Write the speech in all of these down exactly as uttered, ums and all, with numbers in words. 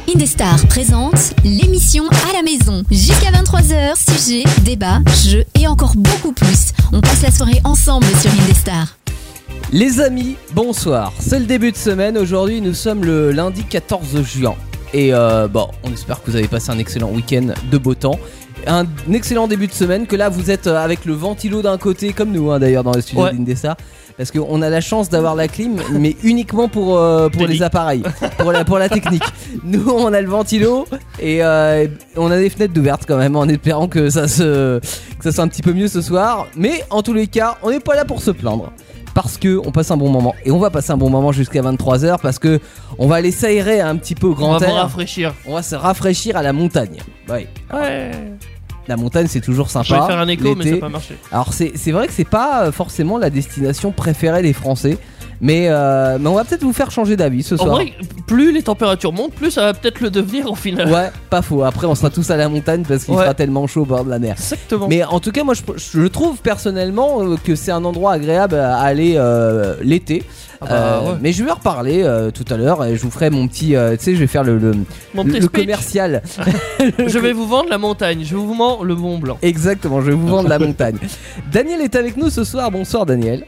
Indestar présente l'émission à la maison. Jusqu'à vingt-trois heures, sujets, débats, jeux et encore beaucoup plus. On passe la soirée ensemble sur Indestar. Les amis, bonsoir. C'est le début de semaine. Aujourd'hui, nous sommes le lundi quatorze juin. Et euh, bon, on espère que vous avez passé un excellent week-end de beau temps. Un excellent début de semaine, que là vous êtes avec le ventilo d'un côté, comme nous hein, d'ailleurs dans le studio ouais. d'Indestar. Parce qu'on a la chance d'avoir la clim, mais uniquement pour, euh, pour les appareils, pour la, pour la technique. Nous on a le ventilo et euh, on a des fenêtres ouvertes quand même, en espérant que ça, se, que ça soit un petit peu mieux ce soir. Mais en tous les cas, on n'est pas là pour se plaindre. Parce que on passe un bon moment et on va passer un bon moment jusqu'à vingt-trois heures parce que on va aller s'aérer un petit peu au grand air. On va se rafraîchir. On va se rafraîchir à la montagne. Ouais. Ouais. La montagne c'est toujours sympa. Je vais faire un écho l'été. Mais ça n'a pas marché. Alors c'est, c'est vrai que c'est pas forcément la destination préférée des Français. Mais, euh, mais on va peut-être vous faire changer d'avis ce soir. En vrai, plus les températures montent, plus ça va peut-être le devenir au final. Ouais, pas faux. Après, on sera tous à la montagne parce qu'il ouais. fera tellement chaud au bord de la mer. Exactement. Mais en tout cas, moi, je, je trouve personnellement que c'est un endroit agréable à aller euh, l'été. Ah bah, euh, ouais. Mais je vais en reparler euh, tout à l'heure et je vous ferai mon petit. Euh, tu sais, je vais faire le, le, mon le, petit le commercial. Je vais vous vendre la montagne. Je vous vends le Mont Blanc. Exactement, je vais vous vendre la montagne. Daniel est avec nous ce soir. Bonsoir, Daniel.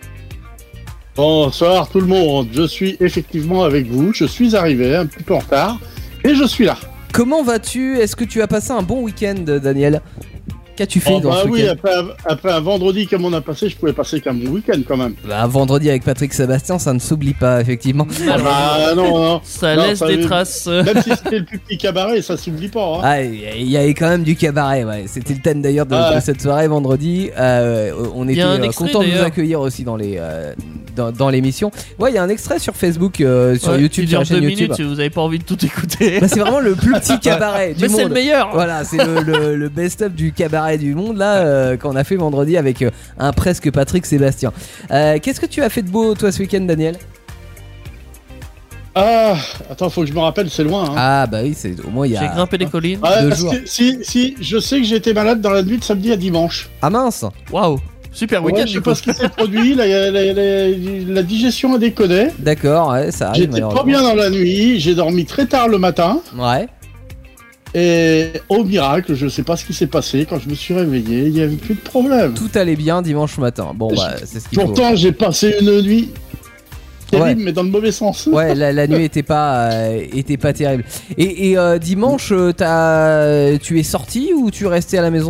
Bonsoir tout le monde, je suis effectivement avec vous, je suis arrivé un petit peu en retard et je suis là. Comment vas-tu ? Est-ce que tu as passé un bon week-end, Daniel ? Qu'as-tu fait oh dans bah ce oui, week-end ? après, après un vendredi comme on a passé, je pouvais passer qu'un bon week-end quand même. Bah, un vendredi avec Patrick Sébastien, ça ne s'oublie pas, effectivement. Ah bah non, non. Ça non, laisse ça, des traces. Même si c'était le plus petit cabaret, ça s'oublie pas. Hein. Ah, il y avait quand même du cabaret, ouais. C'était le thème d'ailleurs de, ah, de cette soirée vendredi. Euh, on était euh, content de vous accueillir aussi dans les euh, dans, dans l'émission. Ouais, il y a un extrait sur Facebook, euh, sur ouais, YouTube, sur la chaîne deux YouTube. Minutes, si vous avez pas envie de tout écouter. Bah, c'est vraiment le plus petit cabaret du Mais monde. c'est le meilleur. Voilà, c'est le, le, le best-of du cabaret du monde là. Euh, qu'on a fait vendredi avec euh, un presque Patrick Sébastien. Euh, qu'est-ce que tu as fait de beau toi ce week-end, Daniel ? Ah, attends, faut que je me rappelle, c'est loin. Hein. Ah bah oui, c'est au moins il y a. J'ai grimpé des collines. Ah, deux jours. Que, si, si, je sais que j'ai été malade dans la nuit de samedi à dimanche. Ah mince. Waouh. Super week-end. Ouais, je sais pas ce qui s'est produit. La, la, la, la, la digestion a déconné. D'accord, ouais, ça arrive. J'étais pas bien dans la nuit. J'ai dormi très tard le matin. Ouais. Et au miracle, je sais pas ce qui s'est passé. Quand je me suis réveillé, il y avait plus de problème. Tout allait bien dimanche matin. Bon bah c'est ce qu'il faut. Pourtant, j'ai passé une nuit terrible, ouais. mais dans le mauvais sens. Ouais, la, la nuit était pas euh, était pas terrible. Et, et euh, dimanche, t'as, tu es sorti ou tu restais à la maison ?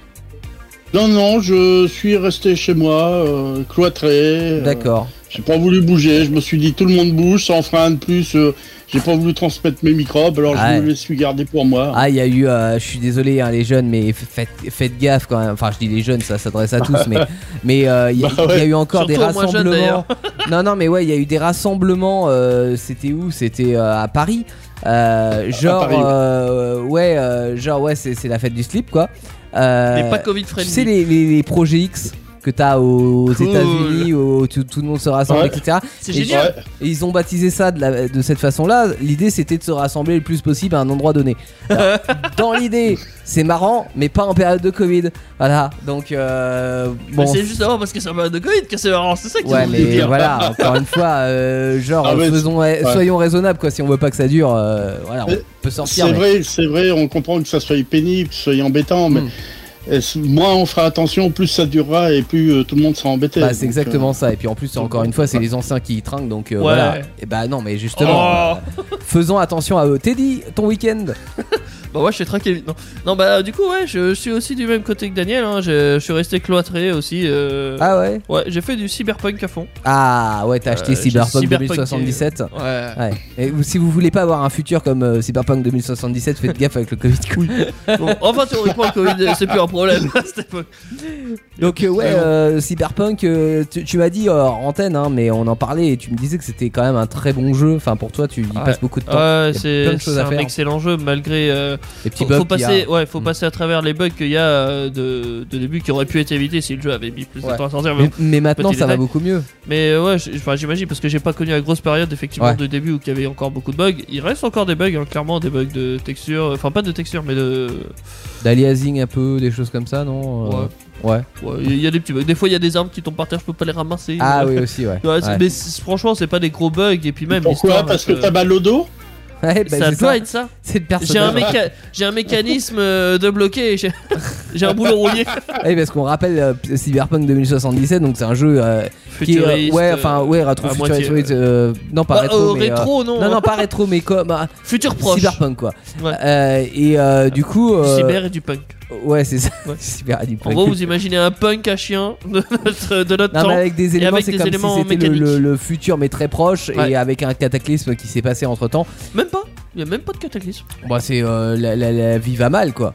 Non, non, je suis resté chez moi, euh, cloîtré. D'accord. Euh, j'ai pas voulu bouger. Je me suis dit tout le monde bouge, sans frein de plus. Euh, J'ai pas voulu transmettre mes microbes, alors ah je me les suis gardés pour moi. Ah, il y a eu, euh, je suis désolé, hein, les jeunes, mais faites, faites gaffe quand même. Enfin, je dis les jeunes, ça s'adresse à tous, mais mais euh, il y, bah ouais. y a eu encore Surtout des rassemblements. Jeune, non, non, mais ouais, il y a eu des rassemblements. Euh, c'était où ? C'était euh, à Paris. Euh, genre, à Paris, euh, ouais, euh, genre ouais, c'est, c'est la fête du slip, quoi. Euh, mais pas Covid friendly. Tu sais les, les, les projets X que t'as aux cool. États-Unis, où tout, tout le monde se rassemble, ouais. et cetera. C'est et génial. Et ils ont baptisé ça de, la, de cette façon-là. L'idée, c'était de se rassembler le plus possible à un endroit donné. Alors, dans l'idée, c'est marrant, mais pas en période de Covid. Voilà. Donc, euh, bon. Mais c'est justement parce que c'est en période de Covid que c'est marrant. C'est ça qu'ils ouais, ont mais dit dire. Voilà. Encore une fois, euh, genre, ah, faisons, ouais. soyons raisonnables, quoi. Si on veut pas que ça dure, euh, voilà, on peut sortir. C'est mais... vrai, c'est vrai. On comprend que ça soit pénible, que ça soit embêtant, mais. Mm. Et moins on fera attention, plus ça durera et plus euh, tout le monde sera embêté. Bah, c'est donc, exactement euh... ça. Et puis en plus, encore une fois, c'est les anciens qui y trinquent. Donc euh, ouais. voilà. Et bah non, mais justement, oh euh, faisons attention à eux. Teddy, ton week-end. Bah ouais, je suis tranquille vite. Non, non bah du coup ouais, je, je suis aussi du même côté que Daniel. Hein. Je, je suis resté cloîtré aussi. Euh... Ah ouais. Ouais, j'ai fait du cyberpunk à fond. Ah ouais, t'as acheté euh, Cyberpunk, Cyberpunk deux mille soixante-dix-sept. Et... Ouais. ouais. Et si vous voulez pas avoir un futur comme euh, Cyberpunk deux mille soixante-dix-sept, faites gaffe avec le Covid. Cool. Bon, enfin théoriquement le Covid c'est plus un problème à cette époque. Donc euh, ouais, euh, Cyberpunk, euh, tu, tu m'as dit euh, en antenne, hein, mais on en parlait et tu me disais que c'était quand même un très bon jeu. Enfin pour toi, tu y ouais. passes beaucoup de temps. Ouais, c'est, plein de choses c'est à faire. Un excellent jeu malgré. Euh, les petits faut, bugs. Faut passer, ouais, faut mmh. passer à travers les bugs qu'il y a euh, de, de début qui auraient pu être évités si le jeu avait mis plus ouais. de temps à sortir. Mais, mais, mais maintenant ça détail. va beaucoup mieux. Mais euh, ouais, j'imagine parce que j'ai pas connu la grosse période effectivement ouais. de début où il y avait encore beaucoup de bugs. Il reste encore des bugs, hein, clairement des bugs de texture, enfin pas de texture mais de d'aliasing un peu, des choses comme ça, non ouais. Euh... Ouais. Ouais, il y a des petits bugs. Des fois, il y a des armes qui tombent par terre, je peux pas les ramasser. Ah euh... oui, aussi, ouais. ouais, ouais. Mais franchement, c'est pas des gros bugs. Et puis même. Pourquoi ? Parce que t'as mal au dos ? Ouais, bah, ça c'est doit ça. être ça. C'est le personnage. J'ai un, méca- j'ai un mécanisme euh, de bloquer. J'ai, j'ai un boulot roulier. Oui, parce qu'on rappelle euh, Cyberpunk deux mille soixante-dix-sept, donc c'est un jeu euh, qui est euh, Futuriste. ouais, enfin ouais, rétro à futuriste. moitié, oui, euh, non pas Bah, rétro, euh, mais euh, rétro, non. non non pas rétro, mais comme bah, Futur proche. Cyberpunk quoi. Ouais. Euh, et euh, du coup, Du euh, cyber et du punk. ouais c'est ça. Ouais. Cyber et du En punk. gros, vous imaginez un punk à chien de notre, de notre Non, temps. mais avec des éléments, avec c'est des comme éléments si c'était le, mécaniques. le- le futur mais très proche Ouais. et avec un cataclysme qui s'est passé entre temps. Même pas. Il y a même pas de cataclysme. Bah c'est euh, la, la, la vie va mal quoi.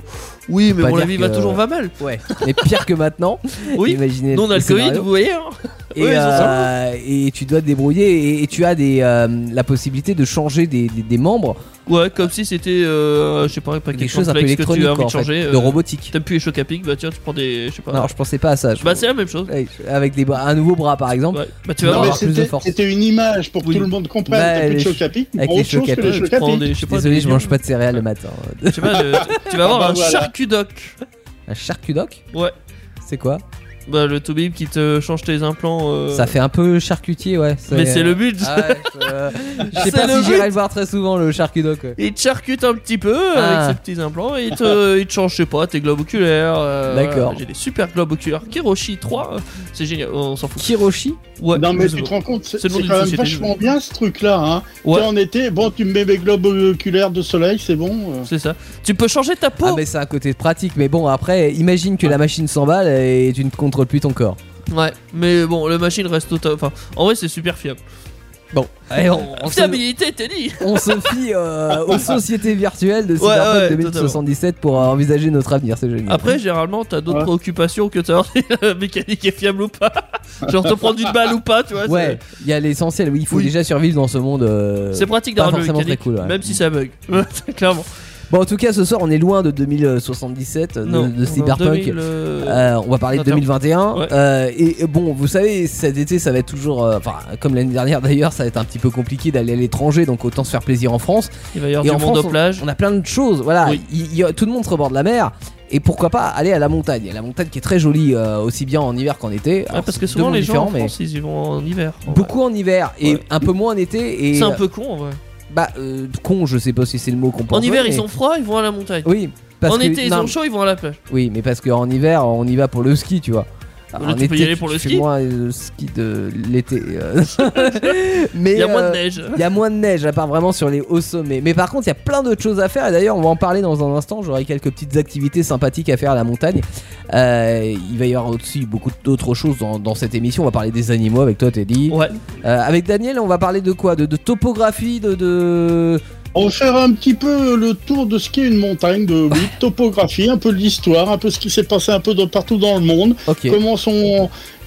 Oui, mais Pas bon, la dire vie que- va toujours va mal. Ouais. Mais pire que maintenant. Oui. Imaginez. Nous, on a le Covid, scénario. vous voyez. Hein. Et, Oui, ils ont euh, et tu dois te débrouiller et, et tu as des, euh, la possibilité de changer des, des, des membres, Ouais, comme si c'était, euh, je sais pas, pas des choses un peu que électroniques tu as envie quoi, de en fait, changer. de euh, robotique. T'appuies choc à pic, bah tiens, tu prends des, je sais pas. Non, je pensais pas à ça. je- Bah c'est la même chose. Ouais, avec des bras, un nouveau bras par exemple. Ouais. Bah tu vas Non, Non, mais voir. avoir plus de c'était force. c'était une image pour que Oui. tout le monde comprenne. Bah, T'as plus de les choc à pic, avec autre les chose chocs à que les pic, chocs tu à prends pic. des- je sais pas, Désolé, des je mange légumes. pas de céréales le matin. Je sais pas, le- tu vas avoir Ah bah un voilà. charcudoc. Un charcudoc, Ouais. c'est quoi? Bah le Toubib qui te change tes implants. euh, Ça fait un peu charcutier, ouais. Mais c'est le but. Ah ouais, je euh, je sais C'est pas le si j'irai but. le voir très souvent le charcudoc. ouais. Il te charcute un petit peu Ah. avec ses petits implants et il te, il te change, je sais pas, tes globes oculaires. euh, D'accord. voilà. J'ai des super globes oculaires. Kiroshi trois, euh, c'est génial, on s'en fout. Kiroshi. Ouais, Non mais je tu sais te rends compte, c'est C'est le nom c'est d'une quand même société, vachement je- bien ce truc-là. Hein. Ouais. Quand en été, bon, tu me mets mes globes oculaires de soleil, c'est bon. euh. C'est ça. Tu peux changer ta peau. Ah mais c'est un côté pratique, mais bon après imagine que la machine s'emballe et tu ne contrôles plus ton corps. Ouais, mais bon, la machine reste au top. Enfin, en vrai, c'est super fiable. Bon, allez, on, on se, Fiabilité, t'es dit. on se fie euh, aux sociétés virtuelles de Ouais, Cyberpunk ouais, deux mille soixante-dix-sept pour euh, envisager notre avenir, c'est génial. Après, généralement, t'as d'autres Ouais. préoccupations que de savoir si la mécanique est fiable ou pas. Genre te prendre une balle ou pas, tu vois. ouais, il y a l'essentiel, oui, il faut Oui. déjà survivre dans ce monde. euh, C'est c'est pratique pas d'avoir le forcément mécanique, très cool, ouais. même si ça bug. Clairement. Bon, en tout cas, ce soir, on est loin de deux mille soixante-dix-sept, de, Non, de on est en Cyberpunk. deux mille, euh, Euh, on va parler de deux mille vingt et un. Ouais. Euh, et, et bon, vous savez, cet été, ça va être toujours, euh, enfin, comme l'année dernière d'ailleurs, ça va être un petit peu compliqué d'aller à l'étranger, donc autant se faire plaisir en France. Il va y avoir Et du en monde France, aux plages. On a plein de choses, voilà. Oui. Il- il y a- tout le monde se reborde la mer. Et pourquoi pas aller à la montagne. La montagne qui est très jolie, euh, aussi bien en hiver qu'en été. Ouais, Alors, parce c'est que deux souvent mondes les gens en différents, mais France ils y vont en hiver. en vrai. beaucoup en hiver et Ouais. un peu moins en été. Et C'est un peu con en vrai. bah euh, con, je sais pas si c'est le mot qu'on peut En hiver employer, ils mais- sont froids, ils vont à la montagne. Oui. Parce En que- été ils non, sont chauds, ils vont à la plage. Oui, mais parce qu'en hiver, on y va pour le ski, tu vois. Alors, Là, en tu peux y été, aller pour le fais ski. moins le ski de l'été. euh. mais Il y a moins euh, de neige. Il y a moins de neige, à part vraiment sur les hauts sommets. Mais par contre, il y a plein d'autres choses à faire. Et d'ailleurs, on va en parler dans un instant. J'aurai quelques petites activités sympathiques à faire à la montagne. Euh, il va y avoir aussi beaucoup d'autres choses dans, dans cette émission. On va parler des animaux avec toi, Teddy. Ouais. Euh, avec Daniel, on va parler de quoi de, de topographie, de... de... On va faire un petit peu le tour de ce qu'est une montagne, de oui, topographie, un peu de l'histoire, un peu ce qui s'est passé un peu de partout dans le monde. Ok. Comment sont,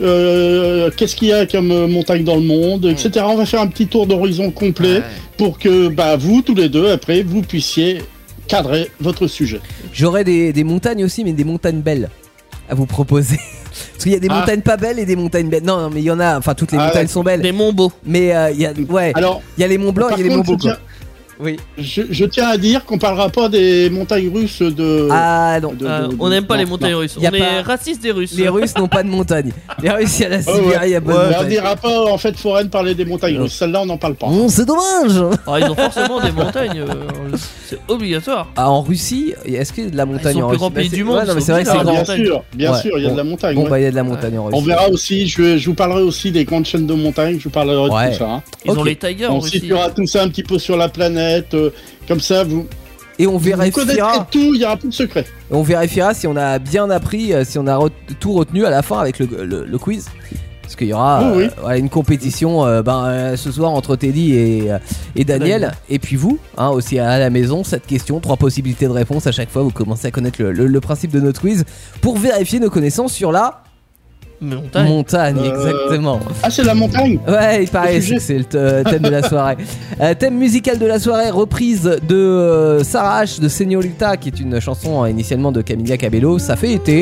euh, qu'est-ce qu'il y a comme euh, montagne dans le monde, et cetera. On va faire un petit tour d'horizon complet pour que bah, vous, tous les deux, après, vous puissiez cadrer votre sujet. J'aurai des, des montagnes aussi, mais des montagnes belles à vous proposer. Parce qu'il y a des Ah. montagnes pas belles et des montagnes belles. Non, non, mais il y en a. Enfin, toutes les Ah, montagnes d'accord. sont belles. Des monts beaux. Mais euh, il y a, ouais, Alors, il y a les monts blancs, par il y a les monts contre, beaux. je quoi. tiens, Oui. je, je tiens à dire qu'on parlera pas des montagnes russes de... Ah non. de- Euh, de- on n'aime pas non, les montagnes non. russes. Y a On est pas- racistes des Russes. Les Russes n'ont pas de montagne. Les Russes, il y a la Ah ouais. Sibérie, il y a pas de Ouais, on montagne. dira pas en fait foraine parler des montagnes Non. russes. Celle-là, on n'en parle pas. Bon, c'est dommage. Ah, ils ont forcément des montagnes. euh, c'est obligatoire. Ah, en Russie, est-ce qu'il y a de la montagne sont le en plus Russie grand pays Bah, du c'est- monde, ouais, non, mais ils c'est vrai que sont c'est obligés grand. bien d'avoir montagne. sûr, bien Ouais, sûr, il y a bon. de la montagne. Bon, ouais. bah, il y a de la montagne en Russie. On verra aussi, je, vais- je vous parlerai aussi des grandes chaînes de montagnes, je vous parlerai Ouais. de tout ça. hein. Ils ont Ok. les tigers en On Russie. situera tout ça un petit peu sur la planète, euh, comme ça vous, Et on vous connaîtrez vérifiera, tout, il n'y aura plus de secret. on vérifiera si on a bien appris, euh, si on a re- tout retenu à la fin avec le, le- le quiz. Parce qu'il y aura Oui, euh, oui. voilà, une compétition euh, ben, euh, ce soir entre Teddy et, euh, et Daniel. Daniel. Et puis vous, hein, aussi à la maison, cette question, trois possibilités de réponse à chaque fois. Vous commencez à connaître le, le- le principe de notre quiz pour vérifier nos connaissances sur la Mais montagne. montagne. Euh, Exactement. Ah, c'est la montagne. Ouais, il paraît, Le sujet. c'est le t- euh, thème de la soirée. Euh, thème musical de la soirée, reprise de euh, Sarah H de Señorita, qui est une chanson euh, initialement de Camila Cabello. Ça fait été,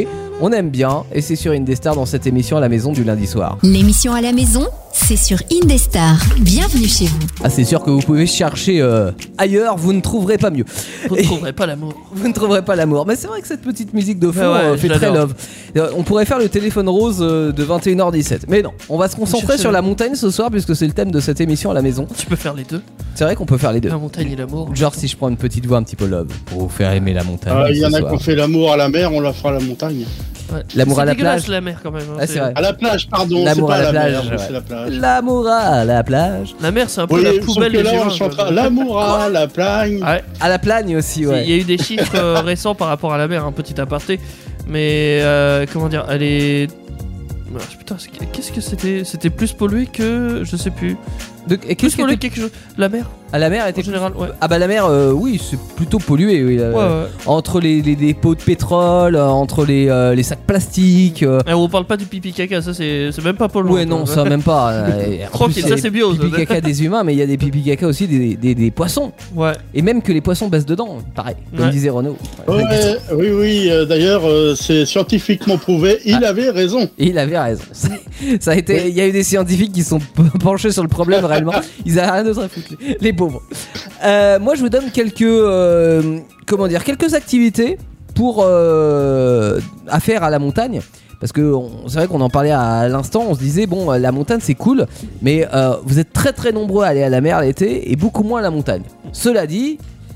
on aime bien, et c'est sur Indestar dans cette émission à la maison du lundi soir. L'émission à la maison, c'est sur Indestar. Bienvenue chez vous. Ah, c'est sûr que vous pouvez chercher euh, ailleurs, vous ne trouverez pas mieux. Vous ne Et- trouverez pas l'amour. Vous ne trouverez pas l'amour. Mais c'est vrai que cette petite musique de fond Ouais, ouais, euh, fait je très l'adore. love. Euh, On pourrait faire le téléphone rose euh, de vingt et une heures dix-sept. Mais non, on va se concentrer cherchez sur le- la montagne ce soir puisque c'est le thème de cette émission à la maison. Tu peux faire les deux. C'est vrai qu'on peut faire les deux. La montagne et l'amour. Genre si je prends une petite voix un petit peu love pour vous faire aimer la montagne. Ah, Il y en ce a soir. qui ont fait l'amour à la mer, on la fera à la montagne. Ouais. L'amour C'est à la dégueulasse, plage. la mer quand même. hein, Ah, c'est vrai. À la plage, pardon, c'est L'amour pas à la à la plage, mer, ouais. c'est la plage. L'amour à la plage. La mer, c'est un peu Oui, la sauf poubelle que des là, humains. on chantera quoi. l'amour à la plage. Ouais. À la plagne aussi, ouais. Il y a eu des chiffres euh, récents par rapport à la mer, un petit aparté. Mais euh, comment dire, elle est. Ah, putain, c'est- qu'est-ce que c'était C'était plus pollué que. Je sais plus. De- et Plus qu'est-ce que pollué était- que quelque chose. La mer, à la mer était en général, ouais. Ah bah la mer, euh, oui, c'est plutôt pollué. Oui, euh, Ouais, ouais. Entre les, les, les pots de pétrole, euh, entre les, euh, les sacs plastiques. euh, Et on parle pas du pipi caca, ça c'est c'est même pas polluant. Ouais, non, ça même pas. euh, et en Tranquille, plus, ça, il y a c'est des bio, Pipi ça. caca des humains, mais il y a des pipi caca aussi des, des, des poissons. Ouais. Et même que les poissons baissent dedans, pareil, comme Ouais. disait Renaud. Ouais, oui, oui, euh, d'ailleurs, euh, c'est scientifiquement prouvé, il Ah. avait raison. Et il avait raison. Ça a été, il y a eu des scientifiques qui se sont penchés sur le problème réellement. Ils avaient rien d'autre à foutre, les- les pauvres. Euh, moi, je vous donne quelques, euh, comment dire, quelques activités pour euh, à faire à la montagne. Parce que on- c'est vrai qu'on en parlait à l'instant, on se disait bon, euh, la montagne c'est cool, mais euh, vous êtes très très nombreux à aller à la mer l'été et beaucoup moins à la montagne. Cela dit,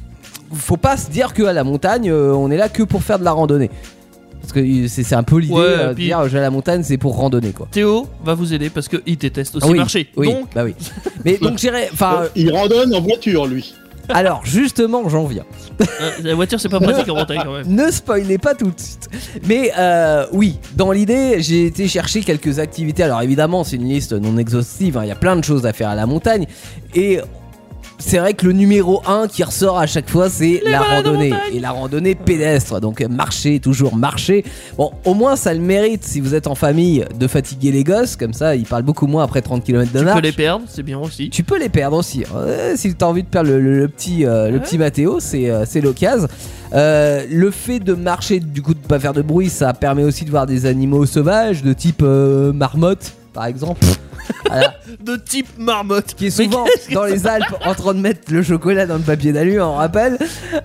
faut pas se dire que à la montagne, euh, on est là que pour faire de la randonnée. Parce que c'est c'est un peu l'idée Ouais, euh, de puis- dire je vais à la montagne, c'est pour randonner quoi. Théo va vous aider parce qu'il déteste aussi Ah oui, marcher. oui, Donc, bah oui. Mais donc j'irai. Enfin, Euh, Il randonne en voiture, lui. alors justement, j'en viens. euh, la voiture c'est pas pratique en montagne quand même. Ne spoilez pas tout de suite. Mais euh, oui, dans l'idée, j'ai été chercher quelques activités. Alors évidemment, c'est une liste non exhaustive. hein, Il y a plein de choses à faire à la montagne. Et c'est vrai que le numéro un qui ressort à chaque fois, c'est la balades en randonnée. montagne. Et la randonnée pédestre. Donc marcher, toujours marcher. Bon, au moins ça le mérite si vous êtes en famille de fatiguer les gosses. Comme ça, ils parlent beaucoup moins après trente kilomètres de Tu marche. peux les perdre, c'est bien aussi. Tu peux les perdre aussi. Ouais, si t'as envie de perdre le, le- le petit, euh, le Ouais. petit Mathéo, c'est euh, c'est l'occasion. Euh, le fait de marcher, du coup de pas faire de bruit, ça permet aussi de voir des animaux sauvages de type euh, marmotte, par exemple. Voilà. De type marmotte. Qui est Mais souvent qu'est-ce que- dans les Alpes en train de mettre le chocolat dans le papier d'alu, on rappelle.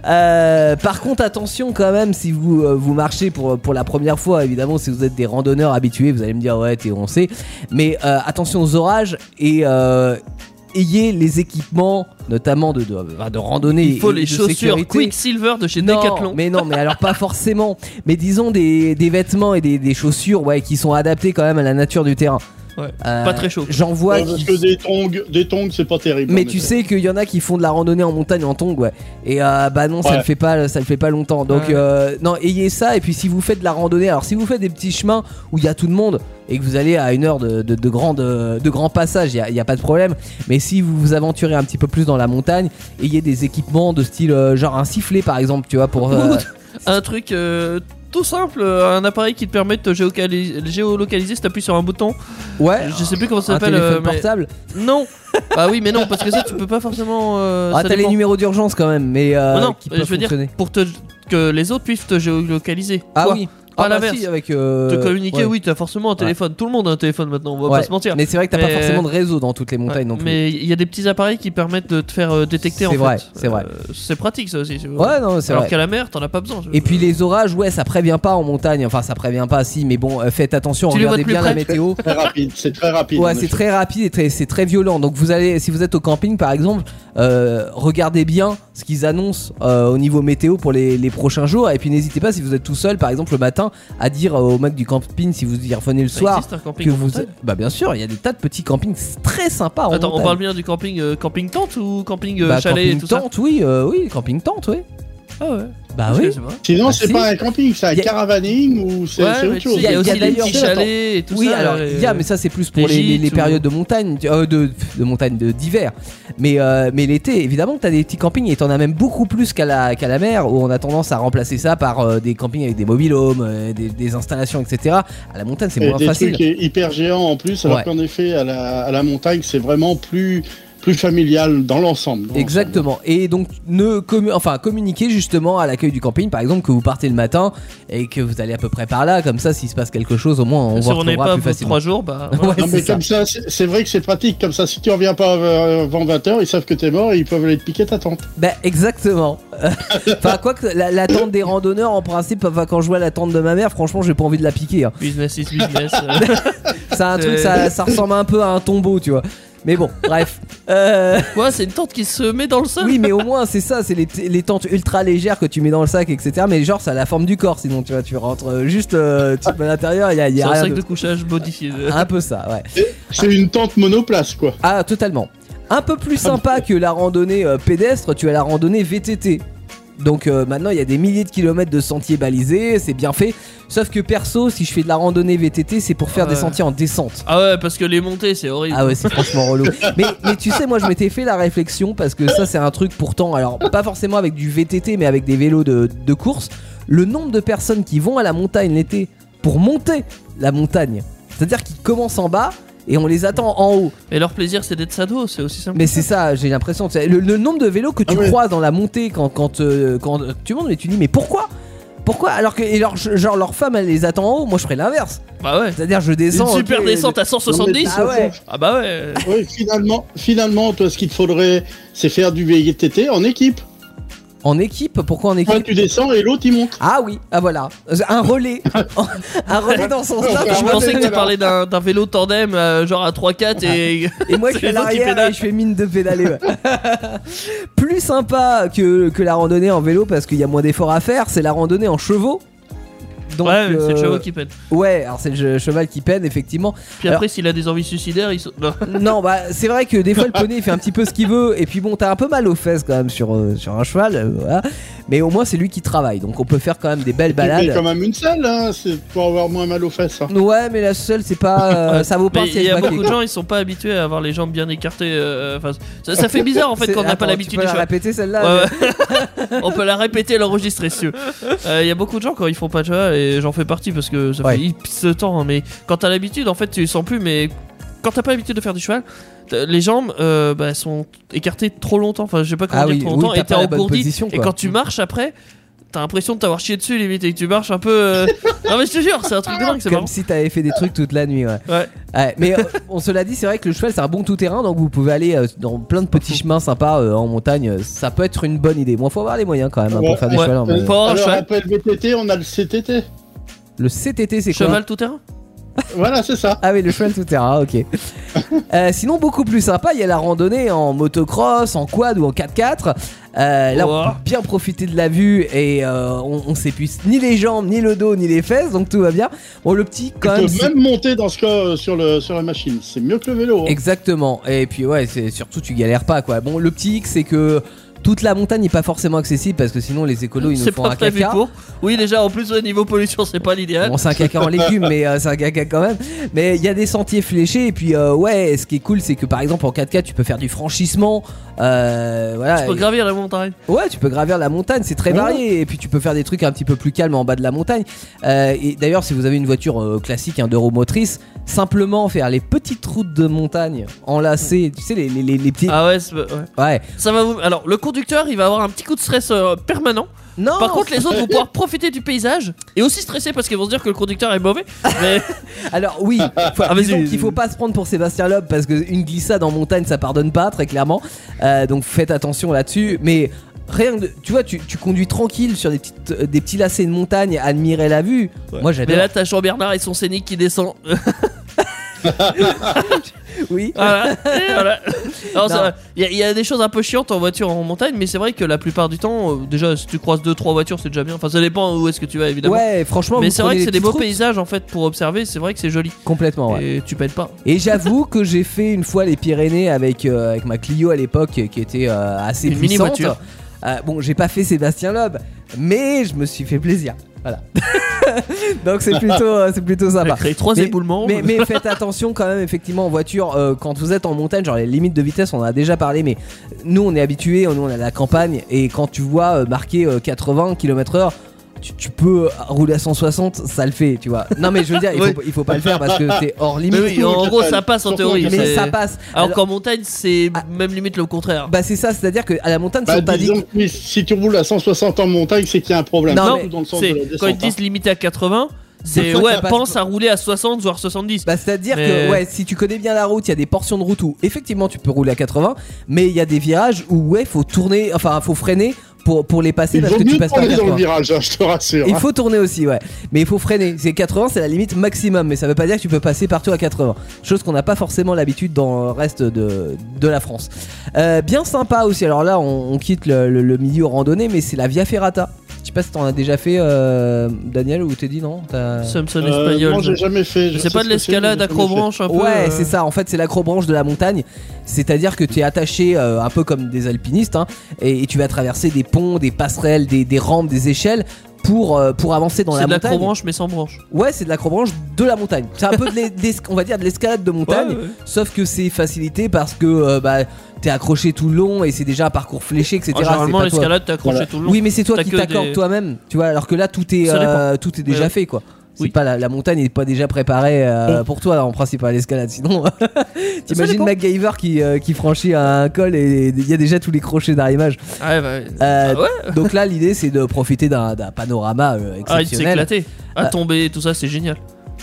Euh, par contre, attention quand même si vous euh, vous marchez pour pour la première fois. Évidemment, si vous êtes des randonneurs habitués, vous allez me dire ouais, t'es on sait. Mais euh, attention aux orages et euh, ayez les équipements, notamment de de, de randonnée. Il faut et les de chaussures sécurité. Quicksilver de chez Non, Decathlon. mais non, mais alors pas forcément. Mais disons des, des vêtements et des, des chaussures, ouais, qui sont adaptés quand même à la nature du terrain. Ouais, Euh, pas très chaud. J'en vois Ouais, parce qui- que des tongs, des tongs, c'est pas terrible. mais en tu effet. sais qu'il y en a qui font de la randonnée en montagne en tongs, ouais. Et euh, bah non, ça Ouais. le fait pas, ça le fait pas longtemps. Donc Ouais. euh, non, ayez ça. Et puis si vous faites de la randonnée, alors si vous faites des petits chemins où il y a tout le monde et que vous allez à une heure de, de, de grand de, de grand passage, il y a, il y a pas de problème. Mais si vous vous aventurez un petit peu plus dans la montagne, ayez des équipements de style euh, genre un sifflet par exemple, tu vois, pour euh, Un truc euh, tout simple, euh, un appareil qui te permet de te géocaliser, géolocaliser si t'appuies sur un bouton. ouais, Je sais plus comment ça un s'appelle. téléphone euh, mais- portable. Non. Bah oui, mais non, parce que ça tu peux pas forcément. euh, Ah, ça t'as les dépend. numéros d'urgence quand même, mais euh, Oh non, qui je peuvent veux dire fonctionner. pour te, que les autres puissent te géolocaliser. Ah Toi, oui. Pas Ah bah l'inverse. si, avec euh, Te communiquer, ouais. oui, t'as forcément un téléphone. Tout le monde a un téléphone maintenant, on va Ouais. pas se mentir. Mais c'est vrai que t'as pas Mais- forcément de réseau dans toutes les montagnes Ouais, non plus. mais il y a des petits appareils qui permettent de te faire euh, détecter en C'est vrai, fait. c'est vrai. Euh, c'est pratique ça aussi. tu vois. Ouais, non, c'est Alors vrai. qu'à la mer, t'en as pas besoin. Et puis les orages, ouais, ça prévient pas en montagne. Enfin, ça prévient pas, si, mais bon, euh, faites attention, Tu les vois regardez de plus bien la près météo. Très rapide, c'est très rapide. Ouais, en c'est effet. très rapide et très, c'est très violent. Donc vous allez, si vous êtes au camping par exemple, euh, regardez bien ce qu'ils annoncent euh, au niveau météo pour les, les prochains jours. Et puis n'hésitez pas, si vous êtes tout seul, par exemple le matin, à dire au mec du camping, si vous y revenez le Ça soir, existe un camping que en vous, montagne bah bien sûr, il y a des tas de petits campings très sympas en Attends, on montagne. parle bien du camping euh, camping tente ou camping euh, Bah, chalet et camping tout ça. tente, oui, euh, oui, camping tente, oui. Ah ouais. Bah Je oui. sais pas. Sinon, Bah, c'est si. pas un camping, c'est un Y a- caravaning ou c'est Ouais, c'est mais autre tu chose. sais, il y a Il y a aussi des d'ailleurs- petits chalets et tout oui, ça. alors les- il y a, mais ça c'est plus pour les les, les- les gîtes périodes ou- de montagne, euh, de, de montagne de- d'hiver. Mais, euh, mais l'été, évidemment, t'as des petits campings et t'en as même beaucoup plus qu'à la, qu'à la mer où on a tendance à remplacer ça par euh, des campings avec des mobil-homes, euh, des, des installations, et cetera. À la montagne, c'est Et moins des facile. trucs hyper géants en plus, alors Ouais. qu'en effet, à la, à la montagne, c'est vraiment plus. plus familial dans l'ensemble. dans Exactement. Et donc, ne commu- enfin, communiquez justement à l'accueil du camping, par exemple, que vous partez le matin et que vous allez à peu près par là. Comme ça, s'il se passe quelque chose, au moins, on Si vous on n'est retrouvera pas plus pour facilement. trois jours, bah. Ouais, voilà. Non, c'est mais ça. comme ça, c'est c'est vrai que c'est pratique. Comme ça, si tu reviens pas euh, avant vingt heures, ils savent que t'es mort et ils peuvent aller te piquer ta tente. Bah, exactement. Enfin, quoi que la, la tente des randonneurs, en principe, enfin, quand je vois la tente de ma mère, franchement, j'ai pas envie de la piquer. Hein. Business is business. euh. C'est un truc, Euh. ça, ça ressemble un peu à un tombeau, tu vois. Mais bon, bref. Euh, Quoi, c'est une tente qui se met dans le sol. oui, mais au moins, c'est ça, c'est les, les tentes ultra légères que tu mets dans le sac, et cetera. Mais genre, ça a la forme du corps, sinon, tu vois, tu rentres euh, juste euh, tu peux à l'intérieur, il y a, il y C'est a un rien sac de d'autre. couchage modifié. Un peu ça, ouais. C'est une tente monoplace, quoi. Ah, totalement. Un peu plus sympa que la randonnée euh, pédestre, tu as la randonnée V T T. Donc euh, maintenant il y a des milliers de kilomètres de sentiers balisés, c'est bien fait. Sauf que perso, si je fais de la randonnée V T T, c'est pour faire Ouais. des sentiers en descente. Ah ouais, parce que les montées, c'est horrible. Ah ouais, c'est franchement relou. Mais, mais tu sais, moi je m'étais fait la réflexion parce que ça c'est un truc pourtant, alors pas forcément avec du V T T, mais avec des vélos de, de course. Le nombre de personnes qui vont à la montagne l'été pour monter la montagne, c'est-à-dire qu'ils commencent en bas et on les attend en haut. Et leur plaisir, c'est d'être sado, c'est aussi simple. Mais c'est ça, j'ai l'impression. tu sais, Le, le nombre de vélos que tu Ah ouais. croises dans la montée quand, quand, euh, quand tu montes, mais tu dis, mais pourquoi Pourquoi Alors que et leur, genre, leur femme, elle les attend en haut, moi je ferais l'inverse. Bah ouais. C'est-à-dire, je descends. Une super ok, descente à cent soixante-dix. Ah ouais. Ah bah ouais. Oui, finalement, finalement, toi, ce qu'il te faudrait, c'est faire du V T T en équipe. En équipe, pourquoi en Toi, équipe tu descends et l'autre, il monte. Ah oui, ah voilà. Un relais. Un relais dans son sens. Je pensais que tu parlais d'un d'un vélo tandem, euh, genre à trois quatre et. Et moi je C'est suis à les autres qui l'arrière pédalent. et je fais mine de pédaler. Ouais. Plus sympa que, que la randonnée en vélo parce qu'il y a moins d'efforts à faire, c'est la randonnée en chevaux. Donc, ouais, mais c'est le euh, cheval qui peine. Ouais, alors c'est le che- cheval qui peine effectivement. Puis après, s'il a des envies suicidaires, il saute. Non. Non, bah c'est vrai que des fois le poney il fait un petit peu ce qu'il veut et puis bon t'as un peu mal aux fesses quand même sur, euh, sur un cheval, euh, voilà. Mais au moins c'est lui qui travaille donc on peut faire quand même des belles Tu fais balades. quand même une selle, hein, c'est pour avoir moins mal aux fesses. Hein. Ouais, mais la seule c'est pas, euh, ça vaut pas Mais un il y siège a baquet, beaucoup de quoi. gens, ils sont pas habitués à avoir les jambes bien écartées. euh, Enfin, ça, ça fait bizarre en fait C'est- quand on n'a pas attends, l'habitude tu peux du la cheval. répéter celle-là. Ouais, ouais. On peut la répéter et l'enregistrer si tu veux. Euh, Il y a beaucoup de gens quand ils font pas de cheval et j'en fais partie parce que ça Ouais. fait X temps. hein, Mais quand t'as l'habitude, en fait, tu les sens plus. Mais quand t'as pas l'habitude de faire du cheval, t'as- les jambes euh, bah, sont écartées trop longtemps. Enfin, je sais pas comment Ah dire oui, trop oui, longtemps. t'as Et t'es pas la bonne engourdi. position, Et quoi. quand tu marches après, t'as l'impression de t'avoir chié dessus limite et que tu marches un peu. euh, Non mais je te jure, c'est un truc de dingue, c'est Comme marrant. si t'avais fait des trucs toute la nuit, ouais. Ouais. Ouais, mais euh, on se l'a dit, c'est vrai que le cheval c'est un bon tout-terrain, donc vous pouvez aller euh, dans plein de petits chemins sympas euh, en montagne. euh, Ça peut être une bonne idée. Bon, faut avoir les moyens quand même hein, Ouais, pour faire des ouais. chevals. en Euh, mode- Faut avoir un Alors cheval. après le V T T, on a le C T T. Le C T T, c'est quoi Cheval tout terrain. Voilà, c'est ça. Ah oui, le cheval tout-terrain, ok. Euh, sinon, beaucoup plus sympa, il y a la randonnée en motocross, en quad ou en quatre quatre. Euh, là, on Wow. peut bien profiter de la vue et euh, on, on s'épuise ni les jambes, ni le dos, ni les fesses, donc tout va bien. Bon, le petit, quand Tu même. peux c'est- même monter dans ce cas euh, sur, le, sur la machine. C'est mieux que le vélo. hein. Exactement. Et puis ouais, c'est surtout tu galères pas quoi. Bon, le petit hic c'est que toute la montagne n'est pas forcément accessible parce que sinon les écolos ils nous C'est font pas un prévu caca. pour. Oui, déjà en plus au niveau pollution, c'est pas l'idéal. Bon, c'est un caca en légumes, mais euh, c'est un caca quand même. Mais il y a des sentiers fléchés et puis euh, ouais, ce qui est cool c'est que par exemple en quatre quatre tu peux faire du franchissement. Euh, voilà. Tu peux Et- gravir la montagne. Ouais, tu peux gravir la montagne, c'est très Ouais. varié. Et puis tu peux faire des trucs un petit peu plus calmes en bas de la montagne. Euh, et d'ailleurs, si vous avez une voiture euh, classique, un deux roues motrices, simplement faire les petites routes de montagne enlacées, tu sais, les, les, les, les petits. Ah ouais, c'est- ouais. Ouais. Ça va vous. Alors le conducteur, il va avoir un petit coup de stress euh, permanent. Non. Par contre, les autres vont pouvoir profiter du paysage et aussi stresser parce qu'ils vont se dire que le conducteur est mauvais. Mais Alors oui, faut, Ah, vas-y, disons vas-y. qu'il faut pas se prendre pour Sébastien Loeb parce qu'une glissade en montagne ça pardonne pas très clairement. Euh, donc faites attention là-dessus. Mais rien de, tu vois, tu, tu conduis tranquille sur des petites, euh, des petits lacets de montagne, à admirer la vue. Moi Mais j'adore. là, t'as Jean-Bernard et son scénic qui descend. Oui. Voilà. Et voilà. Alors, ça Non. va. Il y, a- il y a des choses un peu chiantes en voiture en montagne, mais c'est vrai que la plupart du temps, euh, déjà, si tu croises deux trois voitures, c'est déjà bien. Enfin, ça dépend où est-ce que tu vas évidemment. Ouais, franchement. mais vous c'est vrai prenez que c'est des petites beaux routes. paysages en fait pour observer. C'est vrai que c'est joli. Complètement. Ouais. Et tu pètes pas. Et j'avoue que j'ai fait une fois les Pyrénées avec, euh, avec ma Clio à l'époque qui était euh, assez Une mini puissante. voiture. Euh, bon, j'ai pas fait Sébastien Loeb, mais je me suis fait plaisir. Voilà. Donc c'est plutôt, euh, c'est plutôt Ça sympa. crée trois Mais- éboulements. Mais, mais faites attention quand même effectivement en voiture euh, quand vous êtes en montagne, genre les limites de vitesse on en a déjà parlé, mais nous on est habitués, nous on est à la campagne et quand tu vois euh, marqué euh, quatre-vingts kilomètres heure, tu, tu peux rouler à cent soixante, ça le fait, tu vois. Non mais je veux dire, il, Oui. faut, il faut pas le faire parce que t'es hors limite. Mais oui, en gros, ça passe en théorie. Mais c'est- ça passe. Alors, Alors- qu'en montagne, c'est Ah. même limite le contraire. Bah c'est ça, c'est-à-dire qu'à la montagne, si Bah, on t'a dit disons que si tu roules à cent soixante en montagne, c'est qu'il y a un problème. Non, Surtout mais dans le sens c'est de la quand ils descente, disent limité à quatre-vingts, c'est fois, ouais, ça passe pense pas. à rouler à soixante voire soixante-dix. Bah c'est-à-dire Mais- que ouais, si tu connais bien la route, il y a des portions de route où effectivement tu peux rouler à quatre-vingts, mais il y a des virages où ouais, faut tourner, enfin faut freiner pour, pour les passer Il parce vaut que tu mieux passes pas à tourner dans le quatre-vingts. virage, hein, je te rassure. Il hein. faut tourner aussi, ouais. Mais il faut freiner. C'est quatre-vingts, c'est la limite maximum. Mais ça veut pas dire que tu peux passer partout à quatre-vingts. Chose qu'on n'a pas forcément l'habitude dans le reste de, de la France. Euh, bien sympa aussi. Alors là, on, on quitte le, le- le milieu randonnée, mais c'est la Via Ferrata. Je sais pas si t'en as déjà fait, euh, Daniel, ou t'es dit non T'as- Ça me sonne Euh, espagnol. non, j'ai jamais fait. Je Je sais pas ce de que c'est, l'escalade mais j'ai jamais acrobranche un peu. Ouais, euh, c'est ça. En fait, c'est l'acrobranche de la montagne. C'est-à-dire que tu es attaché euh, un peu comme des alpinistes, hein, et, et tu vas traverser des ponts, des passerelles, des, des rampes, des échelles pour, euh, pour avancer dans C'est la de montagne. l'acrobranche mais sans branche. Ouais, c'est de l'acrobranche de la montagne. C'est un peu de l'es- d'es- on va dire de l'escalade de montagne, Ouais, ouais. sauf que c'est facilité parce que euh, bah t'es accroché tout le long et c'est déjà un parcours fléché, et cetera. Ah, généralement, C'est pas toi- l'escalade, t'es accroché Voilà. tout le long. Oui, mais c'est toi T'as qui que t'accordes des- toi-même, tu vois. Alors que là, tout est Ça euh, tout est déjà Ouais. fait, quoi. C'est Oui. pas la, la montagne n'est pas déjà préparée euh, pour toi en principe à l'escalade. Sinon, t'imagines dépend. MacGyver qui, euh, qui franchit un col et il y a déjà tous les crochets d'arrimage. Ouais, bah, Euh, ah ouais. Donc là, l'idée c'est de profiter d'un d'un panorama euh, Ah, il s'est exceptionnel. éclaté. À Ah. tomber, tout ça, c'est génial.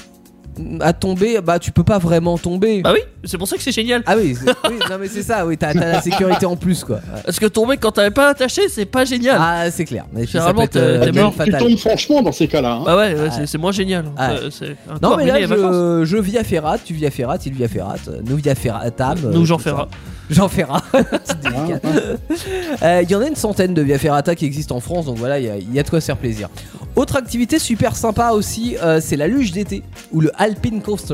À tomber, bah tu peux pas vraiment tomber. Bah oui, c'est pour ça que c'est génial. Ah oui, c'est- oui, non mais c'est ça, oui, t'as t'as la sécurité en plus, quoi. Ouais. Parce que tomber quand t'avais pas attaché, c'est pas génial. Ah, c'est clair. Mais puis, ça Généralement, peut être, euh, t'es- t'es même mort. Tu fatal. tombes franchement dans ces cas-là. hein. Bah ouais, ouais, Ah. c'est- c'est moins génial. Ah. Ça- c'est un Non peu mais là, ruiné les vacances. je, je via Ferrat, tu via Ferrat, il via Ferrat, euh, nous via Ferratam. euh, Nous, Jean tout ça. Ferrat. Jean Ferrat. Hein, hein. Euh, Il y en a une centaine de Via Ferrata qui existent en France, donc voilà, il y, a- il y a de quoi se faire plaisir. Autre activité super sympa aussi, euh, c'est la luge d'été ou le Alpine Coaster.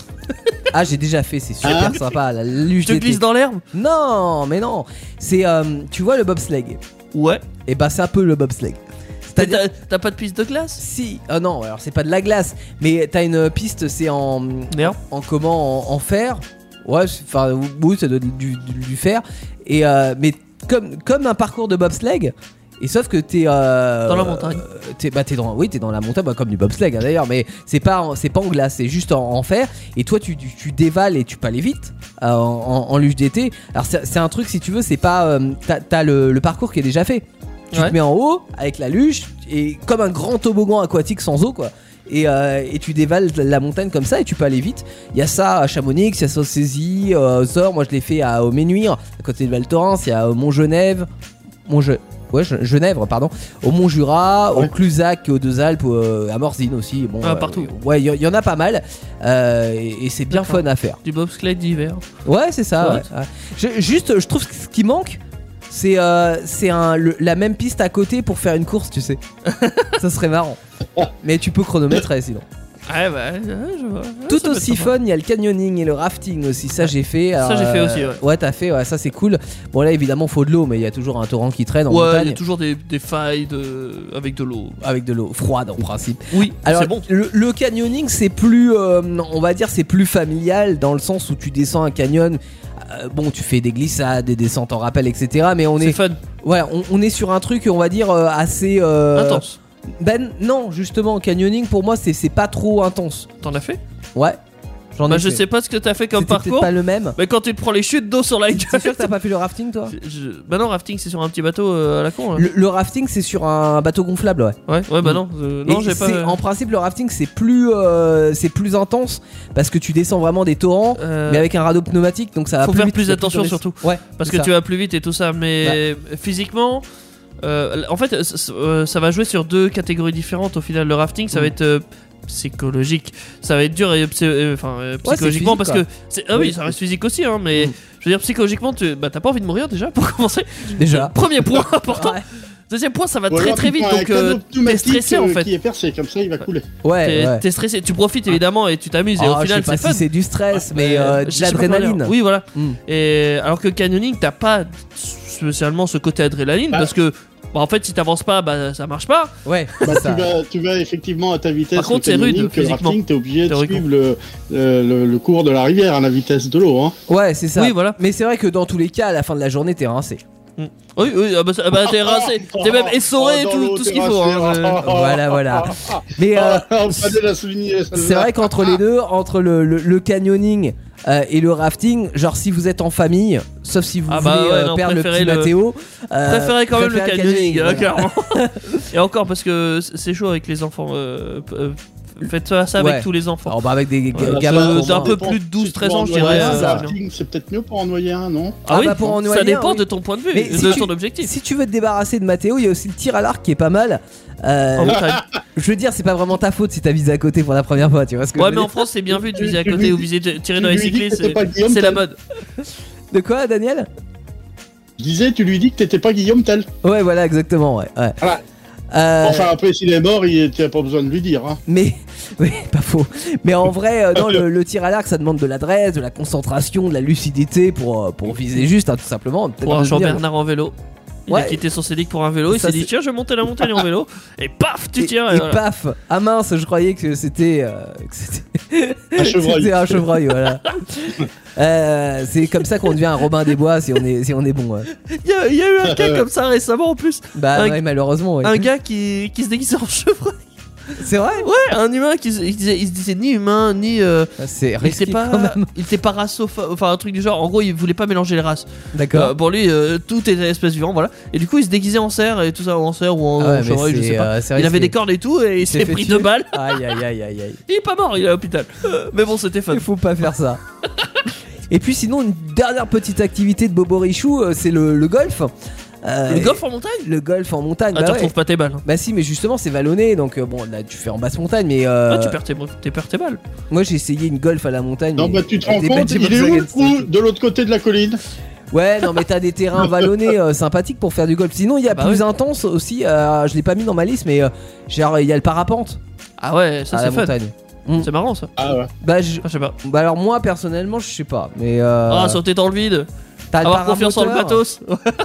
Ah, j'ai déjà fait, c'est super Hein sympa, la luge Je te d'été. glisse dans l'herbe. Non, mais non, c'est, euh, tu vois le bobsleigh. Ouais. Et bah c'est un peu le bobsleigh. Mais C'est-à-dire, T'as t'as pas de piste de glace. si, ah non, alors c'est pas de la glace, mais t'as une piste, c'est en, Merde. en comment, en, en fer. Ouais, c'est- enfin oui, ça doit être du, du, du fer. Et euh, mais comme comme un parcours de bobsleigh. Et sauf que t'es euh, Dans la montagne. euh, t'es, bah t'es dans, oui, t'es dans la montagne, bah, comme du bobsleigh hein, d'ailleurs, mais c'est pas, en, c'est pas en glace, c'est juste en, en fer. Et toi, tu, tu, tu dévales et tu peux aller vite euh, en, en, en luge d'été. Alors c'est, c'est un truc, si tu veux, c'est pas, euh, t'as, t'as le, le parcours qui est déjà fait. Tu Ouais. te mets en haut avec la luge et comme un grand toboggan aquatique sans eau, quoi. Et, euh, et tu dévales la montagne comme ça et tu peux aller vite. Il y a ça à Chamonix, il y a ça au Cézy, euh, aux Ors. Moi je l'ai fait à, au Ménuire, à côté de Val Thorens. Il y a au Mont-Genève, Mont ouais, Ge- Genève, pardon, au Mont-Jura, au Ouais. Cluzac, aux Deux-Alpes, euh, à Morzine aussi. Bon, Ah, euh, partout. Ouais, il y, y en a pas mal euh, et, et c'est bien D'accord. fun à faire. Du bobsleigh d'hiver. Ouais, c'est ça. Ouais. ouais, ouais. Je- juste, je trouve que ce qui manque, c'est euh, c'est un le- la même piste à côté pour faire une course, tu sais. Ça serait marrant. Mais tu peux chronométrer sinon. Ouais, bah, ouais, je vois. Ouais, Tout ça peut être aussi sympa. fun, il y a le canyoning et le rafting aussi. Ça, Ouais. j'ai fait. Ça, Alors, j'ai fait euh, aussi, ouais. Ouais, t'as fait, ouais, ça c'est cool. Bon, là évidemment, faut de l'eau, mais il y a toujours un torrent qui traîne en Ouais, il y montagne a toujours des, des failles de... avec de l'eau. avec de l'eau froide en principe. Oui, Alors, c'est bon. le, le canyoning, c'est plus, euh, on va dire, c'est plus familial dans le sens où tu descends un canyon. euh, bon, tu fais des glissades, des descentes en rappel, et cetera. Mais on C'est est, fun, voilà, on, on est sur un truc, on va dire, euh, assez euh, intense. Ben non, justement, canyoning pour moi, c'est c'est pas trop intense. T'en as fait? Ouais, j'en Bah, ai je fait. sais pas ce que t'as fait comme C'était peut-être parcours. pas le même. Mais quand tu te prends les chutes d'eau sur la gueule. C'est sûr que t'as pas fait le rafting, toi? Je... Bah non, rafting c'est sur un petit bateau euh, à la con. Là. Le, le rafting, c'est sur un bateau gonflable, ouais. Ouais, ouais, bah non. euh, non, Et j'ai pas. c'est- En principe, le rafting, c'est plus, euh, c'est plus intense parce que tu descends vraiment des torrents, Euh, mais avec un radeau pneumatique, donc ça va faut plus faire vite, plus il y a attention de risques. surtout. Ouais, Parce c'est que ça. tu vas plus vite et tout ça, mais physiquement, euh, en fait, c- c- euh, ça va jouer sur deux catégories différentes. Au final, le rafting, ça va Mm. être euh, psychologique, ça va être dur et psy- euh, enfin euh, c'est psychologiquement physique, parce que c'est- ah oui, Oui. ça reste physique aussi, hein, mais Mm. je veux dire psychologiquement, tu bah t'as pas envie de mourir déjà pour commencer. Déjà. Premier point important. Ouais, Deuxième point, ça va Ou très alors, très tu vite, prends un donc euh, canot t'es pneumatique, stressé en euh, fait. qui est percé, comme ça il va couler. ouais. T'es ouais. t'es stressé, tu profites évidemment et tu t'amuses et Oh, au final je sais pas c'est fun. si c'est du stress, mais Euh, euh, je de sais pas comment l'adrénaline. dire. Oui, voilà. Mm. Et alors que canyoning, t'as pas spécialement ce côté adrénaline Bah. parce que bah, en fait, si t'avances pas, bah ça marche pas. Ouais, Bah, c'est ça. tu, vas, tu vas effectivement à ta vitesse. Par contre, le c'est rude, canyoning, que le physiquement. rafting, t'es obligé de Théoriquement. suivre le, le, le- le cours de la rivière à la vitesse de l'eau. Hein. Ouais, c'est ça. Oui, voilà. Mais c'est vrai que dans tous les cas, à la fin de la journée, t'es rincé. Oui, oui, ah bah, ah bah, t'es rincé, t'es même essoré, Oh, dans tout, l'eau, tout ce t'es qu'il faut. rincé, Hein, ah, ah, Voilà, voilà. Mais euh, Ah, on fallait la souligner, celle-là. c'est vrai qu'entre les deux, entre le, le, le canyoning euh, et le rafting, genre si vous êtes en famille, sauf si vous Ah voulez bah ouais, euh, non, perdre le préférez petit le- Mathéo, euh, Préférez quand même le préférez canyoning, hein, voilà. clairement. Et encore, parce que c'est chaud avec les enfants. Euh, euh, faites ça, ça avec Ouais. tous les enfants. Alors bah avec des ga- Voilà, gamins. ça- d'un peu Bon, plus de douze si treize tu ans, veux je en dirais, noyer un, euh, le c'est rafting, c'est peut-être mieux pour en noyer un, non? Ah oui, bah, pour en noyer ça un, dépend oui. de ton point de vue, Mais de si ton tu- objectif. Si tu veux te débarrasser de Mathéo, il y a aussi le tir à l'arc qui est pas mal. Euh, En montagne. je veux dire, c'est pas vraiment ta faute si t'as visé à côté pour la première fois, tu vois ce que Ouais, je veux mais en dire. France, c'est bien vu de viser à Tu côté lui ou dis- viser de- tirer tu dans les lui dis cyclistes. que t'étais C'est pas Guillaume c'est la Tell. mode. De quoi, Daniel? Je disais, tu lui dis que t'étais pas Guillaume Tell. Ouais, voilà, exactement, ouais. ouais. Voilà. Euh, Enfin, après, s'il est mort, il t'as pas besoin de lui dire. Hein. Mais, oui, pas faux. Mais en vrai, euh, non, le, le tir à l'arc, ça demande de l'adresse, de la concentration, de la lucidité pour, euh, pour viser juste, hein, tout simplement. Peut-être Pour un de se dire- Jean-Bernard en vélo. Il a Ouais. quitté son Célic pour un vélo, il Ça, s'est dit c'est- tiens je vais monter la montagne en vélo et paf tu Et, tires et et voilà. paf, ah mince, je croyais que c'était euh, que c'était Un chevreuil. c'était un chevreuil, voilà. Euh, c'est comme ça qu'on devient un Robin des Bois si on est si on est bon. Ouais. Il y, a- il y a eu un cas comme ça récemment en plus. Bah Un- ouais, malheureusement. Ouais. Un gars qui, qui se déguisait en chevreuil. C'est vrai. Ouais, un humain qui se, il disait, il se disait ni humain ni. Euh, Ah, c'est il risqué était pas, quand même. il était pas racophobe, enfin un truc du genre. En gros, il voulait pas mélanger les races. D'accord. Euh, pour lui, euh, tout était espèce vivante, voilà. Et du coup, il se déguisait en cerf et tout ça, ou en cerf ou en, Ah ouais, en mais chevreuil, je c'est, sais pas. euh, c'est Il avait risqué. des cordes et tout, et il s'est s'est fait pris tuer. deux balles. Aïe aïe aïe aïe aïe. Il est pas mort, il est à l'hôpital. Mais bon, c'était fun. Il faut pas faire ça. Et puis sinon, une dernière petite activité de Bobo Richou, euh, c'est le, le golf. Euh, Le golf en montagne. Le golf en montagne. Ah, bah tu ouais. retrouves pas tes balles. hein. Bah si, mais justement c'est vallonné, donc euh, bon là tu fais en basse montagne, mais euh, Ah, tu perds tes, tu perds tes balles. moi j'ai essayé une golf à la montagne. Non, mais bah tu te avec rends des compte, petits il est où le Volkswagen. trou de l'autre côté de la colline? Ouais, non mais t'as des terrains vallonnés euh, sympathiques pour faire du golf. Sinon il y a Bah plus ouais. intense aussi, euh, je l'ai pas mis dans ma liste, mais euh, genre il y a le parapente Ah ouais, ça à c'est la fun. montagne. C'est marrant ça. Ah ouais. Bah, je- Ah, je sais pas. bah alors moi personnellement je sais pas, mais euh, Ah, sauter dans le vide. t'as le Avoir confiance en le paramoteur. matos.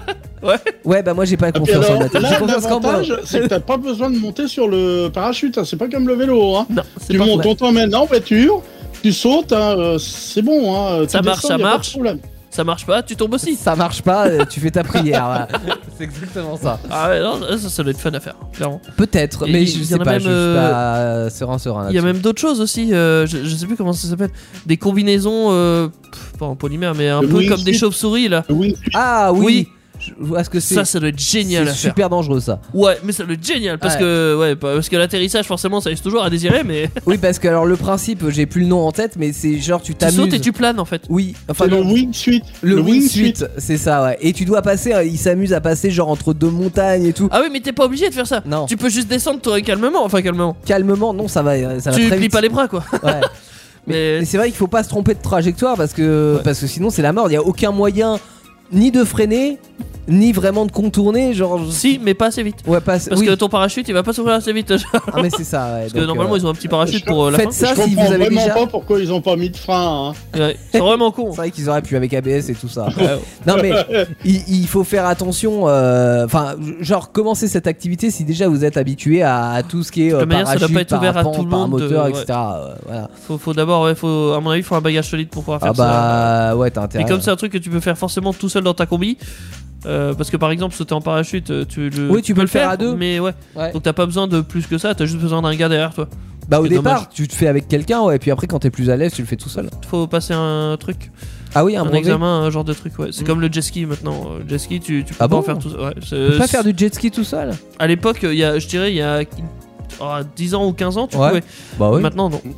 Ouais bah moi j'ai pas Et puis confiance en alors, le matos. J'ai là, confiance qu'en moi. l'avantage, c'est que t'as pas besoin de monter sur le parachute. Hein. C'est pas comme le vélo. Hein. Non, c'est Tu pas montes, fou. on t'emmène en voiture, tu sautes, hein, euh, c'est bon. Hein. Tu Ça marche, descends, ça y a pas de marche. problème. Ça marche pas, tu tombes aussi. Ça marche pas, euh, tu fais ta prière. Voilà. C'est exactement ça. Ah ouais, non, ça, ça doit être fun à faire, clairement. Peut-être, Et mais il je y sais en a pas, même, je suis euh, pas euh, serein serein Il y a là-dessus. même d'autres choses aussi, euh, je, je sais plus comment ça s'appelle. Des combinaisons, euh, pff, pas en polymère, mais un Le peu wingsuit. comme des chauves-souris là. Le wing- Ah oui, Oui. Je vois ce que c'est. Ça, ça doit être génial C'est à faire. super dangereux ça. Ouais, mais ça doit être génial parce Ouais. que ouais, parce que l'atterrissage forcément ça laisse toujours à désirer, mais Oui, parce que alors le principe, j'ai plus le nom en tête, mais c'est genre tu tu t'amuses. sautes et tu planes en fait. Oui, enfin C'est le non, wingsuit. le, le wingsuit, wingsuit. c'est ça, ouais. Et tu dois passer, euh, il s'amuse à passer genre entre deux montagnes et tout. Ah oui, mais t'es pas obligé de faire ça. Non, Tu peux juste descendre toi, calmement, enfin calmement. calmement, non, ça va, euh, ça va Tu très plies vite. pas les bras quoi. Ouais. Mais Mais c'est vrai qu'il faut pas se tromper de trajectoire parce que Ouais. parce que sinon c'est la mort. Il y a aucun moyen ni de freiner, ni vraiment de contourner, genre. si, mais pas assez vite. Ouais, pas. Parce oui. que ton parachute il va pas s'ouvrir assez vite. Ah mais c'est ça. Ouais. Parce que donc, normalement euh, ils ont un petit parachute pour euh, la faites fin. ça Je si comprends vous avez vraiment déjà. pas pourquoi ils ont pas mis de frein. Hein. Ouais, c'est vraiment con. C'est vrai qu'ils auraient pu avec A B S et tout ça. Non mais il, il faut faire attention. euh, Enfin, genre commencer cette activité si déjà vous êtes habitué à, à tout ce qui est euh, toute manière, ça doit parachute, pas être ouvert à parapente, tout le monde paramoteur, de- et cetera. euh, voilà. Faut, faut d'abord, ouais, faut, à mon avis, faut un bagage solide pour pouvoir faire Ah ça. bah ouais, t'as intérêt. Et comme c'est un truc que tu peux faire forcément tout seul dans ta combi, euh, parce que par exemple sauter en parachute, euh, tu, le, Oui, tu peux le faire à deux. mais ouais. Ouais. Donc t'as pas besoin de plus que ça, t'as juste besoin d'un gars derrière toi. Bah au c'est départ, dommage. tu te fais avec quelqu'un, ouais. Et puis après, quand t'es plus à l'aise, tu le fais tout seul. Faut passer un truc, Ah oui, un, un, brevet. examen, un genre de truc. Ouais, c'est Mm. comme le jet ski maintenant. Euh, jet ski, tu, tu peux Ah pas bon en faire tout seul. Ouais, c'est- Tu peux pas faire du jet ski tout seul. À l'époque, il y a, je dirais, il y a oh, dix ans ou quinze ans, tu Ouais. pouvais. Bah oui. Maintenant, non.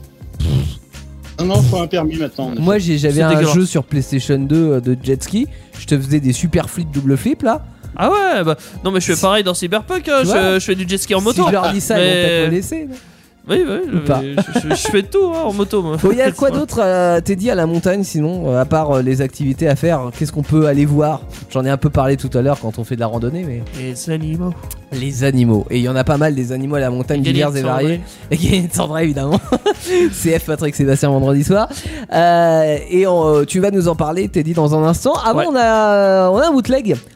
Non, non, faut un permis maintenant. en effet. Moi j'ai- j'avais C'est un dégueulasse. jeu sur PlayStation deux euh, de jet ski. Je te faisais des super flips, double flip là. Ah ouais, bah non, mais je fais pareil dans Cyberpunk. hein, Tu vois, je, je fais du jet ski en moto. Si je leur dis ça, ils vont Mais- peut-être me laisser. non Oui, oui, Ou pas. je, je- je fais tout hein, en moto. Moi. Bon, il y a quoi d'autre euh, t'es dit à la montagne sinon, euh, à part euh, les activités à faire, qu'est-ce qu'on peut aller voir? J'en ai un peu parlé tout à l'heure quand on fait de la randonnée, mais Les animaux. les animaux. Et il y en a pas mal des animaux à la montagne Gagner divers de et cendrée. variés. Et gagner de cendrée évidemment. C F Patrick Sébastien vendredi soir. Euh, et on- tu vas nous en parler, t'es dit dans un instant. Avant Ouais. on a on a un bootleg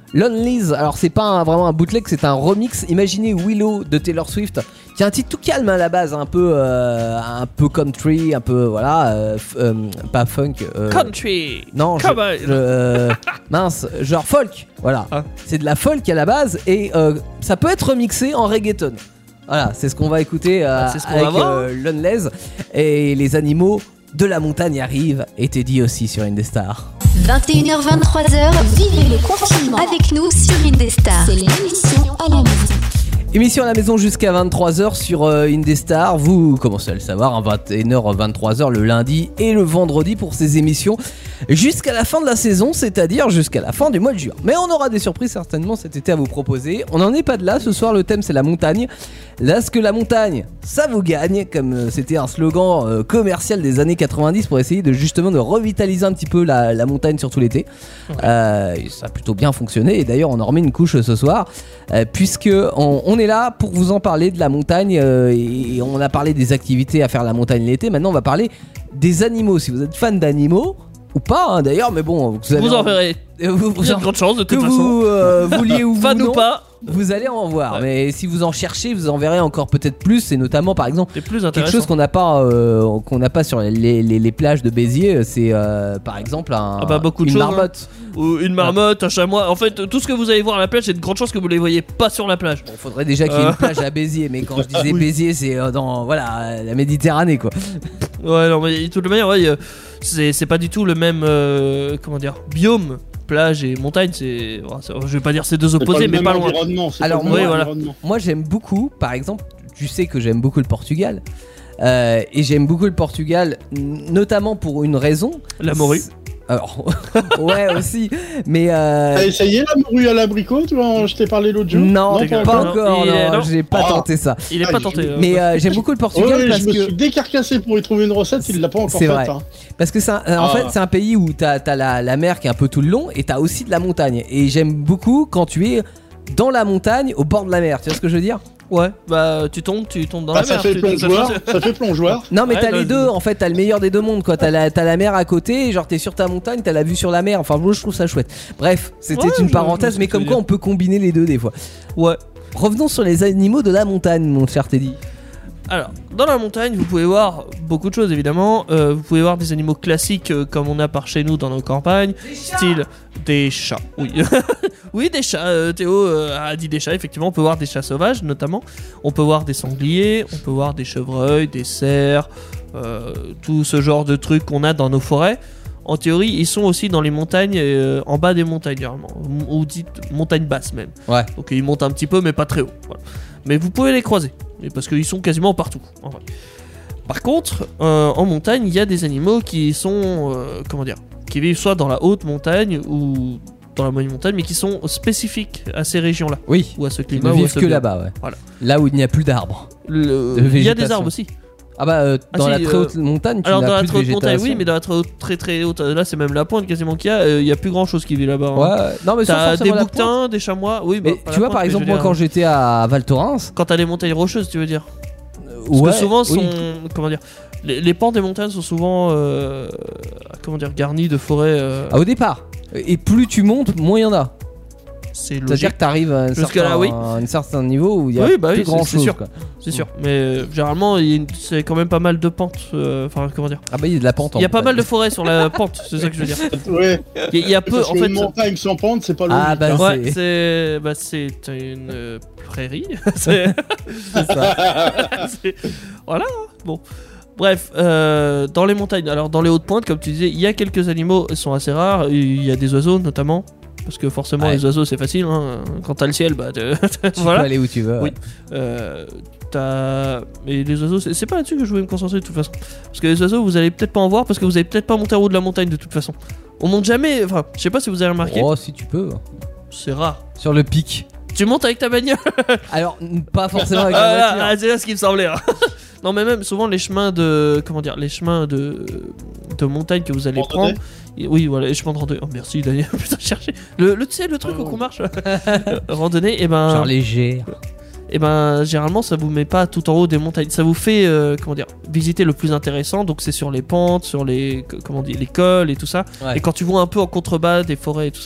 Lonely's. Alors c'est pas un, vraiment un bootleg, c'est un remix. Imaginez Willow de Taylor Swift, qui est un titre tout calme à la base, un peu, euh, un peu country, un peu voilà, euh, f- euh, pas funk. Euh, Country. non, je, Come on. je- euh, mince, genre folk. Voilà, Ah. c'est de la folk à la base et euh, ça peut être remixé en reggaeton. Voilà, c'est ce qu'on va écouter euh, Ah, c'est ce qu'on avec va voir. euh, Lonely's. Et les animaux de la montagne arrivent, était dit aussi sur Indestar. vingt et une heures vingt-trois heures, vivez le confinement avec nous sur Indestar. C'est l'émission à la maison. Émission à la maison jusqu'à vingt-trois heures sur euh, Indestar. Vous commencez à le savoir, hein, vingt et une heures vingt-trois heures le lundi et le vendredi pour ces émissions jusqu'à la fin de la saison, c'est-à-dire jusqu'à la fin du mois de juin. Mais on aura des surprises certainement cet été à vous proposer. On n'en est pas de là, ce soir le thème c'est la montagne. Là, ce que la montagne, ça vous gagne, comme euh, c'était un slogan euh, commercial des années quatre-vingt-dix pour essayer de justement de revitaliser un petit peu la, la montagne surtout l'été. Ouais. Euh, et ça a plutôt bien fonctionné et d'ailleurs on en remet une couche ce soir euh, puisque on, on est là pour vous en parler de la montagne euh, et, et on a parlé des activités à faire à la montagne l'été. Maintenant on va parler des animaux. Si vous êtes fan d'animaux ou pas hein, d'ailleurs, mais bon, vous, avez Vous en verrez. vous, Il y a de grandes chances de que toute façon. vous euh, vouliez ou Fan non, ou pas, vous allez en voir. Ouais. Mais si vous en cherchez, vous en verrez encore peut-être plus. Et notamment par exemple c'est plus quelque intéressant. chose qu'on n'a pas, euh, qu'on n'a pas sur les, les, les plages de Béziers, c'est euh, par exemple un, Ah bah, beaucoup de une choses, marmotte. Ou une marmotte, un chamois. En fait, tout ce que vous allez voir à la plage, c'est de grandes chances que vous les voyez pas sur la plage. Bon, faudrait déjà qu'il y ait Euh. une plage à Béziers, mais quand je disais Oui. Béziers, c'est euh, dans voilà la Méditerranée quoi. Ouais, non, mais de toute manière, ouais, euh, c'est c'est pas du tout le même, euh, comment dire, biome. Plage et montagne, c'est, oh, c'est- je vais pas dire c'est deux C'est opposés, le mais même pas loin. environnement, c'est Alors, pas le moi, même voilà. environnement. Moi j'aime beaucoup, par exemple, tu sais que j'aime beaucoup le Portugal. Euh, et j'aime beaucoup le Portugal, n- notamment pour une raison. La morue. C'est- Alors, ouais aussi, mais euh, T'as essayé la morue à l'abricot, tu vois, je t'ai parlé l'autre jour non, t'es pas d'accord. encore, Il est- non, non. j'ai pas Ah. tenté ça. Il est Ah, pas je- tenté. hein. Mais euh, j'aime beaucoup le Ouais, Portugal ouais, parce je me que suis décarcassé pour y trouver une recette, il l'a pas encore C'est faite. vrai. Hein. Parce que c'est un- en Ah. fait c'est un pays où t'as as la, la mer qui est un peu tout le long et t'as aussi de la montagne. Et j'aime beaucoup quand tu es dans la montagne au bord de la mer. Tu vois ce que je veux dire? Ouais, bah tu tombes, tu tombes dans Bah, la ça mer. fait tu- plongeoir, tu- ça fait plongeoir. Non mais Ouais, t'as non, les je- deux en fait, t'as le meilleur des deux mondes quoi. T'as la, t'as la mer à côté, et genre t'es sur ta montagne, t'as la vue sur la mer. Enfin moi je trouve ça chouette. Bref, c'était Ouais, une je- parenthèse, je mais sais ce comme que tu quoi veux on peut combiner les deux des fois. Ouais. Revenons sur les animaux de la montagne, mon cher Teddy. Alors, dans la montagne, vous pouvez voir beaucoup de choses évidemment. Euh, vous pouvez voir des animaux classiques euh, comme on a par chez nous dans nos campagnes, style des chats. Oui, oui, des chats. euh, Théo euh, a dit des chats. Effectivement, on peut voir des chats sauvages notamment. On peut voir des sangliers, on peut voir des chevreuils, des cerfs, euh, tout ce genre de trucs qu'on a dans nos forêts. En théorie, ils sont aussi dans les montagnes, euh, en bas des montagnes, généralement, ou dites montagnes basses même. Ouais. Donc ils montent un petit peu, mais pas très haut. Voilà. Mais vous pouvez les croiser, et parce qu'ils sont quasiment partout. En vrai. Par contre, euh, en montagne, il y a des animaux qui sont, euh, comment dire, qui vivent soit dans la haute montagne ou dans la moyenne montagne, mais qui sont spécifiques à ces régions-là, Oui. ou à ce Ils climat, ne ou à vivent ce que biome. là-bas, ouais. Voilà. Là où il n'y a plus d'arbres. Le- De Il y a des végétation. arbres aussi. Ah bah euh, Ah dans si, la très euh, haute montagne, tu Alors n'as dans la plus de très haute montagne, végétation. oui, mais dans la très haute, très très haute, là c'est même la pointe quasiment qu'il y a. euh, Il y a plus grand chose qui vit là-bas. hein. Ouais, non mais sans T'as des forcément la pointe. bouquetins, des chamois, oui. bah, Mais pas tu la vois par pointe, mais exemple je veux moi dire, quand j'étais à Val Thorens, quand t'as les montagnes rocheuses, tu veux dire. Parce ouais, que souvent, oui. sont, comment dire, les, les pentes des montagnes sont souvent, euh, comment dire, garnies de forêts. euh, Ah, au départ. Et plus tu montes, moins il y en a. c'est C'est-à-dire logique, que t'arrives à un Jusque certain, là, oui. un certain niveau où il y a Oui, bah plus oui, c'est- grand c'est chose. sûr. Quoi. c'est sûr. Mais euh, généralement, il y a une- c'est quand même pas mal de pentes. euh, Enfin, comment dire. Ah bah il y a de la pente en Il y a pas mal montagne. de forêts sur la pente, c'est ça que je veux dire. Ouais, Il y a, il y a peu, parce en qu'une fait. montagne sans pente, c'est pas logique. Ah, bah, hein. Ouais, c'est- c'est bah, c'est une euh, prairie. C'est- C'est ça. C'est- voilà, hein. Bon. Bref, euh, dans les montagnes, alors dans les hautes pointes, comme tu disais, il y a quelques animaux, ils sont assez rares. Il y a des oiseaux notamment, parce que forcément Ouais. les oiseaux c'est facile. Hein. Quand t'as le ciel, bah te- Tu voilà. peux aller où tu veux. Oui. ouais. Euh, t'as- Mais les oiseaux, c'est c'est pas là-dessus que je voulais me concentrer de toute façon. Parce que les oiseaux, vous allez peut-être pas en voir parce que vous allez peut-être pas monter en haut de la montagne de toute façon. On monte jamais. Enfin, je sais pas si vous avez remarqué. Oh si tu peux. C'est rare. Sur le pic. Tu montes avec ta bagnole. Alors pas forcément avec Ah, la là, voiture. ah, c'est là ce qui me semblait. hein. Non mais même souvent les chemins de comment dire les chemins de de montagne que vous allez Randonnée. prendre. Et- Oui voilà les chemins de randonnée. Oh merci Daniel. Putain chercher le le tu sais le truc Oh. où qu'on marche. Randonnée et ben Genre léger. et ben généralement ça vous met pas tout en haut des montagnes. Ça vous fait euh, comment dire visiter le plus intéressant. Donc c'est sur les pentes, sur les co- comment dire les cols et tout ça. Ouais. Et quand tu vois un peu en contrebas des forêts et tout ça.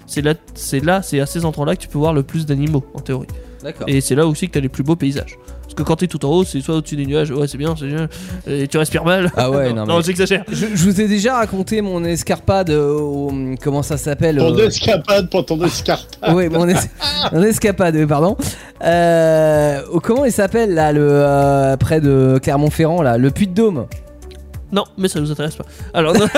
c'est là, c'est là, c'est à ces endroits-là que tu peux voir le plus d'animaux en théorie. D'accord. Et c'est là aussi que t'as les plus beaux paysages. Parce que quand t'es tout en haut, c'est soit au-dessus des nuages, ouais c'est bien, c'est bien, et tu respires mal. Ah ouais, non, non mais- j'exagère. Je, je vous ai déjà raconté mon escarpade au... Comment ça s'appelle Ton euh, escapade, pas ton escarpade. Oui, mon, es- mon escapade, oui, pardon. Euh, au- comment il s'appelle là, le euh, près de Clermont-Ferrand là, le Puy-de-Dôme. Non, mais ça nous intéresse pas. Alors non.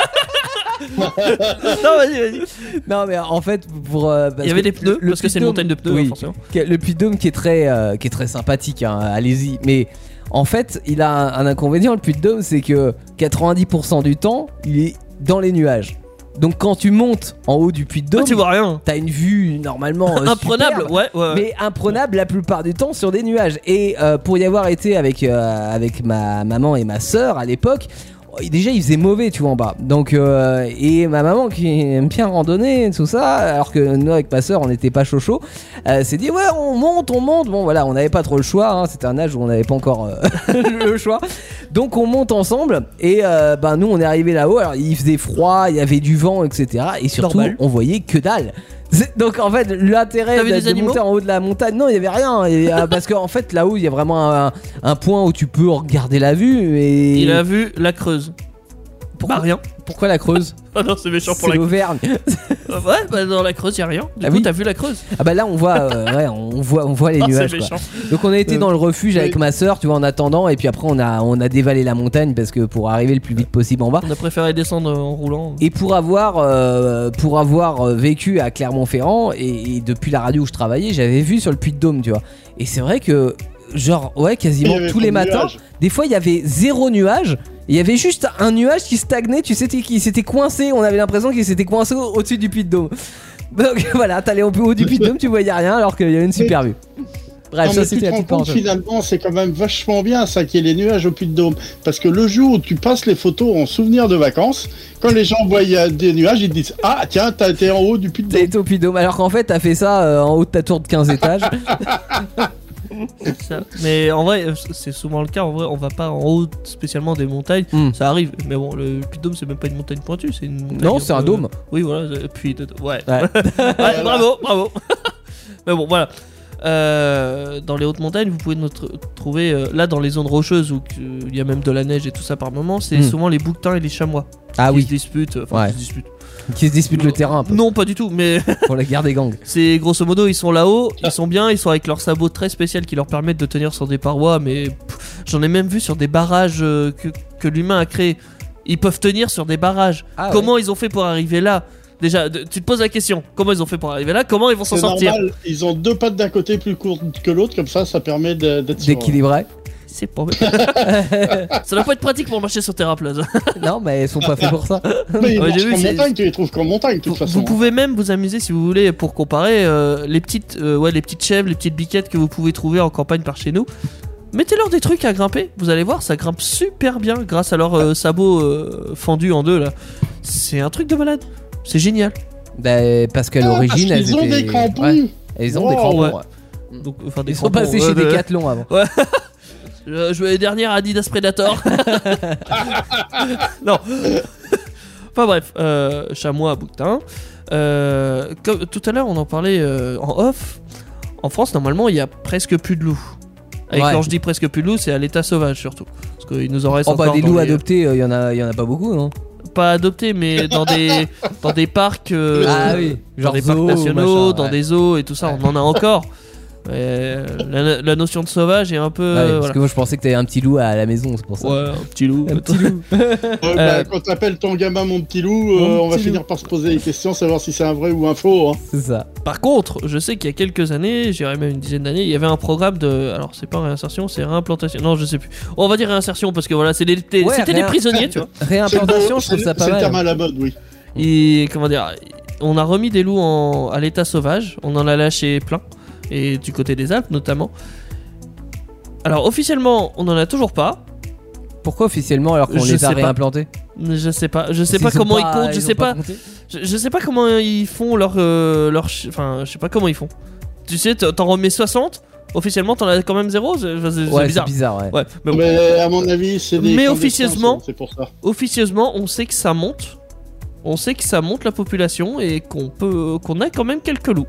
non, vas-y, vas-y. Non, mais en fait, pour euh, parce Il y avait que des pneus, le parce que c'est une Puy-de-Dôme- montagne de pneus, oui, hein, forcément. qui est- le Puy-de-Dôme qui est très, euh, qui est très sympathique. Hein, allez-y. Mais en fait, il a un, un inconvénient. Le Puy-de-Dôme, c'est que quatre-vingt-dix pour cent du temps, il est dans les nuages. Donc quand tu montes en haut du Puy-de-Dôme, Ah, tu vois rien. t'as une vue normalement euh, Imprenable, superbe, ouais, ouais. ouais. mais imprenable la plupart du temps sur des nuages. Et euh, pour y avoir été avec, euh, avec ma maman et ma sœur à l'époque, déjà il faisait mauvais tu vois en bas. Donc euh, et ma maman qui aime bien randonner tout ça, alors que nous avec ma sœur on n'était pas chaud chaud, euh, s'est dit ouais on monte on monte. Bon voilà, on n'avait pas trop le choix, hein, c'était un âge où on n'avait pas encore euh, le choix. Donc on monte ensemble et euh, ben nous on est arrivé là-haut. Alors il faisait froid, il y avait du vent, et cetera. Et surtout Normal. on voyait que dalle. C'est- Donc en fait l'intérêt T'as vu de, des de animaux monter en haut de la montagne, non il y avait rien. Et, euh, parce qu'en fait là-haut il y a vraiment un, un point où tu peux regarder la vue. Et Il a vu la Creuse. pourquoi, Bah rien. pourquoi la Creuse? Ah non, c'est méchant pour C'est la l'Auvergne. Creuse. Ouais, bah dans la Creuse, y a rien. Du Ah coup, oui. t'as vu la Creuse. Ah bah là on voit, euh, ouais, on voit, on voit les Ah, c'est nuages. Quoi. méchant. Donc on a été Euh, dans le refuge avec oui. ma sœur, tu vois, en attendant, et puis après on a, on a dévalé la montagne parce que pour arriver le plus vite possible en bas. On a préféré descendre en roulant. Et pour avoir, euh, pour avoir euh, vécu à Clermont-Ferrand et, et depuis la radio où je travaillais, j'avais vu sur le Puy-de-Dôme, tu vois. Et c'est vrai que, genre, ouais, Il quasiment y avait tous pas les de matins, nuages. des fois il y avait zéro nuage. Il y avait juste un nuage qui stagnait, tu sais, qui s'était coincé. On avait l'impression qu'il s'était coincé au- au-dessus du Puy-de-Dôme. Donc voilà, t'allais au plus haut du Puy-de-Dôme, tu voyais rien alors qu'il y avait une super vue. Bref, Non, ça mais tu c'était te la rends petite compte parenthèse. finalement, c'est quand même vachement bien ça qu'il y ait les nuages au Puy-de-Dôme. Parce que le jour où tu passes les photos en souvenir de vacances, quand les gens voient euh, des nuages, ils te disent ah tiens t'as été en haut du T'as Puy-de-Dôme. été au Puy-de-Dôme alors qu'en fait t'as fait ça euh, en haut de ta tour de quinze étages. Ça. Mais en vrai, euh, c'est souvent le cas. En vrai, on va pas en haut spécialement des montagnes. Hmm. Ça arrive. Mais bon, le Puy-de-Dôme, c'est même pas une montagne pointue. C'est une montagne. Non, c'est un euh, dôme. Oui, voilà. euh, Puis, de- ouais. Ouais. Ouais, bravo, bravo. Mais bon, voilà. Euh, dans les hautes montagnes, vous pouvez notre- trouver euh, là dans les zones rocheuses où que- il y a même de la neige et tout ça par moment. C'est Hmm. souvent les bouquetins et les chamois Ah qui oui, se disputent. Enfin, Ouais. qui se disputent. qui se disputent le terrain un peu Non, pas du tout. Mais pour la guerre des gangs. c'est grosso modo, ils sont là-haut, ils sont bien, ils sont avec leurs sabots très spéciaux qui leur permettent de tenir sur des parois. Mais pff, j'en ai même vu sur des barrages euh, que, que l'humain a créés. Ils peuvent tenir sur des barrages. Ah Comment ils ont fait pour arriver là? Déjà, de- tu te poses la question, comment ils ont fait pour arriver là? Comment ils vont s'en C'est sortir? normal, ils ont deux pattes d'un côté plus courtes que l'autre, comme ça ça permet de- d'être sur- D'équilibrer. C'est pas ça doit pas être pratique pour marcher sur terre plate. Non, mais ils sont pas faits pour ça. Mais ils Ouais, marchent j'ai vu, en c'est- montagne, tu les trouves qu'en montagne de toute Vous, façon. vous pouvez même vous amuser si vous voulez pour comparer euh, les petites, euh, ouais, les petites chèvres, les petites biquettes que vous pouvez trouver en campagne par chez nous. Mettez-leur des trucs à grimper, vous allez voir, ça grimpe super bien grâce à leurs euh, sabots euh, fendus en deux là. C'est un truc de malade, c'est génial. Bah, parce qu'à Ah, parce l'origine, elles qu'ils ont étaient. des crampons. Ouais, ils ont des Wow, crampons. ouais. ouais. Donc, enfin, des Ils sont crampons, passés ouais, chez de- Decathlon avant. Je jouais les dernières Adidas Predator. Non. Enfin bref, euh, chamois, bouquetin. Euh, comme tout à l'heure, on en parlait euh, en off. En France, normalement, il y a presque plus de loups. Et Ouais. quand je dis presque plus de loups, c'est à l'état sauvage surtout. Parce qu'il nous en reste Oh, bah, encore des dans loups les- adoptés, il y en a, y en a pas beaucoup, non? Pas adoptés, mais dans des dans des parcs, euh, Ah oui, dans genre des zoo, parcs nationaux, machin, dans ouais. des zoos et tout ça, Ouais. on en a encore. Mais la, la notion de sauvage est un peu. Ouais, parce voilà. que moi je pensais que t'avais un petit loup à la maison, c'est pour ça. Ouais, un petit loup. Un petit loup. Ouais, bah, Euh, quand t'appelles ton gamin mon petit loup, euh, Mon on va petit finir loup. par se poser des questions, savoir si c'est un vrai ou un faux. Hein. C'est ça. Par contre, je sais qu'il y a quelques années, je dirais même une dizaine d'années, il y avait un programme de. Alors, c'est pas réinsertion, c'est réimplantation. Non, je sais plus. On va dire réinsertion parce que voilà, c'est des- des- Ouais, c'était des réin- prisonniers, tu vois. Réimplantation, je C'est le- trouve ça pas C'est le terme mal. à la mode, oui. Et comment dire, on a remis des loups en- à l'état sauvage, on en a lâché plein, et du côté des Alpes notamment. Alors, officiellement, on en a toujours pas. Pourquoi officiellement alors qu'on Je les a sais pas. réimplantés? Je sais pas, je sais Parce pas qu'ils ont comment ils pas- comptent, je ont sais pas. compté Je, je sais pas comment ils font leur. euh, leur ch- enfin, je sais pas comment ils font. Tu sais, t'en t'en remets soixante, officiellement t'en as quand même zéro, c'est c'est Ouais, c'est bizarre. bizarre, ouais. Ouais, mais bon. Mais à mon avis, c'est des. Mais clandestins, officieusement- c'est c'est pour ça. Officieusement, on sait que ça monte. on sait que ça monte la population et qu'on peut, qu'on a quand même quelques loups.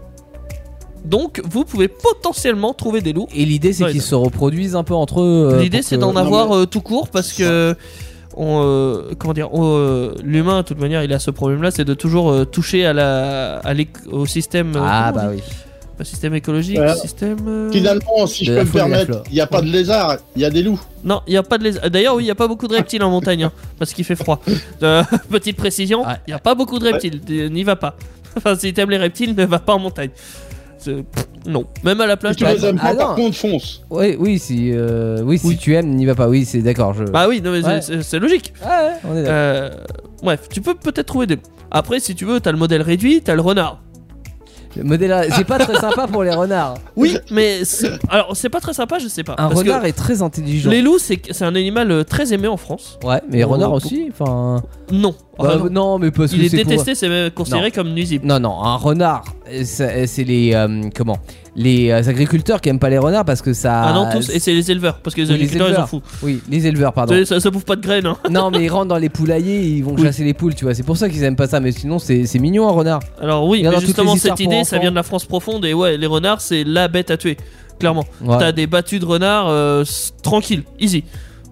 Donc vous pouvez potentiellement trouver des loups. Et l'idée c'est Ouais, qu'ils non. se reproduisent un peu entre eux. euh, L'idée pour c'est que- d'en Non, avoir mais- euh, tout court parce que on, euh, comment dire, on, euh, l'humain de toute manière il a ce problème-là, c'est de toujours euh, toucher à la, à l'éc- au système. euh, Ah comment on bah dit oui. Pas système écologique, Ouais. système. euh, Finalement, si De je la peux me faune et la permettre, flore. il n'y a pas de lézards, il y a des loups. Non, il y a pas de lézards. D'ailleurs, oui, il y a pas beaucoup de reptiles en montagne, hein, parce qu'il fait froid. Euh, petite précision, il Ouais. y a pas beaucoup de reptiles. Euh, N'y va pas. Enfin, si t'aimes les reptiles, ne va pas en montagne. C'est- pff, non, même à la Si plage. tu tu bah, les vas- aimes ah pas, par non. contre, fonce. Oui, oui, si, euh, oui, si Oui. tu aimes, n'y va pas. Oui, c'est d'accord. Je... Bah oui, non mais c'est- Ouais. c'est c'est logique. Ah ouais, on est d'accord. Euh, bref, tu peux peut-être trouver des. Après, si tu veux, t'as le modèle réduit, t'as le renard. Le modèle, c'est pas très sympa pour les renards. Oui, mais c'est- alors c'est pas très sympa, je sais pas. Un parce que renard est très intelligent. les loups, c'est c'est un animal euh, très aimé en France. Ouais, mais les Oh, renards oh, aussi. Enfin, Non, bah, Enfin, non. non, mais parce il que est c'est pour- détesté, c'est même considéré comme nuisible. Non, non, un renard, euh, ça- c'est les euh, comment les euh, agriculteurs qui aiment pas les renards parce que ça. Ah non, tous, et c'est les éleveurs, parce que les Oui, les agriculteurs ils éleveurs. en foutent. Oui, les éleveurs, pardon. Ça, ça bouffe pas de graines, hein. Non, mais ils rentrent dans les poulaillers, ils vont Oui. chasser les poules, tu vois. C'est pour ça qu'ils aiment pas ça. Mais sinon, c'est c'est mignon un renard. Alors oui, Regarde mais dans toutes justement les cette histoires pour idée, ça enfants. vient de la France profonde, et ouais, les renards c'est la bête à tuer, clairement. Ouais. T'as des battues de renards euh, s- tranquille, easy,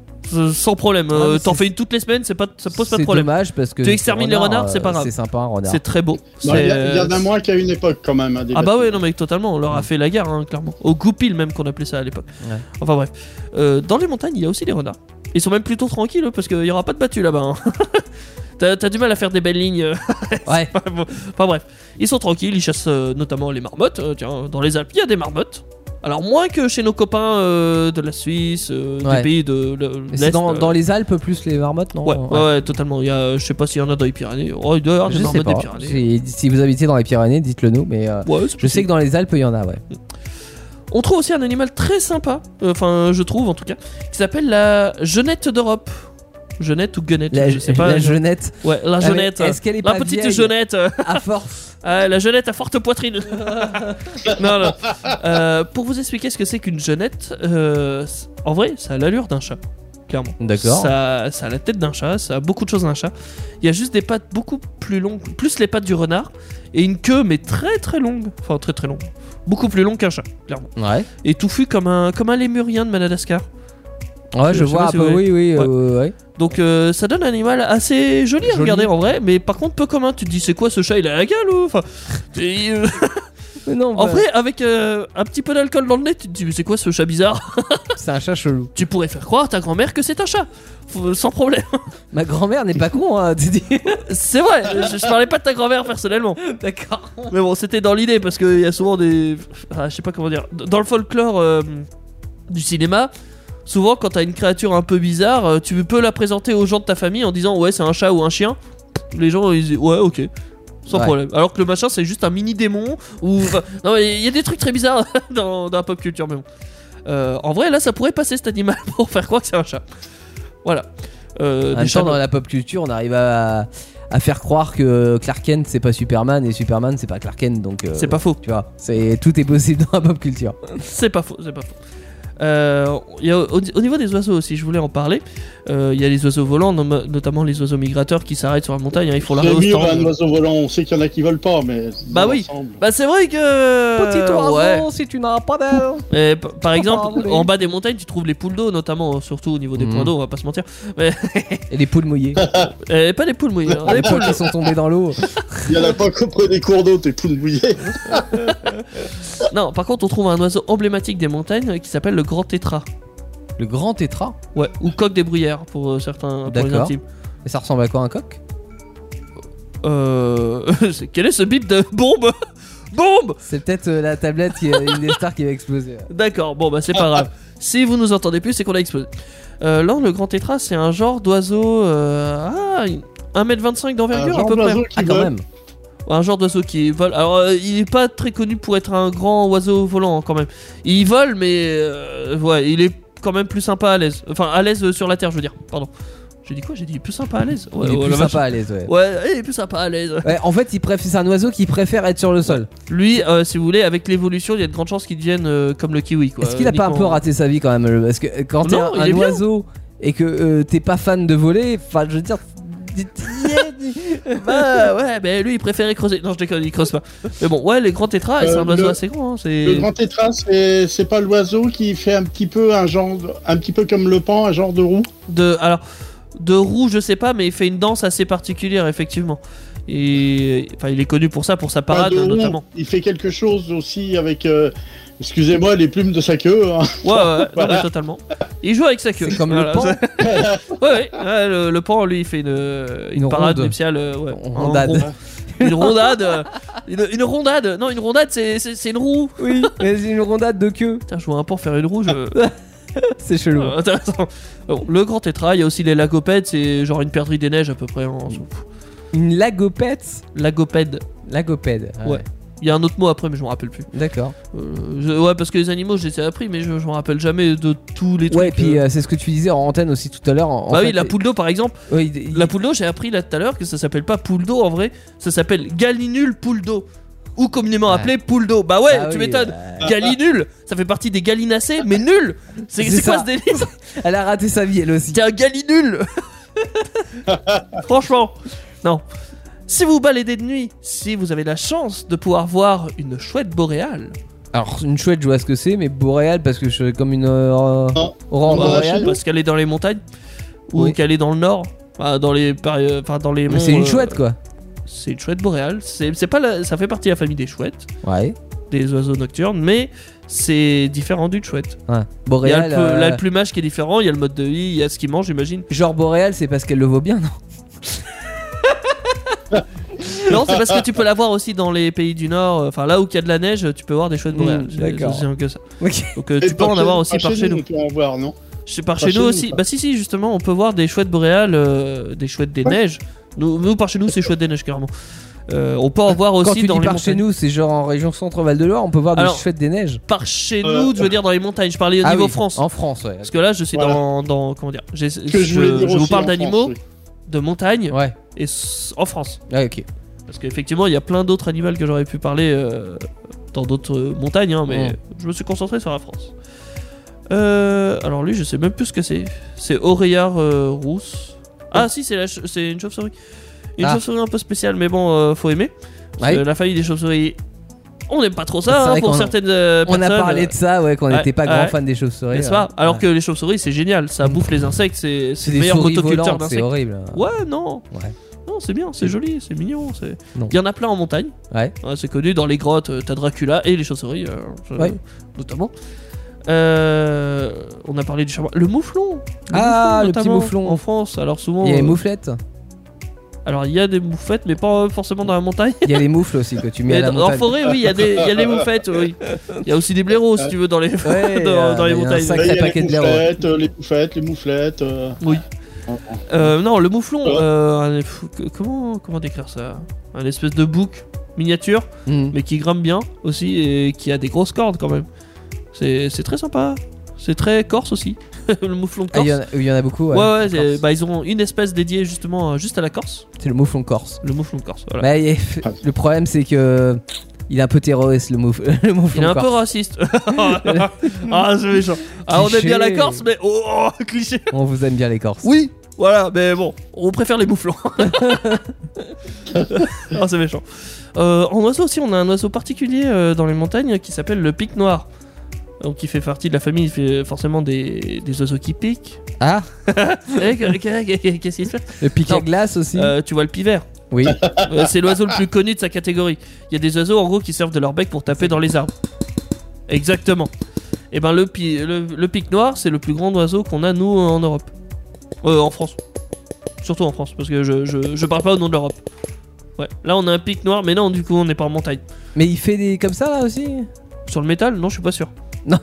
S- sans problème. Ah, Euh, mais T'en c'est- fais une toutes les semaines, c'est pas, ça pose pas de C'est problème. dommage parce que Tu extermines les renards, c'est pas euh, grave. C'est sympa un renard. C'est très beau. Non, Il y, a- C'est- il y en a moins qu'à une époque, quand même. hein, des Ah bah bêtes. ouais, non mais totalement, on leur a fait la guerre, hein, clairement. Au goupil même qu'on appelait ça à l'époque. Ouais. Enfin bref. Euh, dans les montagnes, il y a aussi des renards. Ils sont même plutôt tranquilles, eux, parce qu'il y aura pas de battues là-bas. hein. T'as t'as du mal à faire des belles lignes. Ouais. Bon, enfin bref, ils sont tranquilles, ils chassent euh, notamment les marmottes. Euh, tiens, dans les Alpes, il y a des marmottes. Alors moins que chez nos copains euh, de la Suisse, euh, Ouais. des pays de le- Mais c'est l'Est. dans, euh, dans les Alpes plus les marmottes, non Ouais, ouais, ouais, totalement. Il y a, je sais pas s'il y en a dans les Pyrénées. Oh, il doit y avoir des Je sais marmottes pas. des Pyrénées. Si, si vous habitez dans les Pyrénées, dites-le nous. Mais euh, Ouais, c'est je sais que dans les Alpes, il y en a, ouais. On trouve aussi un animal très sympa, euh, enfin je trouve en tout cas, qui s'appelle la genette d'Europe. Genette ou guenette, La, je sais pas. la jeunette. Ouais, la Ah, mais jeunette. Est-ce qu'elle est La pas petite vieille jeunette. euh, à force? ah, la jeunette à forte poitrine. non, non. Euh, pour vous expliquer ce que c'est qu'une jeunette, euh, c- en vrai, ça a l'allure d'un chat. Clairement. D'accord. Ça, ça a la tête d'un chat, ça a beaucoup de choses d'un chat. Il y a juste des pattes beaucoup plus longues, plus les pattes du renard, et une queue, mais très très longue. Enfin, très très longue. Beaucoup plus longue qu'un chat, clairement. Ouais. Et touffu comme un, comme un lémurien de Madagascar. Ouais, Je je sais vois pas un si peu. vous Oui, oui. Ouais. euh, ouais. Donc euh, ça donne un animal assez joli à Joli. regarder en vrai, mais par contre peu commun. Tu te dis c'est quoi ce chat, il a la gueule ou enfin et, euh, Mais non, en bah, vrai avec euh, un petit peu d'alcool dans le nez, tu te dis mais c'est quoi ce chat bizarre. c'est un chat chelou. Tu pourrais faire croire à ta grand-mère que c'est un chat, Faut- sans problème. Ma grand-mère n'est pas con, hein. Tu dis. C'est vrai, je, je parlais pas de ta grand-mère personnellement. D'accord. Mais bon, c'était dans l'idée parce qu'il y a souvent des. Ah, je sais pas comment dire. Dans le folklore euh, du cinéma, souvent quand t'as une créature un peu bizarre, euh, tu peux la présenter aux gens de ta famille en disant ouais, c'est un chat ou un chien. Les gens ils disent ouais, ok. Sans Ouais. problème. Alors que le machin, c'est juste un mini démon. Ou. enfin, non, mais il y a des trucs très bizarres dans, dans la pop culture, mais bon. Euh, en vrai, là, ça pourrait passer cet animal pour faire croire que c'est un chat. Voilà. Euh, En des même chats temps, dans la pop culture, on arrive à, à faire croire que Clark Kent c'est pas Superman et Superman c'est pas Clark Kent, donc. euh, C'est pas faux. Tu vois, c'est tout est possible dans la pop culture. C'est pas faux, c'est pas faux. Euh, il y a, au, au niveau des oiseaux aussi, je voulais en parler. Euh, Il y a les oiseaux volants, nom- notamment les oiseaux migrateurs qui s'arrêtent sur la montagne. hein, ils font la C'est au mieux stand. un oiseau volant, on sait qu'il y en a qui volent pas, mais. Bah dans oui. l'ensemble. Bah c'est vrai que. Petit oiseau, ouais. si tu n'as pas d'air. Et p- par exemple, voler. en bas des montagnes, tu trouves les poules d'eau, notamment, surtout au niveau des Mhm. points d'eau, on va pas se mentir. Et les poules mouillées. Et pas les poules mouillées, hein, les les poules poules. qui sont tombées dans l'eau. Il y en a pas qu'auprès des cours d'eau, tes poules mouillées. Non, par contre, on trouve un oiseau emblématique des montagnes euh, qui s'appelle le grand tétras. Le grand tétra. Ouais, ou coq des bruyères pour euh, certains, pour les D'accord. intimes. Et ça ressemble à quoi, un coq? Euh. c'est- Quel est ce bip de bombe? Bombe! C'est peut-être euh, la tablette qui une des stars qui va exploser. D'accord, bon bah c'est pas grave. Si vous nous entendez plus, c'est qu'on a explosé. Euh, là, le grand tétras, c'est un genre d'oiseau. Euh, ah, un mètre vingt-cinq d'envergure Un à genre peu près. d'oiseau qui Ah, quand vole. même. Un genre d'oiseau qui vole. Alors, euh, il est pas très connu pour être un grand oiseau volant quand même. Il vole, mais euh, ouais, il est quand même plus sympa à l'aise. Enfin, à l'aise euh, sur la terre, je veux dire. Pardon. J'ai dit quoi? J'ai dit plus sympa à l'aise. Ouais, Il est ouais, plus la vache. sympa à l'aise, ouais. Ouais, il est plus sympa à l'aise. Ouais, en fait, il préfère, c'est un oiseau qui préfère être sur le sol. Lui, euh, si vous voulez, avec l'évolution, il y a de grandes chances qu'il devienne euh, comme le kiwi. quoi. Est-ce qu'il a pas un peu Uniquement- raté sa vie quand même le- Parce que euh, quand t'es Non, un, il un est bien. oiseau et que euh, t'es pas fan de voler, enfin, je veux dire, Bah ouais, mais lui il préférait creuser. Non, je déconne, il creuse pas. Mais bon, ouais, les grands tétras, Euh, c'est un oiseau le- assez grand. Hein, c'est... Le grand tétras, c'est c'est pas l'oiseau qui fait un petit peu un genre, un petit peu comme le pan, un genre de roue. De, alors, de roux, je sais pas, mais il fait une danse assez particulière, effectivement. Et enfin, il est connu pour ça, pour sa Pas parade de roue. notamment. Il fait quelque chose aussi avec, euh, excusez-moi, les plumes de sa queue. Hein. Ouais, ouais, ouais, non, Voilà. mais totalement. Il joue avec sa queue. C'est comme Voilà, le pan. c'est- ouais, ouais, ouais, le, le pan, lui, il fait une, une, Une parade ronde. nuptiale. euh, Ouais, Une en rondade. rond. Une rondade. euh, Une, une rondade. Non, une rondade, c'est, c'est, c'est une roue. Oui, mais c'est une rondade de queue. Putain, je vois un pan faire une roue. Je... C'est chelou. Euh, intéressant. Bon, le grand tétra, il y a aussi les lagopèdes, c'est genre une perdrix des neiges à peu près. En... Une lagopète. Lagopède. Lagopède. ah Ouais. Il y a un autre mot après, mais je me rappelle plus. D'accord. Euh, je- ouais, parce que les animaux, je les ai appris, mais je, je me rappelle jamais de tous les trucs. Ouais, et puis euh. euh, c'est ce que tu disais en antenne aussi tout à l'heure. en- en Bah fait, oui, la poule d'eau par exemple. ouais, il- il- La poule d'eau, j'ai appris là tout à l'heure que ça s'appelle pas poule d'eau en vrai, ça s'appelle gallinule poule d'eau. Ou communément Ouais. appelé poule d'eau. Bah ouais, Ah tu oui, m'étonnes. euh, Gallinule, ça fait partie des gallinacées, mais nul. C'est, C'est c'est quoi ça. ce délire? Elle a raté sa vie elle aussi. T'es un gallinule. Franchement, non. Si vous baladez de nuit, si vous avez la chance de pouvoir voir une chouette boréale, Alors une chouette, je vois ce que c'est, mais boréale parce que je suis comme une euh, Non. orange Bah, boréale. chez parce qu'elle est dans les montagnes ou Oui. qu'elle est dans le nord, enfin, dans les péri- enfin dans les Mais monts, c'est une euh, chouette quoi. C'est une chouette boréale. C'est, c'est pas la- ça fait partie de la famille des chouettes, Ouais. des oiseaux nocturnes, mais c'est différent d'une chouette. ouais. Il y a Boréale. le, pl- euh, là, le plumage qui est différent, il y a le mode de vie, il y a ce qu'ils mangent, j'imagine. Genre boréale, c'est parce qu'elle le vaut bien, non? Non, c'est parce que tu peux la voir aussi dans les pays du Nord. euh, Enfin, là où il y a de la neige, tu peux voir des chouettes Mm, boréales. C'est- d'accord. c'est aussi simple que ça. Ok. Donc euh, Et tu peux par en chez- avoir aussi par chez nous. On peut en voir, non? Je sais par Par chez chez nous nous, aussi. quoi. Bah si si, justement, on peut voir des chouettes boréales, euh, des chouettes des Ouais. neiges. Nous, nous par chez nous, c'est chouettes des neiges carrément. Euh, on peut en voir Quand aussi tu dans dis les par montagnes. chez nous, c'est genre en région centre-Val de Loire, on peut voir Alors, des chouettes des neiges. Par chez Euh, nous, je veux dire dans les montagnes. Je parlais au Ah niveau oui, France. En France, ouais. Parce que là, je suis Voilà. dans, dans comment dire. j'ai- Ce que je voulais dire je vous aussi parle en d'animaux, France, oui. de montagne Ouais. et s- en France. Ouais, ok. Parce qu'effectivement, il y a plein d'autres animaux que j'aurais pu parler euh, dans d'autres euh, montagnes, hein, mais Mm. je me suis concentré sur la France. Euh, alors lui, je sais même plus ce que c'est. C'est Oreillard euh, rousse. Ah si, c'est la ch- c'est une chauve-souris. Une Ah. chauve-souris un peu spéciale, mais bon, euh, faut aimer. Parce Ouais. que la famille des chauves-souris, on n'aime pas trop C'est ça hein, vrai pour qu'on- certaines euh, On a personnes. parlé de ça, ouais, qu'on ouais, n'était pas grand ouais. fan des chauves-souris. N'est-ce pas? ouais. Alors Ouais. que les chauves-souris, c'est génial. Ça bouffe les insectes, c'est c'est c'est le des meilleur souris motoculteur volantes, c'est d'insectes. horrible. Ouais, non. Ouais. Non, c'est bien, c'est joli, c'est mignon. c'est- Non. Il y en a plein en montagne. Ouais. Ouais, c'est connu, dans les grottes, euh, t'as Dracula et les chauves-souris, euh, je- Ouais. notamment. Euh, on a parlé du chamois. Le mouflon. Ah, le petit notamment, mouflon. En France, alors souvent. Il y a les euh, mouflettes. Alors il y a des moufettes, mais pas euh, forcément dans la montagne. Il y a les moufles aussi que tu mets Mais à la dans- en montagne. forêt, oui, il y, a des- il y a des moufettes, oui. Il y a aussi des blaireaux, si tu veux, dans les, Ouais, dans, euh, dans les il y a un montagnes. sac- Là, il y a paquet les de blaireaux. mouflettes, euh, les moufettes, les mouflettes. euh, Oui. Euh, non, le mouflon, Ouais. euh, un- f- que- comment, comment décrire ça? Un espèce de bouc miniature, Mhm. mais qui grimpe bien aussi et qui a des grosses cordes quand même. C'est c'est très sympa. C'est très corse aussi, le mouflon de Ah, Corse. il y en a- il y en a beaucoup, ouais. ouais, ouais, en c'est- Corse. bah, ils ont une espèce dédiée justement euh, juste à la Corse, C'est le mouflon corse. le mouflon de Corse. Voilà. Bah, il est- le problème, c'est que il est un peu terroriste, le, mouf... le mouflon Il est un peu corse. raciste. ah, c'est méchant. Ah, on aime Cliché. bien la Corse, mais oh, oh, cliché. On vous aime bien les Corses. Oui, voilà, mais bon, on préfère les mouflons. Ah, c'est méchant. Euh, en oiseau aussi, on a un oiseau particulier euh, dans les montagnes qui s'appelle le pic noir. Donc, il fait partie de la famille, il fait forcément des, des oiseaux qui piquent. Ah, Eh, que- que- que- Qu'est-ce qu'il se fait? le pic à Non. glace aussi. Euh, Tu vois le pivert. Oui. Euh, c'est l'oiseau le plus connu de sa catégorie. Il y a des oiseaux en gros qui servent de leur bec pour taper dans les arbres. Exactement. Et ben le, pi- le, le pic noir, c'est le plus grand oiseau qu'on a nous en Europe. Euh, en France. Surtout en France, parce que je, je, je parle pas au nom de l'Europe. Ouais. Là on a un pic noir, mais non, du coup on n'est pas en montagne. Mais il fait des comme ça là aussi. Sur le métal, non, je suis pas sûr. Non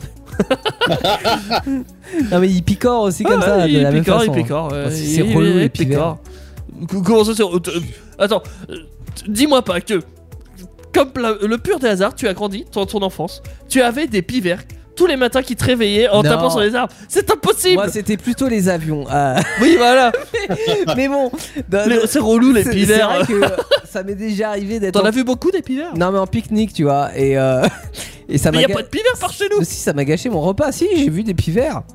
mais il picore aussi comme Ah, ça, ouais, de il la même picore, façon. il picore. ouais. Oh, c'est- c'est Il- relou, il- les il picore. C- Comment ça c'est. euh, t- euh, Attends, euh, t- dis-moi pas que. Comme la- le pur des hasards, tu as grandi dans ton enfance, tu avais des pivers tous les matins qui te réveillaient en Non. tapant sur les arbres. C'est impossible. Moi c'était plutôt les avions. Ah. Oui, voilà. mais bon, dans- Les- C'est relou les c'est- pivers. C'est vrai que ça m'est déjà arrivé d'être T'en en... as vu beaucoup des pivers? Non mais en pique-nique tu vois et euh... et ça Mais m'a y a ga- pas de pivers par chez nous. si ça m'a gâché mon repas. Si j'ai vu des pivers.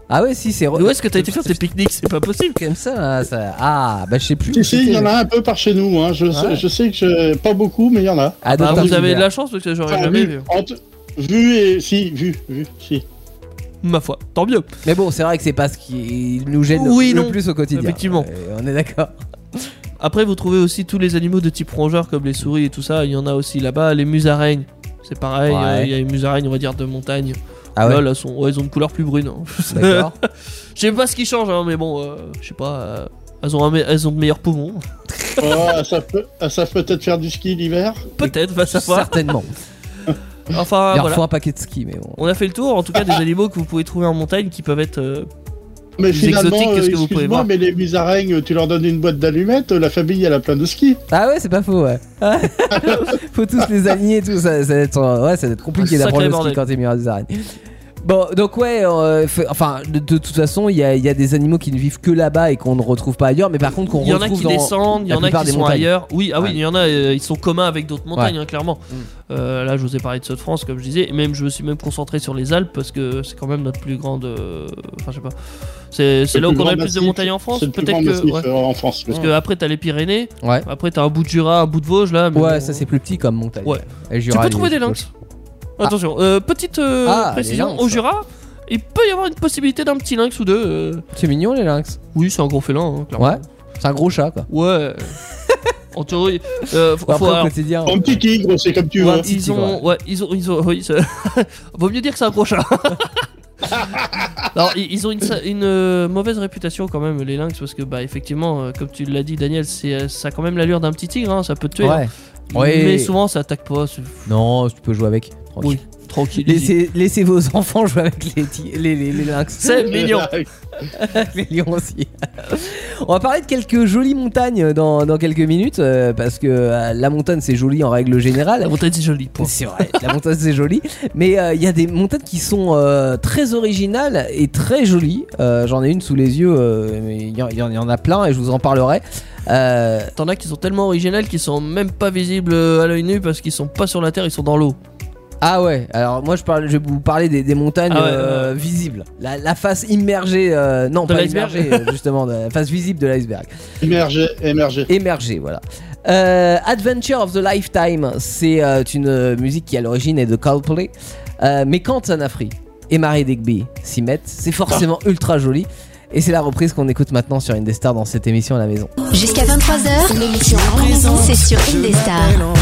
Ah ouais, si, c'est. Où est-ce que t'as été faire tes pique-niques? C'est pas possible. Comme ça, là, ça. Ah, bah je sais plus. Si, si, il y en a un peu par chez nous. Hein. Je, Ouais. sais, je sais que je... pas beaucoup, mais il y en a. Ah, Bah, d'autres vous avez univers. de la chance parce que j'aurais Enfin, jamais vu, vu. entre- vu et si, vu, vu, si. Ma foi, tant mieux. Mais bon, c'est vrai que c'est pas ce qui nous gêne Oui, le non. plus au quotidien. Effectivement. Euh, on est d'accord. Après, vous trouvez aussi tous les animaux de type rongeur comme les souris et tout ça. Il y en a aussi là-bas. Les musaraignes, c'est pareil. Ouais. euh, Il y a une musaraigne, on va dire, de montagne. Ah ouais. Là, là, sont... ouais, elles ont une couleur plus brune. hein. D'accord. Je sais pas ce qui change, hein, mais bon, euh, je sais pas. euh, elles, ont un me- elles ont de meilleurs poumons. Oh, elles savent peut- elles savent peut-être faire du ski l'hiver. Peut-être, va savoir. Certainement. Enfin, Il leur voilà. faut un paquet de ski, mais bon. On a fait le tour, en tout cas, des animaux que vous pouvez trouver en montagne qui peuvent être. euh, Mais Plus finalement, exotique que ce euh, que vous pouvez excuse-moi, voir. mais les musaraignes, tu leur donnes une boîte d'allumettes, la famille elle a plein de skis. Ah ouais, c'est pas faux, ouais. Faut tous les aligner et tout, ça, ça va être, euh, ouais, ça va être compliqué Un d'apprendre sacré le ski bordel. quand t'es mis à des araignées. Bon, donc ouais, euh, fait- enfin, de, de toute façon, il y a, il y a des animaux qui ne vivent que là-bas et qu'on ne retrouve pas ailleurs, mais par contre qu'on Il y en a retrouve qui dans descendent, il y la en a plupart qui des sont montagnes. ailleurs. Oui, ah oui, Ouais. il y en a, euh, ils sont communs avec d'autres montagnes, Ouais. hein, clairement. Mm. Euh, là, je vous ai parlé de ceux de France, comme je disais. Et même, je me suis même concentré sur les Alpes parce que c'est quand même notre plus grande. euh, Enfin, je sais pas. C'est c'est là où plus on a grand le plus de massif- montagnes en France. C'est le plus Peut-être grand que. massif ouais. euh, en France. Parce que après, t'as les Pyrénées. Ouais. Après, t'as un bout de Jura, un bout de Vosges là. mais Ouais, bon. ça c'est plus petit comme montagne. Ouais. Et le Tu Jura, peux il trouver est- des lynx. Attention, euh, petite euh, Ah, les précision. lynx. Au Jura, il peut y avoir une possibilité d'un petit lynx ou deux. euh. C'est mignon les lynx. Oui, c'est un gros félin, hein, clairement. Ouais. C'est un gros chat quoi. Ouais. En théorie, euh, faut, Bon, faut- après au alors, quotidien. Un petit tigre, c'est comme tu ouais, veux. petit ils tigre, ont, ouais, ils ont, ils ont, oui, ça- vaut mieux dire que c'est un gros chat. Alors, ils ils ont une, sa- une euh, mauvaise réputation quand même, les lynx, parce que, bah, effectivement, euh, comme tu l'as dit, Daniel, c'est, euh, ça a quand même l'allure d'un petit tigre, hein, ça peut te tuer. Ouais. hein. Ouais. Mais souvent, ça attaque pas. c'est- Non, tu peux jouer avec. Tranquille. Oui, tranquille. Laissez, laissez vos enfants jouer avec les, ti- les, les, les lynx. C'est mignon. Les lions aussi. On va parler de quelques jolies montagnes dans, dans quelques minutes euh, parce que euh, la montagne c'est joli en règle générale. La montagne, c'est joli. point. C'est vrai, la montagne c'est joli, mais il euh, y a des montagnes qui sont euh, très originales et très jolies. Euh, J'en ai une sous les yeux, euh, mais il y, en- il y en- il y en a plein et je vous en parlerai. Euh, T'en as qui sont tellement originales qu'ils sont même pas visibles à l'œil nu parce qu'ils sont pas sur la terre, ils sont dans l'eau. ah ouais, alors moi je, parle, je vais vous parler des, des montagnes Ah ouais, euh, ouais. visibles. La, la face immergée, euh, non De pas l'iceberg. immergée euh, justement, de la face visible de l'iceberg. Émerger, émerger. Émergé, voilà. Euh, Adventure of the Lifetime, c'est euh, une euh, musique qui à l'origine est de Coldplay. Euh, mais quand Sanafri et Marie Digby s'y mettent, c'est forcément ultra joli. Et c'est la reprise qu'on écoute maintenant sur Indestar dans cette émission à la maison. Jusqu'à vingt-trois heures, l'émission à la maison, c'est sur Indestar.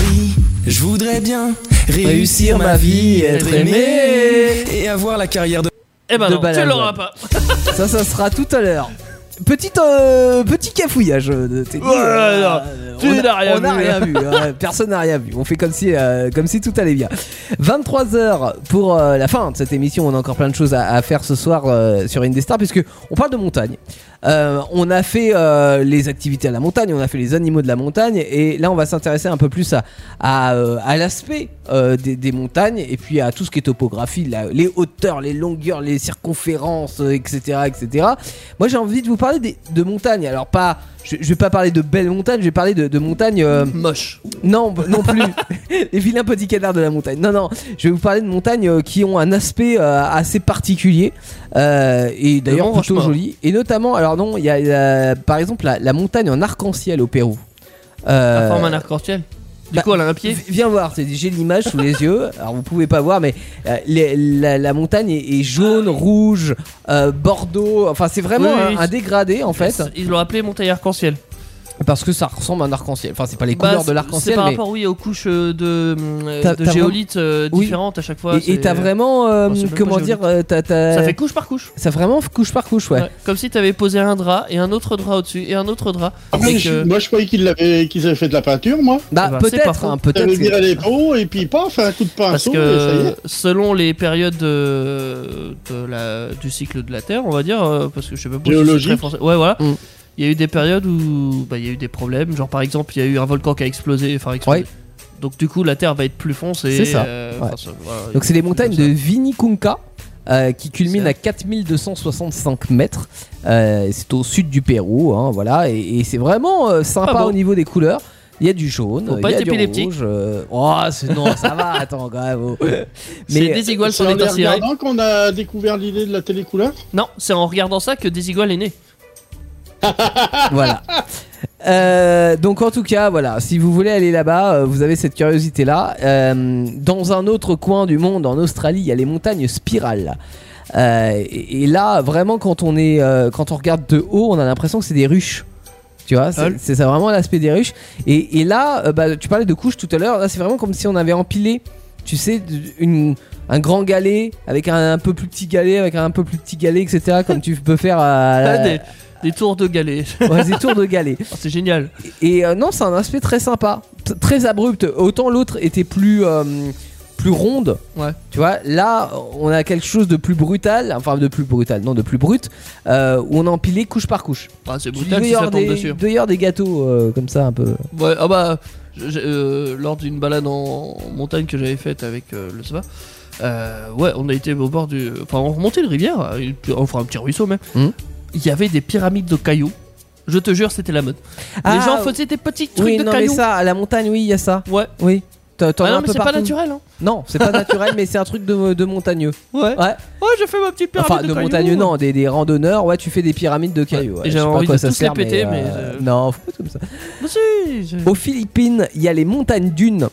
Je voudrais bien Réussir ma vie, être aimé. et avoir la carrière de... Eh ben De non, tu balade. l'auras pas. Ça, ça sera tout à l'heure. Petit, euh, petit cafouillage de Teddy. Ouais, Euh, non, tu on a- n'as rien on n'a vu. rien vu. hein. Personne n'a rien vu. On fait comme si, euh, comme si tout allait bien. vingt-trois heures pour euh, la fin de cette émission. On a encore plein de choses à, à faire ce soir euh, sur Indestar puisque on parle de montagne. Euh, on a fait euh, les activités à la montagne, on a fait les animaux de la montagne et là on va s'intéresser un peu plus à, à, euh, à l'aspect euh, des, des montagnes et puis à tout ce qui est topographie, la- les hauteurs, les longueurs, les circonférences, euh, et cetera, et cetera. Moi j'ai envie de vous parler des, de montagnes. Alors pas, je, je vais pas parler de belles montagnes, je vais parler de, de montagnes. euh, Moche. non, b- non plus. Les vilains petits canards de la montagne. Non, non. Je vais vous parler de montagnes euh, qui ont un aspect euh, assez particulier euh, et d'ailleurs Mont plutôt Rushmore. joli. Et notamment, alors non, il y a euh, par exemple la, la montagne en arc-en-ciel au Pérou. Euh, La forme un arc-en-ciel. Du bah, coup, elle a un pied. v- Viens voir, c'est- j'ai l'image sous les yeux. Alors vous pouvez pas voir, mais euh, les- la, la montagne est, est jaune, rouge, euh, bordeaux. Enfin, c'est vraiment Oui, un, oui, un dégradé en fait, Ils l'ont appelé montagne arc-en-ciel. parce que ça ressemble à un arc-en-ciel. Enfin, c'est pas les Bah, couleurs de c'est- l'arc-en-ciel, C'est par mais rapport, oui, aux couches euh, de, euh, T'as- de t'as géolithes euh, Oui. différentes à chaque fois. et- et c'est- t'as vraiment, euh, Enfin, c'est même comment pas dire, euh, t'as, t'as- Ça fait couche par couche. ça vraiment couche par couche, ouais. Ouais. Comme si t'avais posé un drap et un autre drap au-dessus et un autre drap. Ah, moi, Et je, que- moi, je croyais qu'ils l'avaient- qu'ils avaient fait de la peinture, moi. Bah, bah, c'est pas peut-être, faux. hein, Ils peut-être. avaient que- viré les pots et puis paf, un coup de Parce pinceau et ça y que est. selon les périodes de, de la, du cycle de la Terre, on va dire, euh, parce que je sais même pas si c'est Géologique. très français. Ouais, voilà. Mm. Il y a eu des périodes où bah, il y a eu des problèmes. Genre par exemple, il y a eu un volcan qui a explosé. Enfin, explosé. Ouais. Donc du coup, la Terre va être plus foncée. C'est ça, euh, ouais. enfin, ça, voilà. Donc, c'est les montagnes de Comme Vinicunca. euh, qui culminent C'est- à quatre mille deux cent soixante-cinq mètres. Euh, c'est au sud du Pérou, hein, voilà, et, et c'est vraiment euh, sympa Pas beau. au niveau des couleurs. Il y a du jaune, Faut il pas y a être du épileptique. rouge. euh, Oh, c'est... non, ça va, attends, quand même. oh. C'est des iguales C'est sont en les incarcérées. regardant qu'on a découvert l'idée de la télécouleur. Non, c'est en regardant ça que des iguales est né. Voilà. Euh, donc en tout cas, voilà, si vous voulez aller là-bas, euh, vous avez cette curiosité-là. Euh, dans un autre coin du monde, en Australie, il y a les montagnes spirales. Euh, et, et là, vraiment, quand on est, euh, quand on regarde de haut, on a l'impression que c'est des ruches. Tu vois, c'est, Ah. c'est ça vraiment l'aspect des ruches. Et, et là, euh, bah, tu parlais de couches tout à l'heure. Là, c'est vraiment comme si on avait empilé, tu sais, une, un grand galet avec un, un peu plus petit galet, avec un peu plus petit galet, et cetera. Comme tu peux faire à, Ah, à- des, des tours de galets. ouais, des tours de galets. Oh, c'est génial. Et euh, non, c'est un aspect très sympa, t- très abrupt. Autant l'autre était plus euh, plus ronde. Ouais. Tu vois, là, on a quelque chose de plus brutal, enfin de plus brutal, non, de plus brut, euh, où on a empilé couche par couche. Ah, c'est Il brutal doit si y ça avoir tombe des, dessus. il doit y avoir des gâteaux euh, comme ça un peu. Ouais, ah bah, j'ai- euh, lors d'une balade en montagne que j'avais faite avec euh, le S V A, euh, ouais, on a été au bord du. Enfin, on remontait une rivière, euh, enfin un petit ruisseau même. Mhm. Il y avait des pyramides de cailloux. Je te jure, c'était la mode. Les Ah, gens faisaient des petits trucs Oui, de non, cailloux. mais ça, à la montagne, oui, il y a ça. Ouais. Oui. T'en t'en Ah as non, un mais peu c'est pas partout. naturel, hein. Non, c'est pas naturel, mais c'est un truc de, de montagneux. Ouais. Ouais. Ouais, j'ai fait ma petite pyramide Enfin, de, de cailloux. montagneux, non, des, des randonneurs, ouais, tu fais des pyramides de cailloux. Et ouais. Je j'avais sais pas envie à quoi de ça tous les sert, péter, mais, mais, euh, euh, non, faut pas comme ça. Bah si, j'ai- Aux Philippines, il y a les montagnes dunes.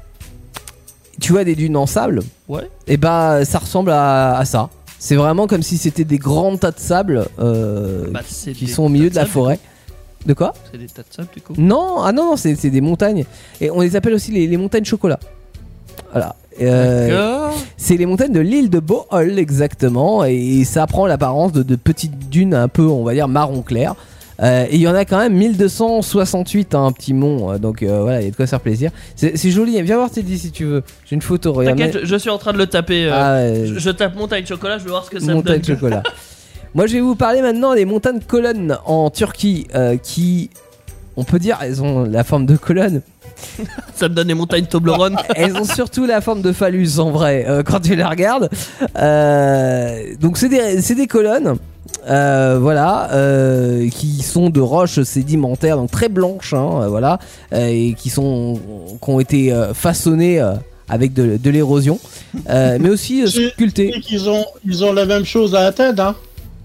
Tu vois des dunes en sable. Ouais. Et bah ça ressemble à, à ça. C'est vraiment comme si c'était des grands tas de sable euh, Bah, c'est qui des sont au milieu tas de la sable, forêt. De quoi? du coup. C'est des tas de sable, du coup. Non, ah non, non, c'est, c'est des montagnes. Et on les appelle aussi les, les montagnes chocolat. Voilà. Euh, D'accord. c'est les montagnes de l'île de Bohol exactement. Et ça prend l'apparence de, de petites dunes un peu, on va dire, marron clair. Euh, et il y en a quand même mille deux cent soixante-huit, hein, un petit mont. euh, Donc euh, voilà, il y a de quoi se faire plaisir. C'est, c'est joli. Viens voir Teddy si tu veux. J'ai une photo. Regarde. T'inquiète, je, je suis en train de le taper. euh, Ah, ouais. je, je tape montagne chocolat, je vais voir ce que ça me Montagne donne. chocolat. Moi, je vais vous parler maintenant des montagnes colonnes en Turquie, euh, qui, on peut dire, elles ont la forme de colonne. Ça me donne des montagnes Toblerone. Elles ont surtout la forme de phallus en vrai, euh, quand tu les regardes. Euh, donc c'est des, c'est des colonnes. Euh, voilà, euh, qui sont de roches sédimentaires, donc très blanches, hein, euh, voilà, euh, et qui sont, qui ont été euh, façonnées euh, avec de, de l'érosion, euh, mais aussi euh, J'ai- sculptées. Et qu'ils ont, ils ont la même chose à Athènes, hein.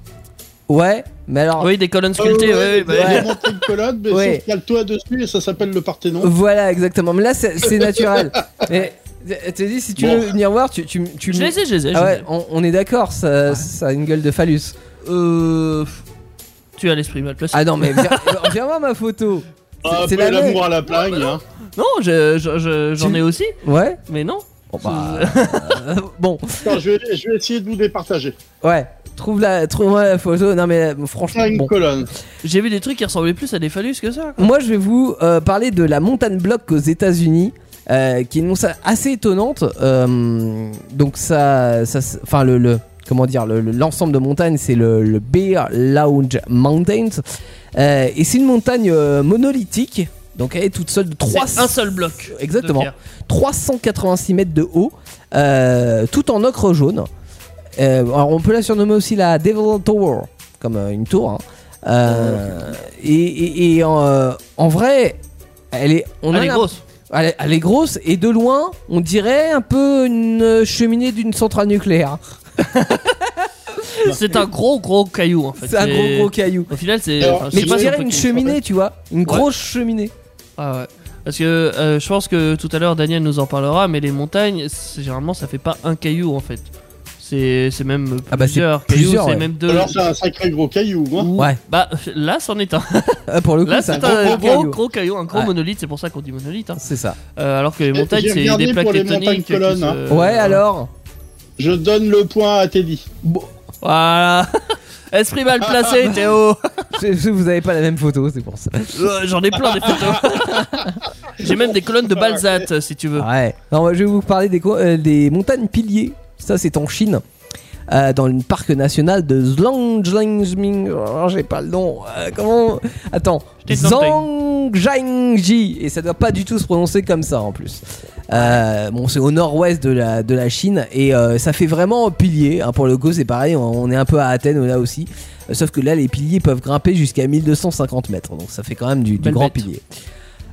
Ouais, mais alors. Oui, des colonnes sculptées, Euh, ouais, ouais, ouais, bah, Ils ont monté une colonne, mais Ouais. sauf qu'il y a le toit dessus et ça s'appelle le Parthénon. Voilà, exactement. Mais là, c'est, c'est naturel. Mais tu dis, si tu Bon. veux venir voir, tu, tu, tu Je les ai, je les ai. je Ah les ouais, ai. on, on est d'accord, ça, ça a une gueule de phallus. Euh. Tu as l'esprit mal placé. Ah non, mais viens, viens voir ma photo. Ah, C'est, un c'est peu la même. l'amour à la plagne, hein. Non, je, je- je- j'en Tu- ai aussi, Ouais. mais non. Bon, bah, euh, bon, Attends, je, vais, je vais essayer de vous départager. ouais. Trouve la, trouve-moi la photo. Non mais euh, franchement, Pas une bon. colonne. J'ai vu des trucs qui ressemblaient plus à des phallus que ça. quoi. Moi, je vais vous euh, parler de la montagne block aux États-Unis, euh, qui est une montagne assez étonnante. Euh, donc ça, ça, enfin le, le, comment dire, le- le- l'ensemble de montagnes, c'est le, le Bear Lounge Mountains, euh, et c'est une montagne euh, monolithique. Donc elle est toute seule de trois C'est un seul bloc. Exactement. de pierre. trois cent quatre-vingt-six mètres de haut, euh, tout en ocre jaune. Euh, alors on peut la surnommer aussi la Devil Tower, comme euh, une tour. Hein. Euh, et et- et en, euh, en vrai, elle est, on a Elle est l'im- grosse. Elle est, elle est grosse et de loin, on dirait un peu une cheminée d'une centrale nucléaire. C'est un gros gros caillou en fait. C'est un gros gros caillou. Au final, c'est. Alors, enfin, je Mais sais tu pas si on dirais peut une qualifier- cheminée, tu vois, une grosse cheminée. Ah ouais. Parce que euh, je pense que tout à l'heure Daniel nous en parlera, mais les montagnes, c'est- généralement ça fait pas un caillou en fait. C'est c'est même Ah bah, c'est plusieurs cailloux, plusieurs, c'est ouais. même deux. Alors c'est un sacré gros caillou, hein. Ou- Ouais. Bah là c'en est un. Euh, pour le coup, Là c'est un c'est gros, un gros gros caillou. gros caillou, un gros Ouais. monolithe, c'est pour ça qu'on dit monolithe. hein. C'est ça. Euh, alors que les J'ai- montagnes j'ai c'est regardé des plaques pour les tectoniques. montagnes qui colonnes, se- hein. Ouais, alors. Je donne le point à Teddy. Bon, Voilà. Esprit mal placé, Théo. je- je- vous avez pas la même photo, c'est pour ça. Euh, J'en ai plein des photos. J'ai même des colonnes de Balzate si tu veux. Ouais. Non, moi, je vais vous parler des, co- euh, des montagnes piliers. Ça, c'est en Chine. Euh, dans le parc national de Zhangjiajing. Oh, j'ai pas le nom. Euh, comment Attends. Je t'ai tenté. Zhangjiajing. Et ça doit pas du tout se prononcer comme ça en plus. Euh, bon, c'est au nord-ouest de la, de la Chine. Et euh, ça fait vraiment pilier. Hein, pour le coup, c'est pareil. On, on est un peu à Athènes là aussi. Euh, sauf que là, les piliers peuvent grimper jusqu'à mille deux cent cinquante mètres. Donc ça fait quand même du, du Belle grand bête. pilier.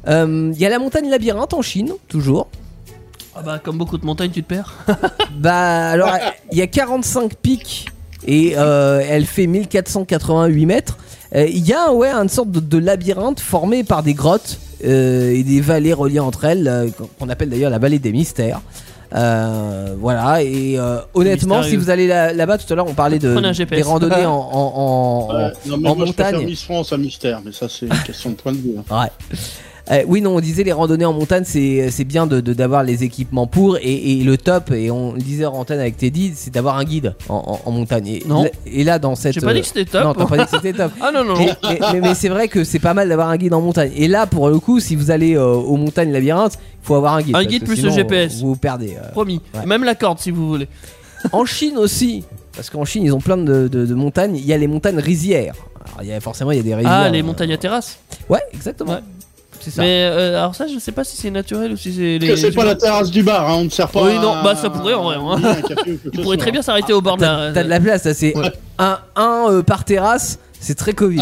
Il euh, y a la montagne labyrinthe en Chine, toujours. Ah bah comme beaucoup de montagnes, tu te perds. Bah alors, il y a quarante-cinq pics et euh, elle fait mille quatre cent quatre-vingt-huit mètres. Il euh, y a ouais, une sorte de, de labyrinthe formé par des grottes euh, et des vallées reliées entre elles, euh, qu'on appelle d'ailleurs la vallée des mystères. Euh, voilà, et euh, honnêtement, si vous allez là, là-bas, tout à l'heure on parlait de, des randonnées en, en, en, ouais, non, mais en moi, montagne. Je préfère Miss France à Mystère, mais ça c'est une question de point de vue. Hein. Ouais. Euh, oui, non, on disait les randonnées en montagne, c'est, c'est bien de, de, d'avoir les équipements pour, et, et le top, et on le disait en antenne avec Teddy, c'est d'avoir un guide en, en, en montagne. Et, non. Et là, dans cette. J'ai pas dit que c'était top. Non, t'as pas dit que c'était top. Ah non, non, non. Et, mais, mais, mais c'est vrai que c'est pas mal d'avoir un guide en montagne. Et là, pour le coup, si vous allez euh, aux montagnes labyrinthes, il faut avoir un guide. Un guide plus sinon, le G P S. Vous vous perdez. Euh... Promis. Ouais. Même la corde si vous voulez. En Chine aussi, parce qu'en Chine, ils ont plein de, de, de montagnes. Il y a les montagnes rizières. Alors, il y a, forcément, il y a des rizières. Ah, les montagnes à terrasse. Ouais, exactement. Ouais. C'est ça. Mais euh, alors ça, je sais pas si c'est naturel ou si c'est. Les... Que c'est pas la terrasse du bar, hein, on ne sert pas. Oui, non, bah ça pourrait en vrai. Hein. Il pourrait très bien s'arrêter au bord de la. T'as de la place, ça c'est ouais. un, un euh, par terrasse. C'est très Covid.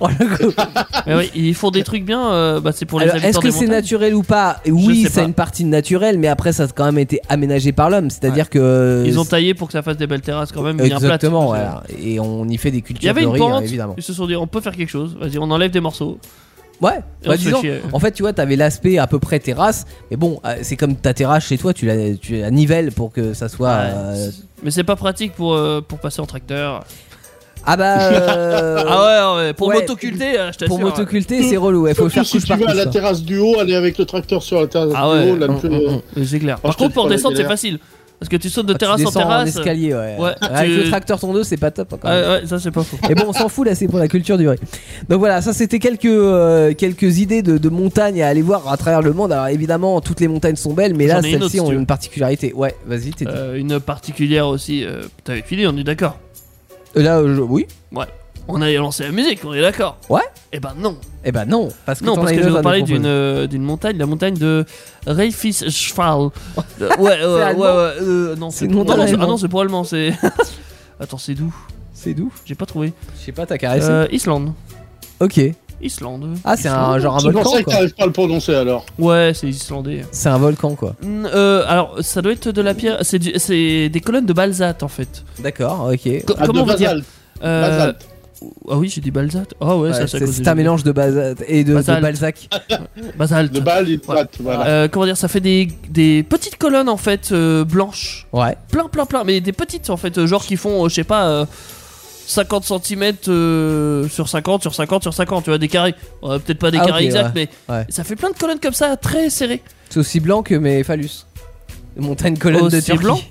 Mais oui, ils font des trucs bien. Euh, bah c'est pour les Alors, habitants est-ce que des c'est montagnes. naturel ou pas? Oui, c'est une partie naturelle, mais après ça a quand même été aménagé par l'homme. C'est-à-dire ouais. que ils ont taillé pour que ça fasse des belles terrasses quand même. Exactement, bien plates, voilà. Et on y fait des cultures. Il y avait de une riz, pente. évidemment. Ils se sont dit, on peut faire quelque chose. Vas-y, on enlève des morceaux. Ouais, bah, disons, en fait tu vois t'avais l'aspect à peu près terrasse, mais bon euh, c'est comme ta terrasse chez toi, tu la, tu la nivelles pour que ça soit... Ouais, euh... Mais c'est pas pratique pour, euh, pour passer en tracteur. Ah bah... Euh... ah ouais, ouais, pour ouais, motoculter, je t'assure. Pour motoculter c'est relou, il faut faire si couche tu par vas couche, à la ça. terrasse du haut, aller avec le tracteur sur la terrasse ah ouais, du haut, là, hum, plus... hum, hum, c'est clair. Par contre pour descendre c'est facile. Parce que tu sautes de ah, terrasse tu en terrasse. en escalier, ouais. ouais Avec tu... le tracteur tondeuse, c'est pas top. Quand ouais, même. ouais, ça c'est pas faux. Et bon, on s'en fout là, c'est pour la culture du riz. Donc voilà, ça c'était quelques euh, quelques idées de, de montagnes à aller voir à travers le monde. Alors évidemment, toutes les montagnes sont belles, mais J'en là, ai une celles-ci autre, ont si une particularité. Ouais, vas-y, t'es dit. Euh, une particulière aussi. Euh, T'avais filé, on est d'accord. Là, euh, je... oui. Ouais. On a lancé la musique, on est d'accord. Ouais. Eh ben non. Eh ben non, parce que non, parce que je vais vous parler d'une euh, d'une montagne, la montagne de Reifisschwal. ouais, ouais, ouais, ouais, ouais, euh, non, c'est non, non, ah non, c'est pour allemand, c'est. Attends, c'est d'où? C'est d'où? J'ai pas trouvé. Je sais pas, t'as caressé. Euh, Islande. Ok. Islande. Ah, c'est un genre un volcan. C'est pour ça que t'arrives pas à le prononcer alors. Ouais, c'est islandais. C'est un volcan quoi. Euh, alors, ça doit être de la pierre. C'est du... des colonnes de basalte en fait. D'accord, ok. C ah, comment de on dire euh... basalte. Ah oui, j'ai dit basalte. Ah ouais, ouais, ça, c'est, c'est un mélange de basalte et de, de Balzac. Basalte. De basalte, ouais. Voilà. Euh, comment dire, ça fait des, des petites colonnes en fait euh, blanches. Ouais. Plein, plein, plein, mais des petites en fait, genre qui font, euh, je sais pas, euh, cinquante centimètres euh, sur cinquante, sur cinquante, sur cinquante, tu vois, des carrés. Ouais, peut-être pas des ah, carrés okay, exacts, ouais. mais ouais. ça fait plein de colonnes comme ça, très serrées. C'est aussi blanc que mes phallus. Montagne colonne aussi de Turquie. Blanc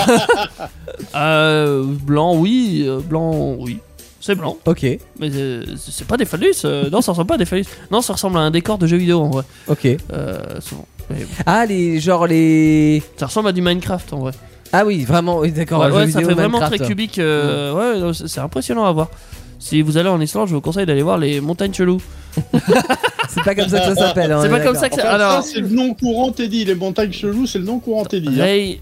euh, Blanc, oui. Euh, blanc, oui. C'est blanc. Ok. Mais euh, c'est pas des phallus. Euh, non, ça ressemble pas à des phallus. Non, ça ressemble à un décor de jeu vidéo en vrai. Ok. Euh, souvent. Mais bon. Ah, les. Genre les. Ça ressemble à du Minecraft en vrai. Ah oui, vraiment, oui, d'accord. Ouais, ouais, jeu ça vidéo fait vraiment Minecraft. très cubique. Euh, ouais, non, c'est, c'est impressionnant à voir. Si vous allez en Islande, je vous conseille d'aller voir les montagnes cheloues. C'est pas comme ça que ça s'appelle. Hein, c'est pas d'accord. comme ça que enfin, ça. Alors, ça, c'est le nom courant, Teddy. Les montagnes cheloues, c'est le nom courant, Teddy. Rey,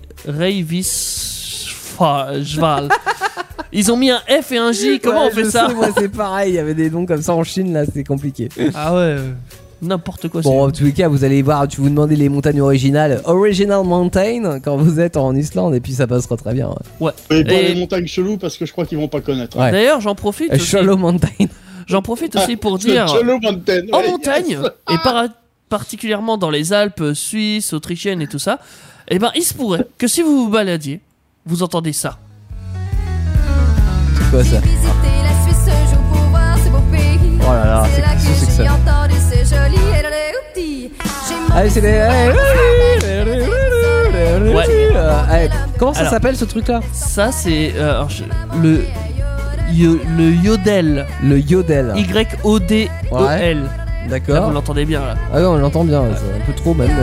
Reifisschwal. Ils ont mis un F et un J. Comment ouais, on fait je ça? sais, moi, c'est pareil. Il y avait des noms comme ça en Chine, là, c'est compliqué. Ah ouais. N'importe quoi. Bon, c'est... en tous les cas, vous allez voir, tu vous demandez les montagnes originales, Original Mountain, quand vous êtes en Islande, et puis ça passera très bien. Ouais. Et pas Et... les montagnes cheloues parce que je crois qu'ils vont pas connaître. Ouais. D'ailleurs, j'en profite. Euh, Aussi... Shallow Mountain. J'en profite aussi pour dire. Shallow Mountain. En ouais, montagne, yes. et par... particulièrement dans les Alpes suisses, autrichiennes et tout ça, eh ben, il se pourrait que si vous vous baladiez, vous entendez ça. C'est quoi ça? Oh là là, c'est, c'est, c'est que ça. Allez, c'est les. Ouais. Euh, allez, comment ça Alors, s'appelle ce truc là? Ça, c'est euh, alors, je- le, yo- le yodel. Le yodel. Y O D E L. Là, D'accord. vous l'entendez bien là. Ah ouais, on l'entend bien, c'est un peu trop même.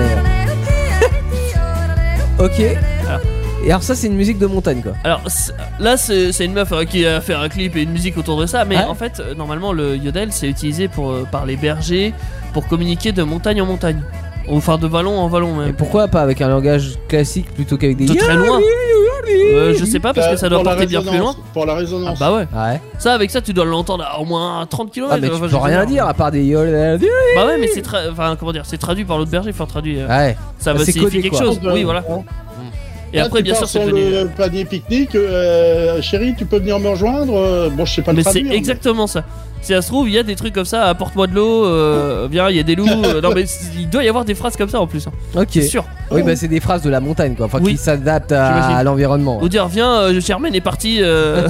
Mais... ok. Alors. Et alors, ça, c'est une musique de montagne quoi. Alors c'est- là, c'est, c'est une meuf euh, qui a fait un clip et une musique autour de ça, mais Ouais. en fait, euh, normalement, le yodel, c'est utilisé pour, euh, par les bergers pour communiquer de montagne en montagne. Enfin, de vallon en vallon Et même. pourquoi pas avec un langage classique plutôt qu'avec des. De très loin. Euh, je sais pas parce que ça doit Pour la porter bien plus loin. résonance, Pour la Ah résonance. bah ouais. Ouais. Ça, avec ça, tu dois l'entendre à au moins trente kilomètres. Ah, mais tu Enfin, peux je rien sais pas. dire à part des yodel. Bah ouais, mais c'est tra... enfin, comment dire, c'est traduit par l'autre berger, enfin traduit. euh, Ouais. Ça Ah, va c'est signifier codé, quelque quoi. chose. Oui, voilà. Et Là, après, tu bien pars sûr, c'est sur devenu. le panier pique-nique. euh, chérie, tu peux venir me rejoindre. euh, Bon, je sais pas le Mais c'est traduire. exactement ça. Si ça se trouve, il y a des trucs comme ça, apporte-moi de l'eau, euh, viens, il y a des loups. euh, non, mais c- il doit y avoir des phrases comme ça en plus. Hein. Ok. C'est sûr. Oui, bah c'est des phrases de la montagne quoi. Enfin, Oui. qui s'adaptent à, J'imagine. à l'environnement. Ou dire, viens, euh, Germaine est partie. Euh...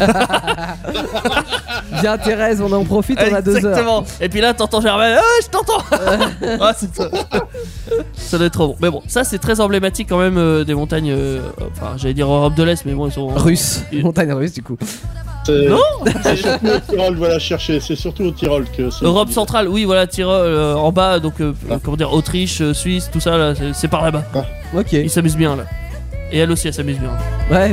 Viens Thérèse, on en profite, on a deux heures. Exactement. Et puis là, t'entends Germaine, ah, je t'entends. Ah, c'est ça. Ça doit être trop bon. Mais bon, ça, c'est très emblématique quand même euh, des montagnes. euh, Enfin, j'allais dire Europe de l'Est, mais bon, ils sont. Russe, Et- montagne russe du coup. C'est- Non. C'est surtout au Tyrol, voilà, chercher. C'est surtout au Tyrol que. c'est- Europe centrale, oui, voilà, Tyrol euh, en bas, donc euh, euh, comment dire, Autriche, euh, Suisse, tout ça, là, c'est- c'est par là-bas. Ok. Ils s'amusent bien là. Et elle aussi, elle s'amuse bien. Ouais.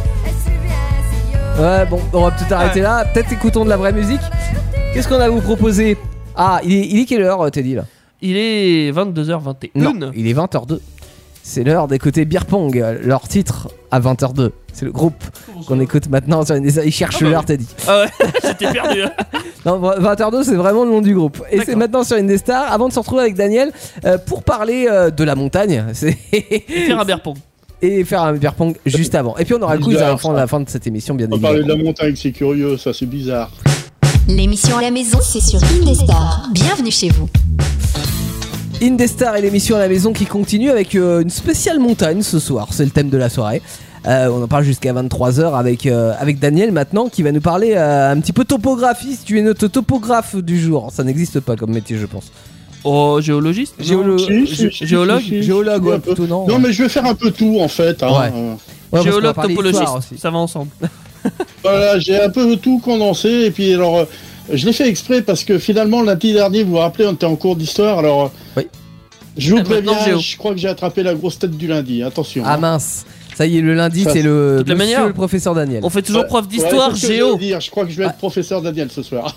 Ouais, bon, on va peut-être arrêter là. Peut-être écoutons de la vraie musique. Qu'est-ce qu'on a à vous proposer? Ah, il est, il est quelle heure, Teddy là? Il est vingt-deux heures vingt et un. Non, il est vingt heures deux. C'est l'heure d'écouter Beer Pong, leur titre à vingt heures deux. C'est le groupe qu'on écoute maintenant sur une des... Il cherche Ah bah l'heure, oui. Teddy. Ah ouais, j'étais perdu. Hein. Non, vingt heures deux, c'est vraiment le nom du groupe. Et c'est D'accord. maintenant sur Indestar, avant de se retrouver avec Daniel, euh, pour parler euh, de la montagne. C'est... Faire un beer pong. Et faire un beer pong juste avant. Et puis on aura le quiz à la fin, à la fin de cette émission, bien On va parler de évidemment. la montagne, c'est curieux, ça, c'est bizarre. L'émission à la maison, c'est sur Indestar. Bienvenue chez vous. Indestar et l'émission à la maison qui continue avec euh, une spéciale montagne ce soir. C'est le thème de la soirée. Euh, on en parle jusqu'à vingt-trois heures avec, euh, avec Daniel maintenant qui va nous parler euh, un petit peu topographie. Si tu es notre topographe du jour, ça n'existe pas comme métier, je pense. Oh, géologiste. Géolo- Si, si, gé- si, géologue, si, si, géologue, si, ouais, un peu. plutôt non. Non, mais je vais faire un peu tout en fait. Hein. Ouais. Euh, Ouais, parce qu'on va Géologue, parler d'histoire topologiste. aussi. Ça va ensemble. Voilà, j'ai un peu tout condensé et puis alors, euh, je l'ai fait exprès parce que finalement lundi dernier, vous vous rappelez, on était en cours d'histoire. Alors, Oui. je vous Ah, maintenant, préviens, géo. je crois que j'ai attrapé la grosse tête du lundi. Attention. Ah hein. mince, ça y est, le lundi Ça, c'est le toute la monsieur manière. le professeur Daniel. On fait toujours Ouais, preuve ouais, d'histoire, c'est ce que je géo. voulais dire. Je crois que je vais être Ah. professeur Daniel ce soir.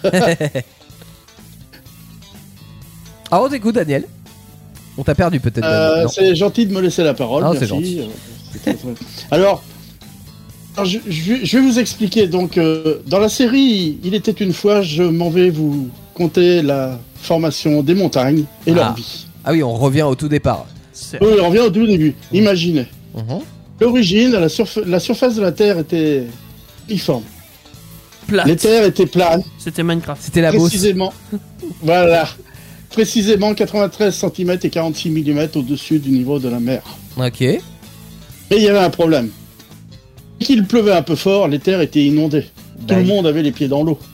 Alors on t'écoute Daniel. On t'a perdu peut-être. Euh, Daniel, non c'est gentil de me laisser la parole. Ah, merci. c'est gentil. Euh, c'est très, très- Alors, alors, je, je vais- je vais vous expliquer. Donc, euh, dans la série Il était une fois, je m'en vais vous conter la formation des montagnes et Ah. leur vie. Ah oui, on revient au tout départ. C'est- Oui, on revient au tout début. Imaginez. Mhm. L'origine, la, surfa- la surface de la Terre était uniforme. Plate. Les terres étaient planes, C'était Minecraft. C'était la bosse. précisément. Voilà. Précisément quatre-vingt-treize centimètres et quarante-six millimètres au-dessus du niveau de la mer. Ok. Mais il y avait un problème. Dès qu'il pleuvait un peu fort, les terres étaient inondées. Tout Bah, le il- monde avait les pieds dans l'eau.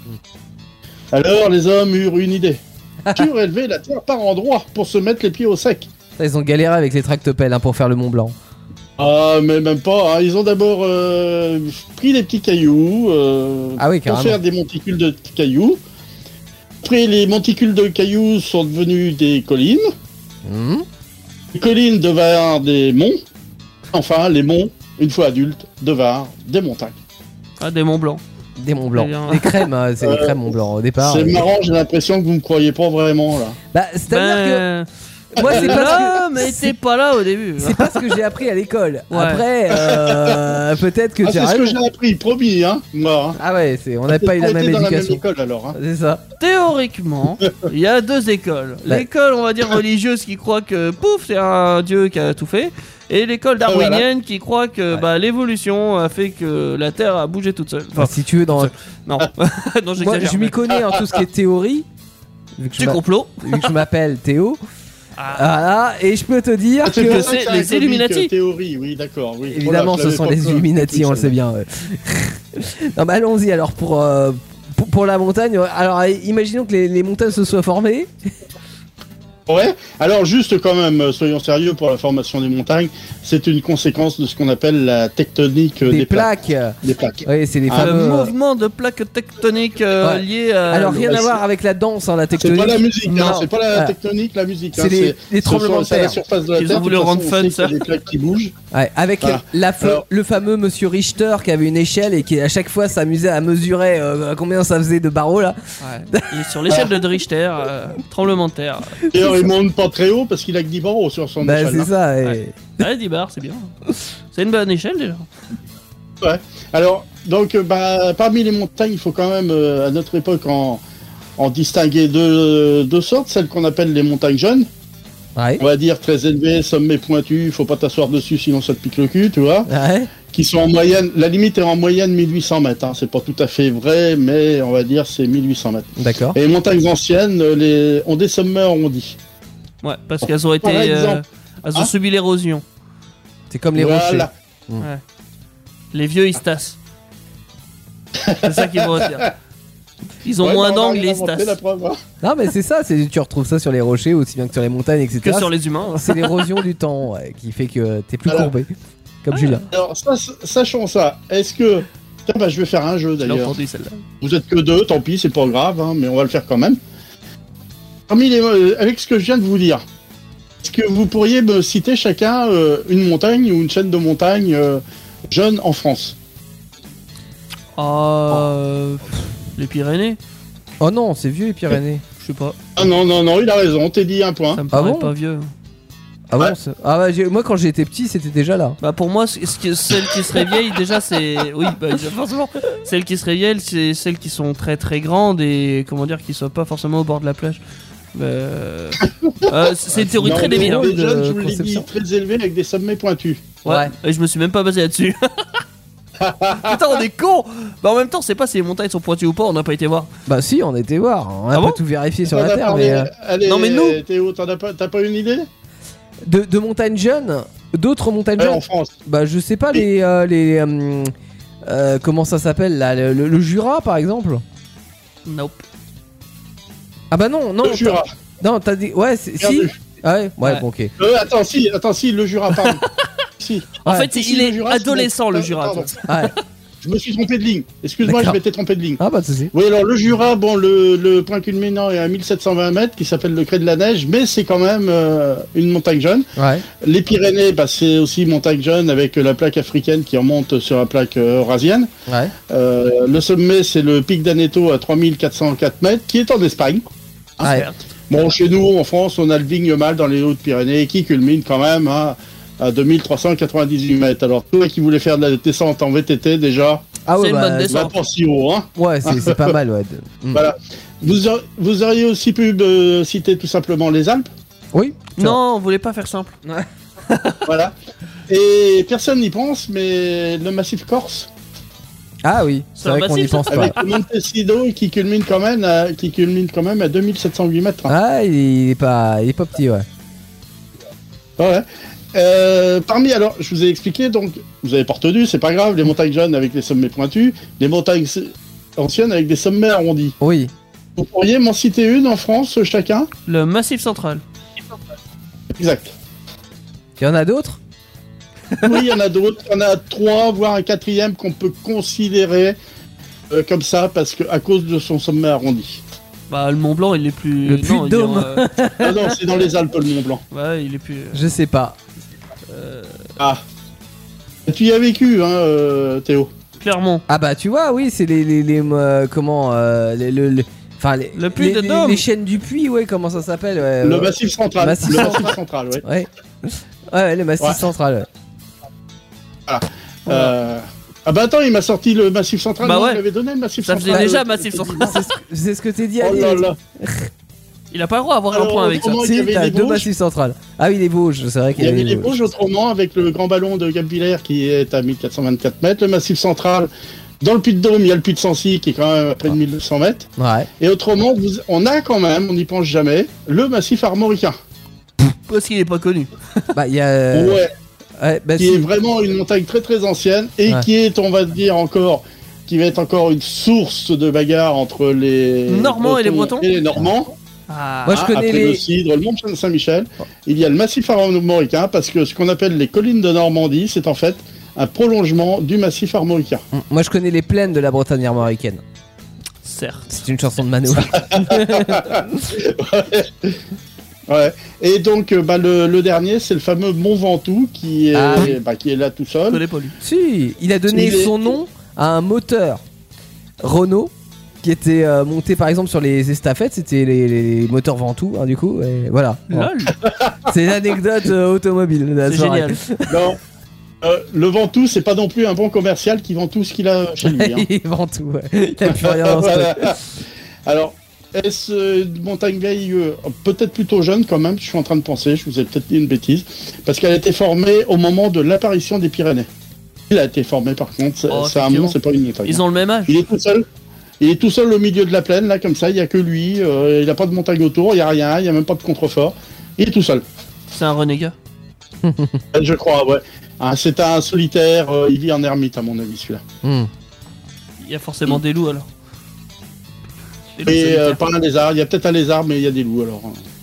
Alors les hommes eurent une idée. Surélever la terre par endroits pour se mettre les pieds au sec. Ça, ils ont galéré avec les tractopelles hein, pour faire le Mont Blanc. Ah, mais même pas. hein. Ils ont d'abord euh, pris des petits cailloux euh, Ah oui, pour carrément. faire des monticules de cailloux. Après, les monticules de cailloux sont devenus des collines. Mhm. Les collines devinrent des monts. Enfin, les monts, une fois adultes, devinrent des montagnes. Ah, des Mont Blanc. Des Mont Blanc. Très bien. Des crèmes, hein, c'est des Euh, crèmes Mont Blanc au départ. C'est Et- marrant, j'ai l'impression que vous me croyez pas vraiment là. Bah, c'est-à-dire Ben, que moi, c'est pas là, ce que- mais c'est- t'es pas là au début. c'est pas ce que j'ai appris à l'école. Ouais. Après, euh, peut-être que Ah, tu c'est as ce que raison. j'ai appris, promis, hein, moi. Hein. Ah ouais, c'est, on n'a pas eu la été même dans la même éducation. école alors. Hein. C'est ça. Théoriquement, il y a deux écoles. Ouais. L'école, on va dire religieuse, qui croit que pouf, c'est un dieu qui a tout fait, et l'école darwinienne qui croit que Ouais. bah, l'évolution a fait que la Terre a bougé toute seule. Enfin, si tu veux, dans. non, non, Moi, j'exagère. je m'y mais- connais en tout ce qui est théorie. Vu que je Du m'a- complot. vu que je m'appelle Théo. Ah, Voilà, et je peux te dire Ah, que. que pour ça c'est un les comique, Illuminati. euh, Théorie, oui, d'accord. Oui. Évidemment, Voilà, je ce sont l'avais les pas Illuminati, on le compris, sait bien. ouais. non, mais allons-y alors pour, euh, pour, pour la montagne. Alors, euh, imaginons que les, les montagnes se soient formées. Ouais, alors juste quand même, euh, soyons sérieux pour la formation des montagnes, c'est une conséquence de ce qu'on appelle la tectonique euh, Des, des, plaques. plaques. Des plaques. Oui, c'est les Ah, le fameux. euh, mouvement de plaques tectoniques euh, Ouais. lié à. Alors, rien ouais, à voir c'est- avec la danse, hein, la C'est tectonique. pas la musique, hein, Non. c'est pas la Voilà. tectonique, la musique. C'est hein, les- les ce sont- tremblements de c'est à la terre. surface de la Ils ont terre. voulu de toute rendre façon, fun, on sait qu'il y a ça. des plaques qui bougent. Ouais, avec Voilà. la fe- Alors- le fameux monsieur Richter qui avait une échelle et qui à chaque fois s'amusait à mesurer euh, combien ça faisait de barreaux là. Ouais. Il est sur l'échelle de Richter, euh, tremblement de terre. D'ailleurs, il monte pas très haut parce qu'il a que dix barreaux sur son Bah échelle. c'est hein. ça. et- Ouais. Ouais, dix bars, c'est bien. C'est une bonne échelle déjà. Ouais. Alors, donc, euh, bah, parmi les montagnes, il faut quand même, euh, à notre époque, en, en distinguer deux, deux sortes. Celles qu'on appelle les montagnes jeunes. Ouais. On va dire très élevées, sommet pointu, faut pas t'asseoir dessus sinon ça te pique le cul, tu vois. Ouais. Qui sont en moyenne, la limite est en moyenne mille huit cents mètres. Hein. C'est pas tout à fait vrai, mais on va dire c'est mille huit cents mètres. D'accord. Et les montagnes anciennes les, ont des sommets arrondis. Ouais, parce qu'elles ont été. Par exemple. euh, elles ont Hein subi l'érosion. C'est comme les Voilà. rochers. Ouais. Les vieux, ils se tassent. C'est ça qu'ils vont retenir. Ils ont Ouais, moins bah, on d'angles, a ils se inventé la tassent. preuve, hein. Non, mais c'est ça, c'est, tu retrouves ça sur les rochers aussi bien que sur les montagnes, et cetera. Que sur les humains. C'est l'érosion du temps ouais, qui fait que t'es plus Voilà. courbé. Comme Julien. Alors, ça, sachant ça, est-ce que. Tiens, bah, je vais faire un jeu J'ai d'ailleurs. entendu celle-là. Vous êtes que deux, tant pis, c'est pas grave, hein, mais on va le faire quand même. Parmi les, euh, avec ce que je viens de vous dire, est-ce que vous pourriez me citer chacun euh, une montagne ou une chaîne de montagnes euh, jeunes en France? Euh, pff, les Pyrénées. Oh non, c'est vieux les Pyrénées. Je sais pas. Ah non, non, non, il a raison, t'es dit un point. Ça me Ah paraît bon pas vieux. Ah bon Ouais. c'est- Ah bah, j'ai- moi quand j'étais petit, c'était déjà là. Bah pour moi, ce ce qui- celles qui se réveillent, déjà c'est... Oui, bah forcément. Celles qui se réveillent, c'est celles qui sont très très grandes et comment dire, qui soient pas forcément au bord de la plage. Euh... euh, c'est une théorie Non, très les- débile. Hein. les de jeunes, je vous l'ai dit, conception. très élevés avec des sommets pointus. Ouais. Ouais. Et je me suis même pas basé là-dessus. Putain, on est con. Bah en même temps, c'est pas si les montagnes sont pointues ou pas, on n'a pas été voir. Bah si, on était voir. On a Ah pas bon tout vérifié sur T'en la as Terre, parlé- mais... euh, Allez, Non, mais nous- Théo, t'en as pas, t'as pas une idée? De, de montagnes jeunes, d'autres montagnes Ouais, jeunes. en France. Bah je sais pas les... euh, les euh, euh, comment ça s'appelle là le, le- le Jura par exemple. Nope. Ah bah non, non. Le Jura. t'as- Non, t'as dit... Ouais, c'est- si. Perdu. Ah ouais, ouais, Ouais. bon ok. Euh, attends, si, attends, si, le Jura, pardon. si. En Ouais. fait, Si, il le est Jura, c'est adolescent bon. le Euh, Jura. pardon. toi. Ouais. Je me suis trompé de ligne. Excuse-moi, je D'accord. m'étais trompé de ligne. Ah bah de soucis. Oui, alors le Jura, bon, le, le point culminant est à mille sept cent vingt mètres, qui s'appelle le Crêt de la Neige, mais c'est quand même euh, une montagne jeune. Ouais. Les Pyrénées, bah, c'est aussi une montagne jeune avec la plaque africaine qui remonte sur la plaque euh, eurasienne. Ouais. Euh, le sommet, c'est le pic d'Aneto à trois mille quatre cent quatre mètres, qui est en Espagne. Ouais. Bon, chez nous, en France, on a le Vignemal dans les Hautes-Pyrénées, qui culmine quand même hein, à deux mille trois cent quatre-vingt-dix-huit mètres. Alors, toi qui voulais faire de la descente en V T T, déjà, Ah C'est ouais, une bah, bonne va descente. pas si haut, hein. ouais, c'est, c'est pas mal, ouais. de- mm. Voilà. Vous, aur- vous auriez aussi pu euh, citer tout simplement les Alpes. Oui. Non, on voulait pas faire simple. Voilà. Et personne n'y pense, mais le massif corse, Ah oui, c'est C'est un vrai qu'on n'y massif, ça. pense pas. avec le Monte Sido qui culmine quand même à, qui culmine quand même à deux mille sept cent huit mètres. hein. Ah, il est pas, il est pas petit, ouais. Ouais. Euh, parmi, alors, je vous ai expliqué, donc, vous avez pas retenu, c'est pas grave, les montagnes jeunes avec les sommets pointus, les montagnes anciennes avec des sommets arrondis. Oui. Vous pourriez m'en citer une en France, chacun? Le Massif Central. Exact. Il y en a d'autres? Oui, il y en a d'autres. Il y en a trois, voire un quatrième qu'on peut considérer euh, comme ça, parce que à cause de son sommet arrondi. Bah le Mont Blanc, il est plus. Le non, Puy-de-Dôme. je veux dire, Ah non, c'est dans les Alpes, le Mont Blanc. euh, Ouais, il est plus. Je sais pas. Ah. Tu y as vécu, hein, euh, Théo? Clairement. Ah bah tu vois, oui, c'est les, les, les euh, comment, euh, les, le, le- enfin les, Le Puy les, de les, Dôme. les chaînes du Puy, ouais, comment ça s'appelle, ouais. Le ouais. Massif Central. Massif le Central. Massif Central, ouais. Ouais. Ouais, le massif Ouais. central. Ouais. Euh... Ah bah attends, il m'a sorti le Massif Central. Bah non, ouais. il m'avait donné le Massif Ça Central. faisait déjà Euh, Massif je te dis, Central. C'est ce, que- c'est ce que t'es dit à Oh là dire. là. Il a pas le droit d'avoir un Alors, point avec ça. autrement, il y Si, avait t'as les deux Vosges. massifs centrales. Ah oui, les Vosges, c'est vrai Il qu'il y avait les Vosges autrement avec le grand ballon de Gap-Villers qui est à mille quatre cent vingt-quatre mètres. Le Massif Central, dans le Puy-de-Dôme, il y a le Puy de Sancy qui est quand même à près de mille deux cents mètres. Ouais. Et autrement, vous- on a quand même, on n'y pense jamais, le Massif Armoricain. Parce qu'il est pas connu. Bah il y a. euh, Ouais, ouais, bah, qui si. est vraiment une montagne très très ancienne et Ouais. qui est, on va dire encore, qui va être encore une source de bagarre entre les Normands et les Bretons et les Normands. Ah. Moi, je Ah, connais après les- le Cidre, le Mont Saint-Michel, il y a le massif armoricain parce que ce qu'on appelle les collines de Normandie, c'est en fait un prolongement du massif armoricain. Moi je connais les plaines de la Bretagne armoricaine. Certes. C'est une chanson de Mano. Ouais. Et donc, euh, bah, le, le dernier, c'est le fameux Mont Ventoux qui est, Ah oui. bah, qui est là tout Je seul. connais pas lui. Si, il a donné Il est- son nom à un moteur Renault qui était euh, monté par exemple sur les estafettes, c'était les, les moteurs Ventoux, hein, du coup, et voilà. Bon. Lol. C'est l'anecdote euh, automobile de la C'est soirée. génial. Non. Euh, le Ventoux, c'est pas non plus un bon commercial qui vend tout ce qu'il a chez lui. Hein. Il vend tout, ouais. Il n'y a plus rien dans ce Voilà. truc. Alors, est-ce euh, montagne vieille euh, peut-être plutôt jeune quand même, je suis en train de penser, je vous ai peut-être dit une bêtise, parce qu'elle a été formée au moment de l'apparition des Pyrénées. Il a été formé par contre, c'est Oh, c'est un mont, effectivement. c'est pas une montagne. Ils ont le même âge. Il est tout seul. Il est tout seul au milieu de la plaine, là, comme ça, il n'y a que lui, euh, il n'a pas de montagne autour, il n'y a rien, il n'y a même pas de contrefort. Il est tout seul, C'est un renégat. je crois, ouais. Ah, c'est un solitaire, euh, il vit en ermite à mon avis celui-là. Hmm. Il y a forcément des loups alors. Des loups Et euh, solitaires. pas un lézard, il y a peut-être un lézard, mais il y a des loups alors.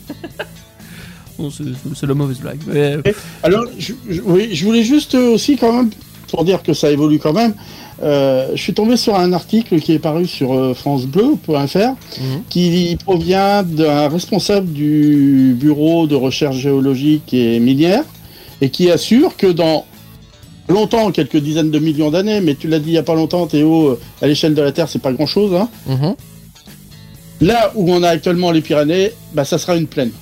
Bon, c'est c'est la mauvaise blague. Mais... Alors, je, je- oui, je voulais juste euh, aussi quand même, pour dire que ça évolue quand même, euh, je suis tombé sur un article qui est paru sur euh, francebleu point f r Mhm. qui provient d'un responsable du bureau de recherche géologique et minière et qui assure que dans longtemps, quelques dizaines de millions d'années, mais tu l'as dit il y a pas longtemps Théo, euh, à l'échelle de la Terre c'est pas grand chose, hein, Mhm. là où on a actuellement les Pyrénées, bah, ça sera une plaine.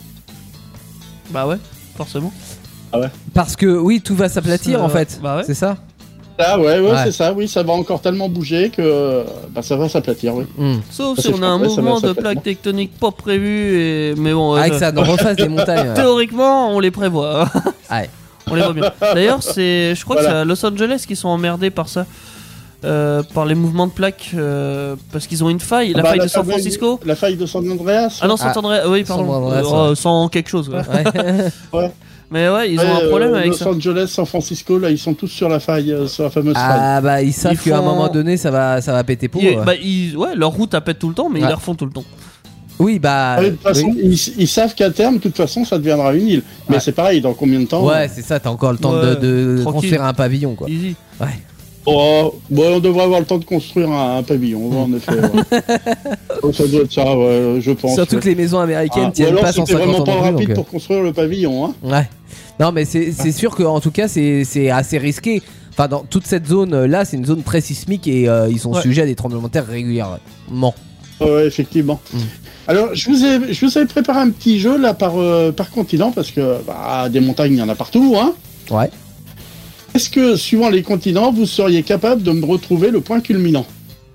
Bah ouais, forcément. Parce que oui, tout va s'aplatir Ça- en fait. bah ouais. C'est ça. Ah ouais, ouais, Ouais. c'est ça, oui, ça va encore tellement bouger que bah, ça va s'aplatir, oui. Hmm. Sauf Ça, si c'est on a un français, ça mouvement va, de ça fait plaques tectoniques pas prévu et mais bon. Avec euh, ça, on refasse des montagnes. ouais. Théoriquement, on les prévoit. Ouais. On les voit bien. D'ailleurs, c'est, je crois Voilà. que c'est à Los Angeles qui sont emmerdés par ça, euh, par les mouvements de plaques, euh, parce qu'ils ont une faille, la Bah, faille de San fameuse- Francisco. La faille de San Andreas. Ah non, San Ah. Andreas, oui, pardon. San Andreas, Euh, ouais. sans quelque chose. ouais. Ouais. Mais ouais, ils ont Ouais, un problème euh, avec Los ça. Angeles, San Francisco, là, ils sont tous sur la faille, euh, sur la fameuse faille. Ah bah ils savent Ils qu'à un font- moment donné ça va ça va péter pour Ils- eux. ouais. bah, ils- ouais, leur route elle pète tout le temps, mais ils Ouais. la refont tout le temps. Oui bah. Ouais, de toute façon, oui. ils, ils savent qu'à terme, de toute façon, ça deviendra une île. Mais Ouais. c'est pareil, dans combien de temps Ouais, c'est ça, t'as encore le temps Ouais, de, de tranquille. construire un pavillon quoi. Easy. Oh, bon, on devrait avoir le temps de construire un, un pavillon, ouais, en effet. Ouais. Oh, ça doit être ça, ouais, je pense. Surtout ouais. que les maisons américaines Ah, ou tiennent alors, pas c'était cent cinquante vraiment ans pas non plus, rapide donc, euh, pour construire le pavillon, hein. Ouais. Non mais c'est c'est sûr qu'en tout cas c'est c'est assez risqué. Enfin dans toute cette zone euh, là c'est une zone très sismique et euh, ils sont Ouais. sujets à des tremblements de terre régulièrement. Ouais, effectivement. Mm. Alors, je vous ai, je vous avais préparé un petit jeu là par, euh, par continent parce que bah, des montagnes, il y en a partout, hein. Ouais. Est-ce que, suivant les continents, vous seriez capable de me retrouver le point culminant?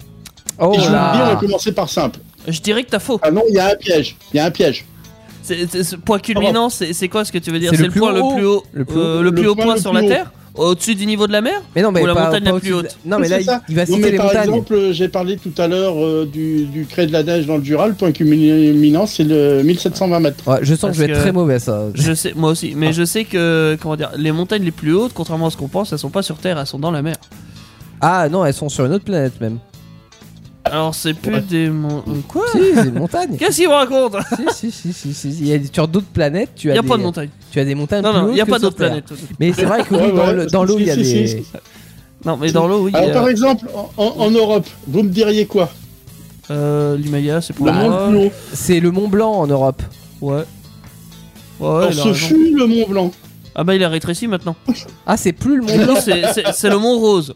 Oh Et je vous le dis, on va là. commencer par simple. Je dirais que t'as faux. Ah non, il y a un piège. Il y a un piège. C'est, c'est- ce point culminant, c'est, c'est quoi ce que tu veux dire? C'est C'est le le, plus point haut. le plus haut, Le plus euh, haut. le plus Le haut point point le sur plus la haut. Terre, au-dessus du niveau de la mer. Mais non mais Ou la pas- montagne pas la plus au-dessus de- haute. Non mais là C'est il, ça. il va Non, citer mais les par montagnes. exemple, euh, j'ai parlé tout à l'heure euh, du, du crêt de la neige dans le Jura. Le point culminant, c'est le mille sept cent vingt mètres. Ouais, je sens Parce que je vais être que- très mauvais à ça. Je sais, moi aussi, mais je sais que comment dire, les montagnes les plus hautes, contrairement à ce qu'on pense, elles sont pas sur Terre, elles sont dans la mer. Ah non, elles sont sur une autre planète même. Alors c'est plus Ouais. des mon... quoi? Si, c'est une montagne. Qu'est-ce qu'il me raconte? si, si, si, si, si, si. Il y a, sur d'autres planètes, tu Il as y a des, pas de montagne. tu as des montagnes Non plus non, il hautes y a que pas sur d'autres Terre. planètes. Mais c'est vrai que oui, Ouais, dans ouais, le- dans si, l'eau, il y a si, si, des. si. Non, mais dans l'eau, oui. il y Alors, a- par exemple, en, en- en Europe, vous me diriez quoi? Euh, l'Himalaya, c'est pour Le mont moi. le plus haut. C'est le Mont Blanc en Europe. Ouais. Ouais, Alors, il a ce raison. fut le Mont Blanc. Ah bah il a rétréci maintenant. Ah, c'est plus le Mont Non, Blanc. c'est, c'est, c'est le Mont Rose.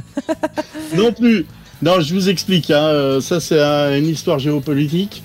Non plus. Non, je vous explique. Hein. euh, Ça, c'est un- une histoire géopolitique.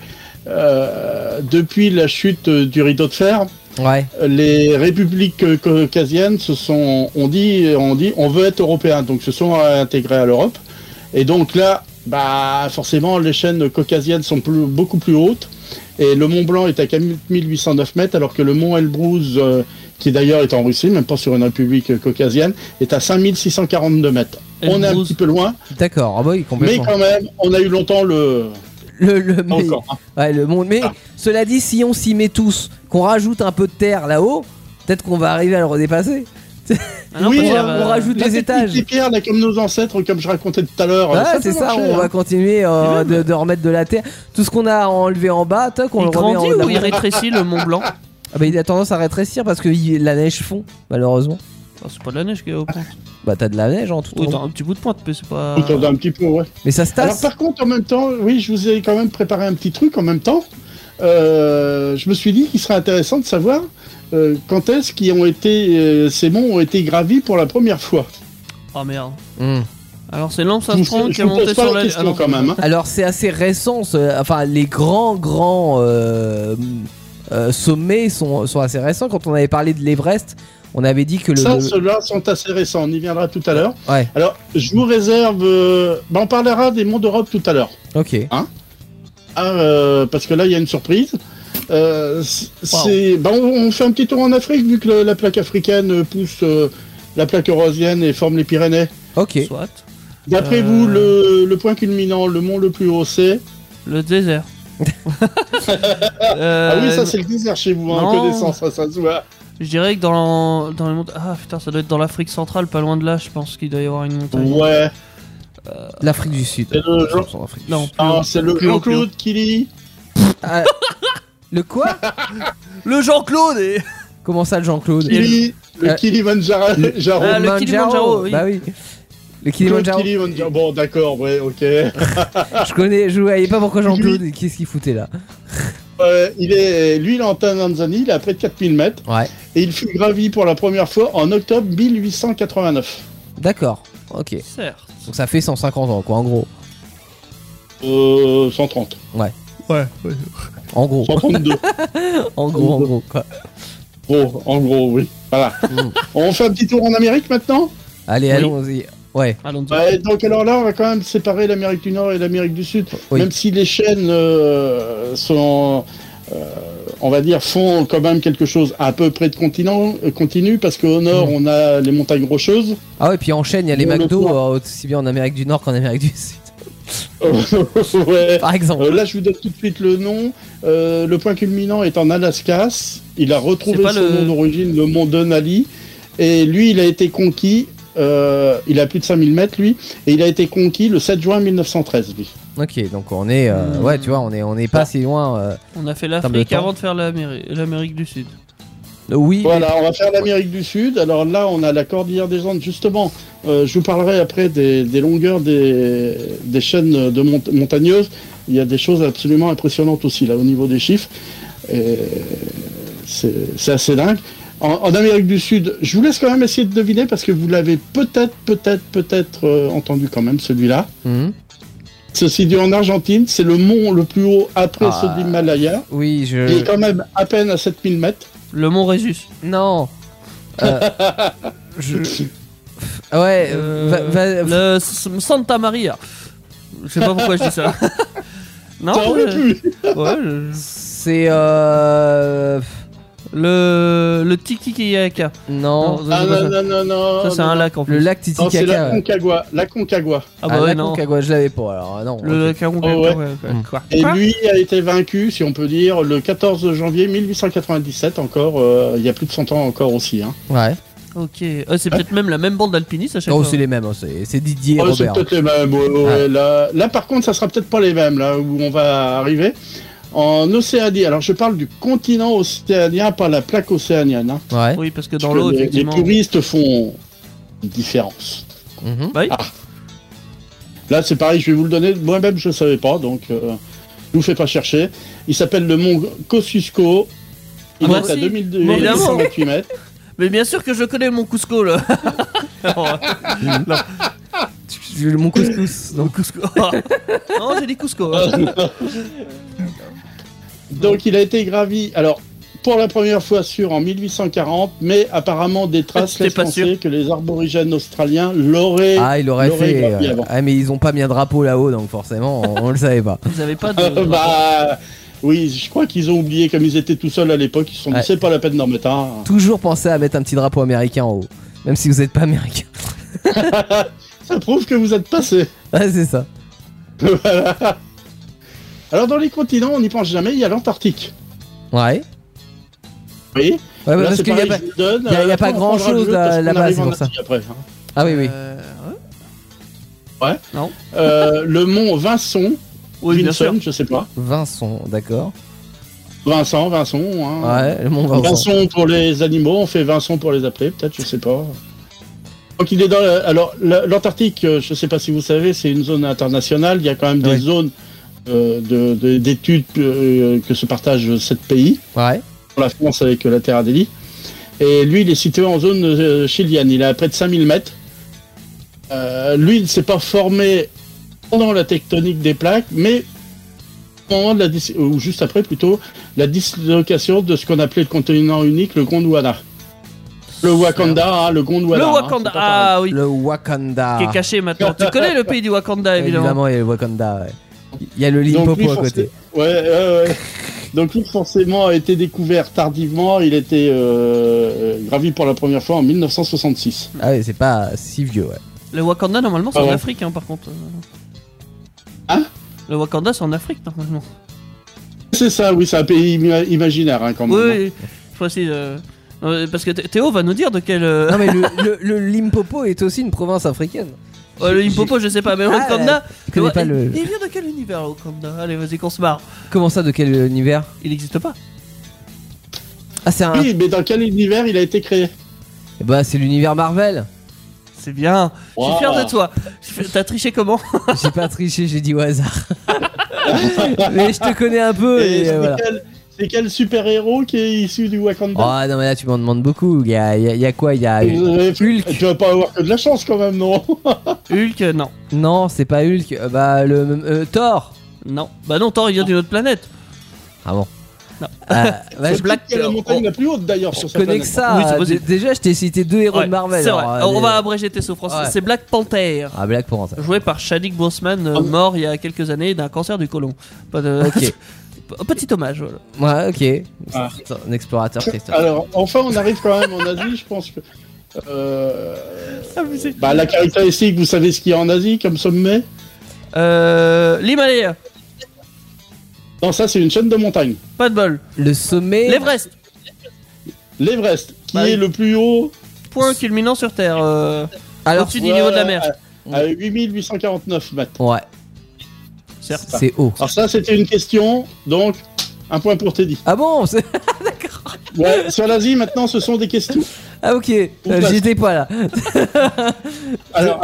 Euh, depuis la chute euh, du rideau de fer, Ouais. les républiques euh, caucasiennes se sont, on dit, on dit, on veut être européens, donc se sont intégrés à l'Europe. Et donc là, bah forcément, les chaînes caucasiennes sont plus, beaucoup plus hautes. Et le Mont Blanc est à quatre mille huit cent neuf mètres, alors que le Mont Elbrus, euh, qui d'ailleurs est en Russie, même pas sur une république euh, caucasienne, est à cinq mille six cent quarante-deux mètres. On est un Elbrus. petit peu loin, D'accord. Ah bah oui, mais complètement. quand même, on a eu longtemps le. Le, le, mais- Encore. hein. ouais, le monde. Mais Ah. cela dit, si on s'y met tous, qu'on rajoute un peu de terre là-haut, peut-être qu'on va arriver à le redépasser. Ah non, Oui, parce on, qu'il y ra- avait- on rajoute La les technique étages. des pierres, là, comme nos ancêtres, comme je racontais tout à l'heure. Ouais, ça c'est peut ça, marcher, on hein. va continuer euh, de, de remettre de la terre. Tout ce qu'on a enlevé en bas, toc, on Il le remet en grandit haut. de la ou il montagne. rétrécit le Mont Blanc? Ah bah, il a tendance à rétrécir parce que il- la neige fond, malheureusement. Ah, c'est pas de la neige qu'il y a au point. Bah t'as de la neige en tout Oui, temps. t'as un petit bout de pointe, mais c'est pas. Tout en un petit peu, ouais. Mais ça se Alors tasse. par contre, en même temps, oui, je vous ai quand même préparé un petit truc en même temps. Euh, je me suis dit qu'il serait intéressant de savoir euh, quand est-ce qu'ils ont été, euh, ces monts ont été gravis pour la première fois. Oh merde. Hmm. Alors c'est Lance Je vous, Armstrong je qui a vous monté pose pas sur la la. question Ah non, quand même. Hein. Alors c'est assez récent, ce- enfin les grands grands euh, euh, sommets sont, sont assez récents. Quand on avait parlé de l'Everest, On avait dit que le. Ça, le- ceux-là sont assez récents, on y viendra tout à l'heure. Ouais, Alors, je vous réserve... euh, bah, on parlera des monts d'Europe tout à l'heure. ok. Ah, euh, parce que là, il y a une surprise. Euh, c- c'est, bah, on, on fait un petit tour en Afrique, vu que le- la plaque africaine pousse euh, la plaque eurasienne et forme les Pyrénées. Ok. Soit. D'après Euh. vous, le, le point culminant, le mont le plus haut, c'est... Le désert. Ah oui, ça c'est le désert chez vous, hein, non. en connaissance, ça, ça se voit. Je dirais que dans, dans les montagnes. Ah putain, ça doit être dans l'Afrique centrale, pas loin de là, je pense qu'il doit y avoir une montagne. Ouais. L'Afrique du Sud. C'est le Jean- Son Afrique du Non, Sud. plus haut, Ah, c'est le plus haut, plus haut. Jean-Claude Killy. Ah, le quoi? Le Jean-Claude et... Comment ça, le Jean-Claude? Killy, le Euh, Kilimanjaro. Jaro. Ah, le Manjaro. Kilimanjaro, oui. Bah oui. Le Claude Kilimanjaro. Kilimanjaro. Bon, d'accord, ouais, ok. Je connais, je voyais pas pourquoi Jean-Claude, qu'est-ce qu'il foutait là? Ouais, il est, lui, il est en Tanzanie, il est à près de quatre mille mètres. Ouais. Et il fut gravi pour la première fois en octobre mille huit cent quatre-vingt-neuf. D'accord. Ok. Certes. Donc ça fait cent cinquante ans, quoi, en gros. Euh, cent trente. Ouais. En gros. cent trente-deux. En gros, en gros, quoi. Gros, en gros, oui. Voilà. On fait un petit tour en Amérique maintenant. Allez, Oui. allons-y. Ouais. Allons-y. Ouais, donc alors là, on va quand même séparer l'Amérique du Nord et l'Amérique du Sud. Oui. Même si les chaînes euh, sont, euh, on va dire, font quand même quelque chose à peu près de continent, euh, continu, parce qu'au nord, Mhm. on a les montagnes rocheuses. Ah ouais, puis en chaîne, il y a les Bon, le McDo, plan. euh, aussi bien en Amérique du Nord qu'en Amérique du Sud. Ouais. Par exemple. Euh, là, je vous donne tout de suite le nom. Euh, le point culminant est en Alaska. Il a retrouvé C'est pas son le- nom d'origine, le mont Denali. Et lui, il a été conquis. Euh, il a plus de cinq mille mètres, lui. Et il a été conquis le sept juin mille neuf cent treize, lui. Ok, donc on est, euh, Hmm. ouais, tu vois, on est, on est pas si loin. euh. On a fait termes de l'Afrique temps. avant de faire l'Améri- l'Amérique du Sud. Oui. Voilà, on va faire l'Amérique du Sud. Alors là, on a la cordillère des Andes. Justement, euh, je vous parlerai après des, des longueurs des, des chaînes de mont- montagneuses. Il y a des choses absolument impressionnantes aussi, là, au niveau des chiffres. Et C'est c'est assez dingue. En, en Amérique du Sud, je vous laisse quand même essayer de deviner parce que vous l'avez peut-être, peut-être, peut-être euh, entendu quand même, celui-là. Mhm. Se situe en Argentine. C'est le mont le plus haut après Ah. ceux de l'Himalaya. Oui, je. Il est quand même à peine à sept mille mètres. Le Mont Résus. Non. Euh, je. Ah ouais. Euh, va- va- le S- Santa Maria. Je sais pas pourquoi je dis ça. non Ça aurait euh, pu. ouais, je- C'est euh. Le, le Titicaca. Non. ça, Ah c'est pas non, ça. non, non, non. Ça, c'est non, un non. lac en plus. Le lac Non, c'est la Titicaca. ouais. Concagua. La Concagua. Ah bah Ah, ouais, la non. Concagua, je l'avais pas alors. ah, Non. Le ok. lac Concagua. Oh, ouais. ouais, ouais. Mm. Quoi Et Quoi lui a été vaincu, si on peut dire, le quatorze janvier mille huit cent quatre-vingt-dix-sept, encore, euh, il y a plus de cent ans encore aussi. Hein. Ouais. Ok. Euh, c'est peut-être même la même bande d'alpinistes à chaque Oh, fois. c'est les mêmes. hein, C'est c'est Didier et Oh, c'est Robert. peut-être les mêmes. ouais, ouais, Ouais. Là, là, par contre, ça sera peut-être pas les mêmes, là où on va arriver. En Océanie, alors je parle du continent océanien, pas la plaque océanienne. Hein, Ouais. Oui, parce que parce dans que l'eau, les, les effectivement. puristes font une différence. Mhm. Bah oui. Là, c'est pareil, je vais vous le donner. Moi-même, je ne savais pas, donc euh, je vous fais pas chercher. Il s'appelle le mont Kosciuszko. Il Moi est à aussi. deux mille deux Évidemment. cent vingt-huit mètres. Mais bien sûr que je connais mon Cusco là. non, Je- Mon couscous. mon Donc. Cusco. non, j'ai dit Cusco. hein. Donc, il a été gravi. Alors, pour la première fois sûr en mille huit cent quarante, mais apparemment des traces T'es laissent pas penser sûr. que les aborigènes australiens l'auraient. Ah, il aurait l'aurait fait. gravi euh, avant. Ah, mais ils ont pas mis un drapeau là-haut, donc forcément, on, on le savait pas. Ils avaient pas de. bah. Oui, je crois qu'ils ont oublié, comme ils étaient tout seuls à l'époque, ils se sont dit Ouais. c'est pas la peine d'en mettre un. Toujours penser à mettre un petit drapeau américain en haut, même si vous n'êtes pas américain. Ça prouve que vous êtes passé. Ouais, c'est ça. Voilà. Alors, dans les continents, on n'y pense jamais, il y a l'Antarctique. Ouais. Oui. Ouais, bah, Là, parce c'est qu'il y a pareil, pas. je vous le donne. y a- y a Euh, pas après, on prendra grand-chose le jeu parce là- qu'on là-bas, arrive c'est en pour ça. Asie après, hein. Ah oui, oui. Euh, Ouais. Non. Euh, le mont Vinson, Oui, bien sûr. Vinson, je sais pas. Vincent, d'accord. Vincent, Vincent. Hein. Ouais, le mont Vincent. Vincent pour les animaux, on fait Vincent pour les appeler, peut-être, je sais pas. Donc il est dans la- alors la- l'Antarctique, euh, je sais pas si vous savez, c'est une zone internationale. Il y a quand même des Ouais. zones euh, de- de- d'études euh, que se partagent sept pays. Ouais. La France avec la Terre Adélie. Et lui, il est situé en zone euh, chilienne. Il est à près de cinq mille mètres. Euh, lui, il ne s'est pas formé pendant la tectonique des plaques, mais au moment de la dis- ou juste après plutôt, la dislocation de ce qu'on appelait le continent unique, le Gondwana. Le Wakanda, hein, le Gondwana. Le hein, Wakanda, c'est pas pareil. ah oui, Le Wakanda. qui est caché maintenant. Tu connais le pays du Wakanda, évidemment. Évidemment, il y a le Wakanda. Ouais. Il y a le Donc, lui, Limpopo à forcé- côté. Ouais, ouais, ouais. Donc lui, forcément, a été découvert tardivement. Il a été euh, gravi pour la première fois en mille neuf cent soixante-six. Ah ouais, c'est pas si vieux, ouais. Le Wakanda, normalement, c'est Ah en ouais. Afrique, hein, par contre. Hein Le Wakanda, c'est en Afrique, normalement. C'est ça, oui, c'est un pays ima- imaginaire, hein, quand même. Oui, oui, je précise. euh, euh, Parce que Thé- Théo va nous dire de quel. euh, Non, mais le, le, le Limpopo est aussi une province africaine. ouais, le Limpopo, je sais pas, mais le Ah, Wakanda. Je connais Ouais, pas il- le. Il vient de quel univers, le Wakanda? Allez, vas-y, qu'on se marre. Comment ça, de quel univers? Il n'existe pas. Ah, c'est un. Oui, mais dans quel univers il a été créé? Eh bah, c'est l'univers Marvel. C'est bien. Je suis Wow. fier de toi. T'as triché comment? J'ai pas triché, j'ai dit au hasard. Mais je te connais un peu Et et c'est euh, voilà. quel, c'est quel super-héros qui est issu du Wakanda? Oh non, mais là tu m'en demandes beaucoup. Il y a, il y a- il y a quoi? Il y a Euh, Hulk. Tu vas pas avoir que de la chance quand même, non? Hulk, euh, non. Non, c'est pas Hulk. Euh, Bah, le. euh, Thor. Non. Bah non, Thor, il vient d'une autre planète. Ah bon? Non. Ah, bah, C'est je Black- qui est la montagne la plus haute d'ailleurs sur je sa connais que planète. ça. Oui, c'est Dé- possible. Déjà, je t'ai cité deux héros Ouais, de Marvel. c'est vrai. alors, Alors, on euh, va abréger tes souffrances. Ouais. C'est Black Panther. Ah, blague pour ça. Joué par Chadwick Boseman, euh, Ah. mort il y a quelques années d'un cancer du côlon. Pas de... Ok. Un petit hommage. Voilà. Ouais, ok. Ah. C'est un explorateur, Christophe. Alors, enfin, on arrive quand même en Asie, je pense que. Euh, Abusé. bah, la caractéristique, vous savez ce qu'il y a en Asie comme sommet? Euh, L'Himalaya. Non, ça, c'est une chaîne de montagnes. Pas de bol. Le sommet. L'Everest. L'Everest, qui Bah, est oui. le plus haut. Point culminant sur Terre. euh, Alors, Au-dessus du niveau de la mer. À, à huit mille huit cent quarante-neuf mètres. ouais, Certes. c'est haut. Alors, ça, c'était une question, donc, un point pour Teddy. Ah bon? c'est- Ouais, sur l'Asie, maintenant, ce sont des questions. Ah, ok. Euh, place. J'étais pas là. Alors.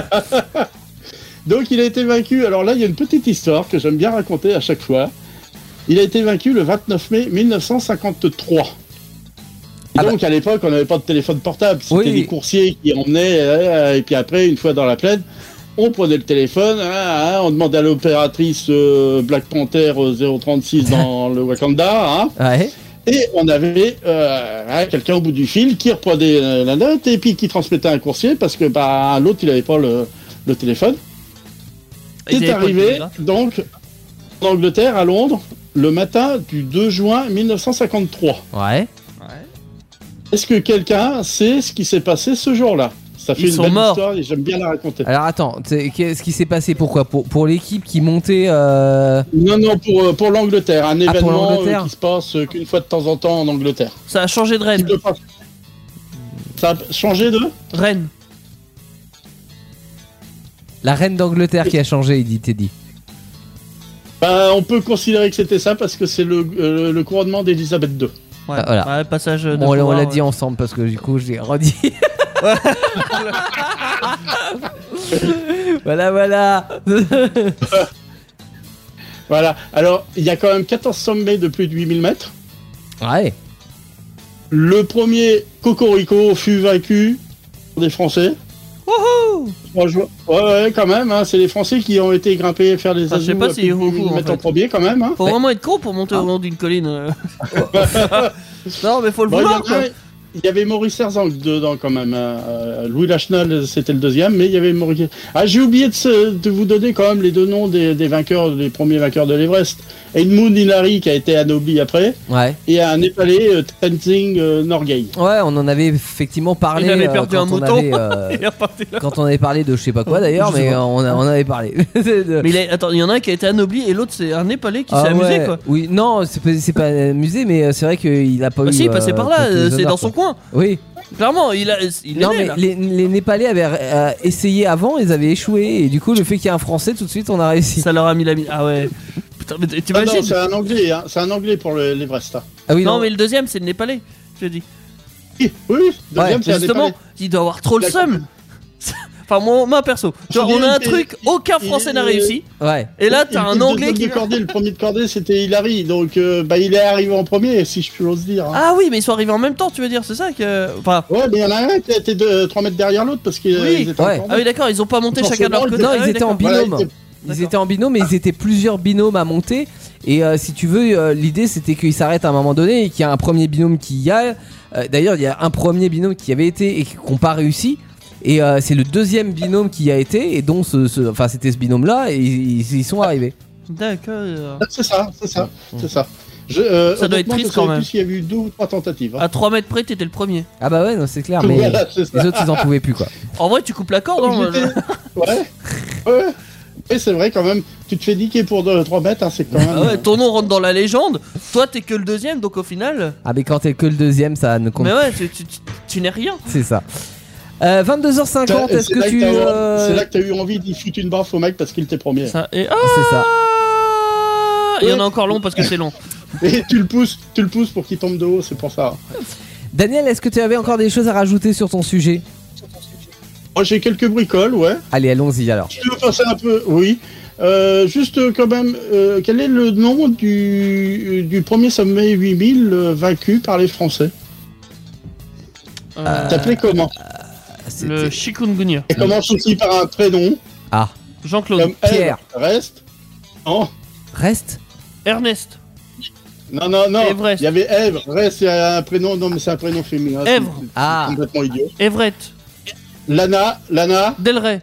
Donc, il a été vaincu. Alors là, il y a une petite histoire que j'aime bien raconter à chaque fois. Il a été vaincu le vingt-neuf mai mille neuf cent cinquante-trois. Et Ah donc, à l'époque, on n'avait pas de téléphone portable. C'était Oui. des coursiers qui emmenaient. euh, et puis après, une fois dans la plaine, on prenait le téléphone. hein, hein, on demandait à l'opératrice euh, Black Panther euh, zéro trente-six dans le Wakanda. Hein, Ouais. et on avait euh, hein, quelqu'un au bout du fil qui reprenait euh, la note et puis qui transmettait un coursier parce que bah, l'autre, il n'avait pas le, le téléphone. Ils C'est avaient pas de arrivé, télégraphe. donc, en Angleterre, à Londres, le matin du deux juin mille neuf cent cinquante-trois. Ouais. Est-ce que quelqu'un sait ce qui s'est passé ce jour-là? Ça fait Ils une sont belle morts. histoire et j'aime bien la raconter. Alors attends, t'sais, qu'est-ce qui s'est passé? Pourquoi? Pour, pour l'équipe qui montait. Euh... Non, non, pour, euh, pour l'Angleterre, un pour événement euh, l'Angleterre. qui se passe euh, qu'une fois de temps en temps en Angleterre. Ça a changé de Qui reine. ne passe- Ça a changé de Reine. La reine d'Angleterre qui a changé, il dit Teddy. Bah, on peut considérer que c'était ça parce que c'est le, euh, le couronnement d'Elisabeth deux. Ouais. Ah, voilà. Ouais, passage de Bon, on l'a- on pouvoir, l'a ouais. dit ensemble parce que du coup, je l'ai redit. Voilà, voilà. Voilà. Alors, il y a quand même quatorze sommets de plus de huit mille mètres. Ouais. Le premier Cocorico fut vaincu par des Français. Wouhou. Trois jours. Ouais, ouais, quand même. Hein, c'est les Français qui ont été grimpés faire les Ah, je sais azous pas à si plus de wouhou, huit mille en mètres en fait. premier, quand même. Hein. Faut vraiment être con pour monter au long d'une colline. euh. Non, mais faut le Bon, il y vouloir en a quoi. un- il y avait Maurice Herzog dedans quand même. hein. Euh, Louis Lachenal, c'était le deuxième, mais il y avait Maurice. Ah, j'ai oublié de, se- de vous donner quand même les deux noms des, des vainqueurs, des premiers vainqueurs de l'Everest. Edmund Hillary qui a été anobli après, Ouais. et un Népalais, euh, Tenzing euh, Norgay. Ouais, on en avait effectivement parlé. Il avait euh, perdu quand un on mouton. avait, euh, Il est reparti là. quand on avait parlé de je sais pas quoi d'ailleurs, Je sais mais pas. on, a- on avait parlé. De- Mais il est- attends, il y en a un qui a été anobli et l'autre c'est un Népalais qui Ah s'est amusé ouais. quoi. Oui, non, c'est pas, c'est pas amusé, mais euh, c'est vrai qu'il a pas Bah eu. si, il passait euh, par là, toutes les euh, c'est honneurs, dans son quoi. coin. Oui. Clairement, il a, il est Non, né, mais là. les, les Népalais avaient euh, essayé avant, ils avaient échoué, et du coup, le fait qu'il y ait un Français, tout de suite, on a réussi. Ça leur a mis la mine. Ah ouais. Putain, mais Ah non, t'imagines? c'est un anglais, hein. C'est un anglais pour le- l'Everest. hein. Ah oui, Non, non, mais le deuxième c'est le Népalais. Je dis. Oui, oui, deuxième, Ouais, c'est un Justement, Népalais. il doit avoir trop le D'accord. seum. Enfin, moi, moi perso. Genre, on a un Il- truc, aucun il- Français n'a réussi. ouais. Et là, Et t'as puis un le Anglais deuxième qui. de cordée, le premier de cordée, c'était Hillary, donc euh, bah, il est arrivé en premier, si je peux dire. hein. Ah oui, mais ils sont arrivés en même temps, tu veux dire, c'est ça que. Enfin. Ouais, mais il y en a un qui était trois mètres derrière l'autre parce qu'ils Oui, étaient ouais. en cordée. Ah oui, d'accord, ils ont pas monté Forcément, chacun de leur ils côté. Non, Ah ils oui, étaient en d'accord. binôme. Voilà, ils étaient- Ils D'accord. étaient en binôme, mais ils étaient plusieurs binômes à monter. Et euh, si tu veux, euh, l'idée c'était qu'ils s'arrêtent à un moment donné et qu'il y a un premier binôme qui y a. Euh, D'ailleurs, il y a un premier binôme qui avait été et qui n'a pas réussi. Et euh, c'est le deuxième binôme qui a été. Et donc, ce, ce- enfin, c'était ce binôme-là. Et ils, ils y sont arrivés. D'accord. C'est ça, c'est ça, c'est ça. Je, euh, Ça doit être honnêtement, triste je savais quand même. plus s'il y avait eu deux ou trois tentatives. hein. À trois mètres près, t'étais le premier. Ah bah ouais, non, c'est clair. Mais Voilà, c'est ça. les autres, ils en pouvaient plus, quoi. En vrai, tu coupes la corde, hein, J'étais- Ouais, ouais. Et c'est vrai quand même, tu te fais niquer pour trois mètres, hein, c'est quand même. Ah ouais, ton nom rentre dans la légende. Toi, t'es que le deuxième, donc au final. Ah, mais quand t'es que le deuxième, ça ne compte Mais pas. ouais, tu, tu, tu- tu n'es rien. C'est ça. Euh, vingt-deux heures cinquante, C'est est-ce là que tu. t'as- euh, C'est là que t'as eu envie d'y foutre une baffe au mec parce qu'il était premier. Ça, et ah, C'est ça. il y en a encore long parce que c'est long. Et tu le pousses, tu le pousses pour qu'il tombe de haut, c'est pour ça. Daniel, est-ce que tu avais encore des choses à rajouter sur ton sujet? Moi j'ai quelques bricoles, ouais. Allez, allons-y alors. Je veux passer un peu, oui. Euh, juste euh, quand même, euh, quel est le nom du, du premier sommet huit mille euh, vaincu par les Français? Euh, T'appelais comment? C'était- le chikungunya. Et commence aussi par un prénom, Ah, Jean-Claude. comme Pierre. Ève, reste. Non, reste. Ernest. non, non, non. Everest. Il y avait Ève, reste, il y a un prénom, non mais c'est un prénom féminin. c'est- Èvre. c'est Ah. complètement idiot. Everett. Lana, Lana, Delray.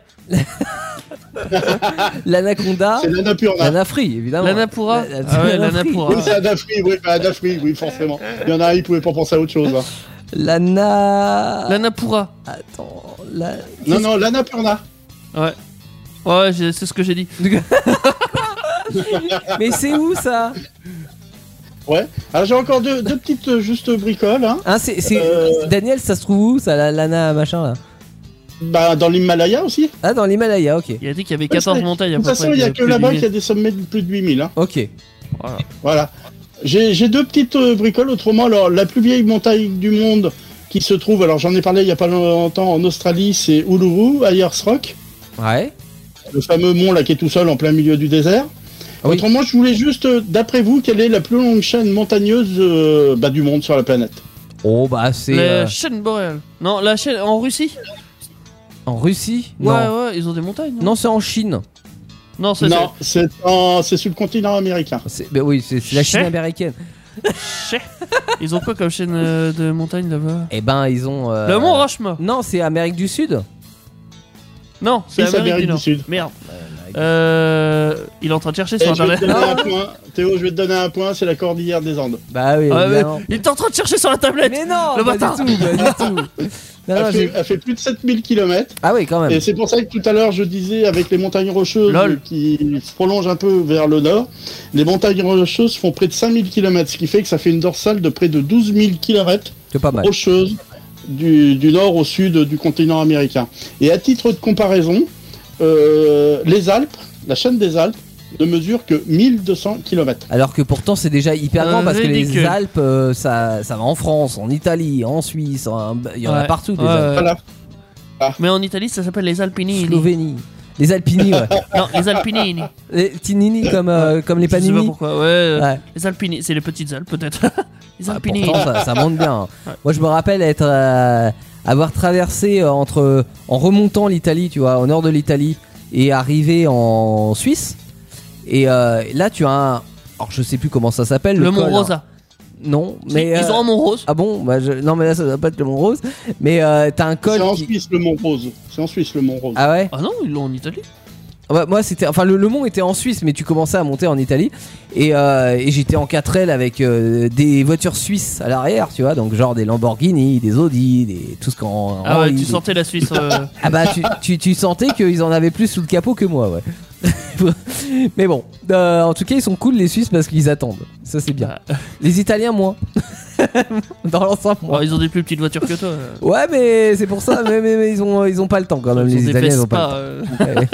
L'anaconda. c'est Lana Purna. L'anafri, évidemment. L'Annapurna. La- la- Ah ouais, l'Annafri. l'Annapurna. Oui, c'est Anafri, oui, bah, Anafri, oui, forcément. Il y en a un, il pouvait pas penser à autre chose. hein. L'ana. L'Annapura. Attends. La... Non, non, Lana Purna. Ouais. Ouais, j'ai- c'est ce que j'ai dit. Mais c'est où ça? Ouais. Alors j'ai encore deux, deux petites euh, juste bricoles. Hein. Hein, c'est, c'est- Euh. Daniel, ça se trouve où ça, la- l'ana machin là? Bah, dans l'Himalaya aussi. Ah, dans l'Himalaya, ok. Il a dit qu'il y avait quatorze Ouais, c'est- montagnes. De toute façon, il n'y a que là-bas qu'il y a des sommets de plus de huit mille. Hein. Ok. Voilà. Voilà. J'ai j'ai deux petites euh, bricoles. Autrement, alors, la plus vieille montagne du monde qui se trouve, alors j'en ai parlé il n'y a pas longtemps en Australie, c'est Uluru, Ayers Rock. Ouais. Le fameux mont là qui est tout seul en plein milieu du désert. Ah oui. Autrement, je voulais juste, euh, d'après vous, quelle est la plus longue chaîne montagneuse euh, bah, du monde sur la planète? Oh, bah c'est. La euh, chaîne boréale. Non, la chaîne en Russie. en Russie? Ouais, Non. ouais, ils ont des montagnes. Non, c'est en Chine. non, c'est Non, c'est en- c'est sur le continent américain. C'est, bah oui, c'est, c'est la Chine Chais. américaine. c'est- Ils ont quoi comme chaîne euh, de montagne là-bas? Eh ben, ils ont. euh, Le mont Rushmore. Non, c'est Amérique du Sud. Non, c'est Oui, c'est Amérique, Amérique du du Nord. Sud. Merde. Euh, il est en train de chercher Et sur je vais te internet. donner un point. Théo, je vais te donner un point, c'est la cordillère des Andes. Bah oui, Ah ouais, évidemment. il est en train de chercher sur la tablette. Mais non, Le pas bâtard. du tout, pas du tout. Non, non, Elle j'ai- fait, elle fait plus de sept mille kilomètres. Ah oui, quand même. Et c'est pour ça que tout à l'heure, je disais, avec les montagnes rocheuses Lol. qui se prolongent un peu vers le nord, les montagnes rocheuses font près de cinq mille kilomètres, ce qui fait que ça fait une dorsale de près de douze mille kilomètres C'est pas mal. rocheuses du, du nord au sud du continent américain. Et à titre de comparaison, euh, les Alpes, la chaîne des Alpes, ne mesure que mille deux cents kilomètres. Alors que pourtant c'est déjà hyper Euh, grand parce que les ridicule. Alpes, euh, ça, ça va en France, en Italie, en Suisse, en- il y en a Ouais. partout des Ouais, Alpes. ouais. Voilà. Mais en Italie, ça s'appelle les Alpini. Slovénie. Les Alpini, ouais. Non, les Alpini. Les Tinini comme, euh, comme les Je sais pas Panini. pourquoi. Ouais. euh, Ouais. Les Alpini, c'est les petites Alpes peut-être. les Ah, Alpini. pourtant ça, ça monte bien. Ouais. Moi je me rappelle être euh, avoir traversé euh, entre en remontant l'Italie, tu vois, au nord de l'Italie et arriver en Suisse. Et euh, là tu as un, alors je sais plus comment ça s'appelle. Le Le Mont col, hein. Rosa. Non, Si, mais Ils euh, ont un Mont Rose. ah bon, bah, je- non mais là ça doit pas être le Mont Rose. Mais euh, t'as un col. C'est en qui- Suisse le Mont Rose. C'est en Suisse le Mont Rose. Ah ouais. Ah non, ils l'ont en Italie. Ouais, moi c'était, enfin le, le mont était en Suisse, mais tu commençais à monter en Italie et, euh, et j'étais en quatre L avec euh, des voitures suisses à l'arrière, tu vois, donc genre des Lamborghini, des Audi, des tout ce qu'on. Ah ouais, Henry, tu des- sentais la Suisse. euh, Ah bah tu, tu, tu sentais qu'ils en avaient plus sous le capot que moi, ouais. Mais bon, euh, en tout cas ils sont cool les Suisses parce qu'ils attendent, ça c'est bien. Ah. Les Italiens moins. Dans l'ensemble bon, moins. ils ont des plus petites voitures que toi. Ouais mais c'est pour ça, mais, mais- mais ils ont ils ont pas le temps quand même, Ils ont les des Italiens ils ont pas Vespa. le euh, temps. Ouais.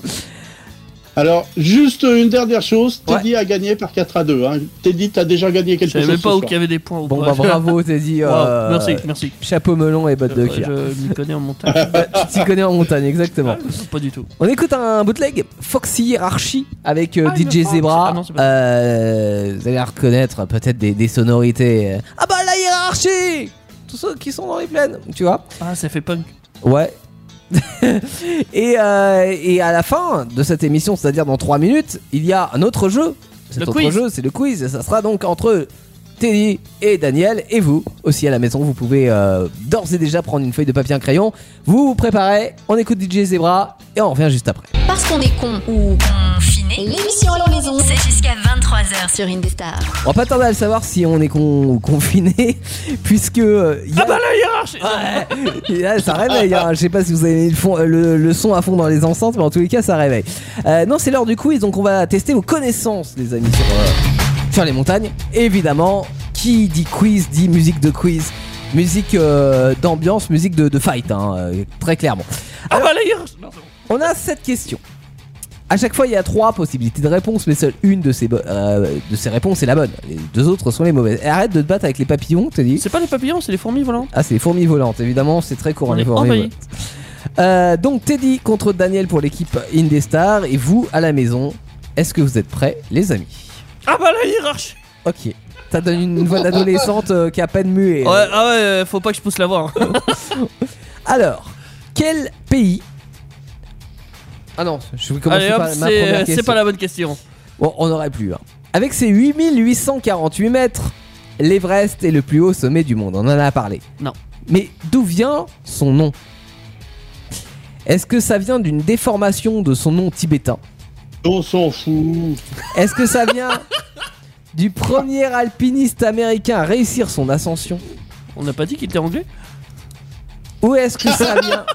Alors, juste une dernière chose, Ouais. Teddy a gagné par quatre à deux. Hein. Teddy, t'as déjà gagné Je quelque savais chose même ce pas où soir. qu'il y avait des points. ou Bon pas. bah bravo t'as dit Wow, euh, Merci, merci. chapeau melon et bottes de Euh, cuir. Je m'y connais en montagne. Tu t'y connais en montagne, exactement. Ah, pas du tout. On écoute un bootleg Foxy Hierarchy avec euh, Ah, D J le Foxy. Zebra. Ah non, c'est pas Euh, vous allez reconnaître peut-être des, des sonorités. euh, Ah bah la hiérarchie. Tous ceux qui sont dans les plaines, tu vois. Ah, ça fait punk. Ouais. et, euh, et à la fin de cette émission, c'est-à-dire dans trois minutes, il y a un autre jeu. Cet Le autre quiz. jeu, c'est le quiz. Et ça sera donc entre Teddy et Daniel. Et vous aussi à la maison, vous pouvez euh, d'ores et déjà prendre une feuille de papier et un crayon. Vous vous préparez, on écoute D J Zebra et on revient juste après. Parce qu'on est con ou confiné, l'émission à la maison, c'est jusqu'à vingt-trois heures sur Indestar. On va pas tarder à le savoir si on est con ou confiné, puisque euh, y a... Ah bah la hiérarchie. Ouais, et là, ça réveille, hein. Je sais pas si vous avez le, fond, le, le son à fond dans les enceintes, mais en tous les cas ça réveille. euh, Non, c'est l'heure du quiz, donc on va tester vos connaissances les amis sur, euh, sur les montagnes. Évidemment, qui dit quiz dit musique de quiz. Musique euh, d'ambiance, musique de, de fight, hein, euh, très clairement. Ah bah la hiérarchie. Non, c'est bon. On a sept questions. À chaque fois, il y a trois possibilités de réponse, mais seule une de ces, bo- euh, de ces réponses est la bonne. Les deux autres sont les mauvaises. Et arrête de te battre avec les papillons, t'as dit. C'est pas les papillons, c'est les fourmis volantes. Ah, c'est les fourmis volantes, évidemment, c'est très courant On les est fourmis envahis. volantes. Euh, donc Teddy contre Daniel pour l'équipe Indestar, et vous à la maison, est-ce que vous êtes prêts, les amis? Ah bah la hiérarchie. Ok. Ça donne une voix d'adolescente euh, qui a à peine muée. Ouais, ah ouais, euh, faut pas que je pousse la voix. hein. Alors, quel pays... Ah non, je vais commencer Allez hop, par ma c'est première euh, question. c'est pas la bonne question. Bon, on aurait pu. Hein. Avec ses huit mille huit cent quarante-huit mètres, l'Everest est le plus haut sommet du monde. On en a parlé. Non. Mais d'où vient son nom? Est-ce que ça vient d'une déformation de son nom tibétain? On s'en fout. Est-ce que ça vient du premier alpiniste américain à réussir son ascension? On n'a pas dit qu'il était anglais? Ou est-ce que ça vient...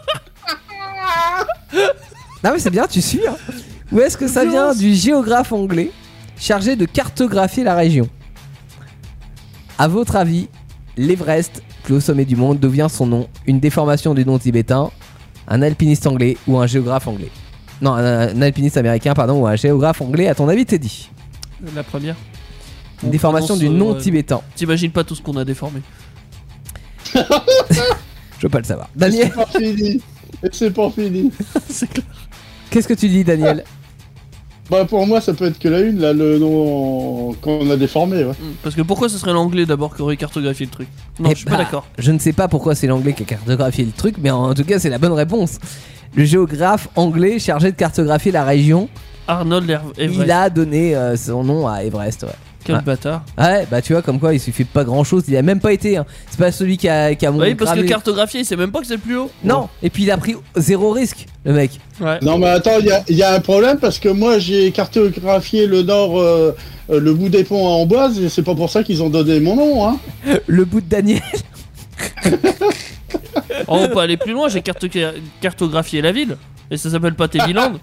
Non mais c'est bien, tu suis. Hein. Ou est-ce que ça vient du géographe anglais chargé de cartographier la région? À votre avis, l'Everest, plus haut sommet du monde, d'où vient son nom? Une déformation du nom tibétain, un alpiniste anglais ou un géographe anglais? Non, un, un alpiniste américain, pardon, ou un géographe anglais, à ton avis, t'es dit? La première. Une On déformation prononce, du euh, nom ouais. tibétain. T'imagines pas tout ce qu'on a déformé. Je veux pas le savoir. Et Daniel, c'est pas fini. Et c'est pas fini. C'est clair. qu'est-ce que tu dis, Daniel? Bah pour moi ça peut être que la une là, le nom qu'on a déformé. Ouais. Parce que pourquoi ce serait l'anglais d'abord qui aurait cartographié le truc? Non, Eh je suis bah, pas d'accord. Je ne sais pas pourquoi c'est l'anglais qui a cartographié le truc, mais en tout cas, c'est la bonne réponse. Le géographe anglais chargé de cartographier la région, Arnold Her- Everest. il a donné euh, son nom à Everest. Ouais. Quel Ah. bâtard. Ouais, bah tu vois, comme quoi il suffit de pas grand chose. Il a même pas été. Hein. C'est pas celui qui a, qui a Oui, parce que gravé- cartographier, il sait même pas que c'est le plus haut. Non, et puis il a pris zéro risque, le mec. Ouais. Non mais attends, il y a, il y a un problème parce que moi j'ai cartographié le nord, euh, euh, le bout des ponts à Amboise et c'est pas pour ça qu'ils ont donné mon nom. Hein. Le bout de Daniel. Oh, on peut aller plus loin, j'ai carto- cartographié la ville. Et ça s'appelle pas Teddyland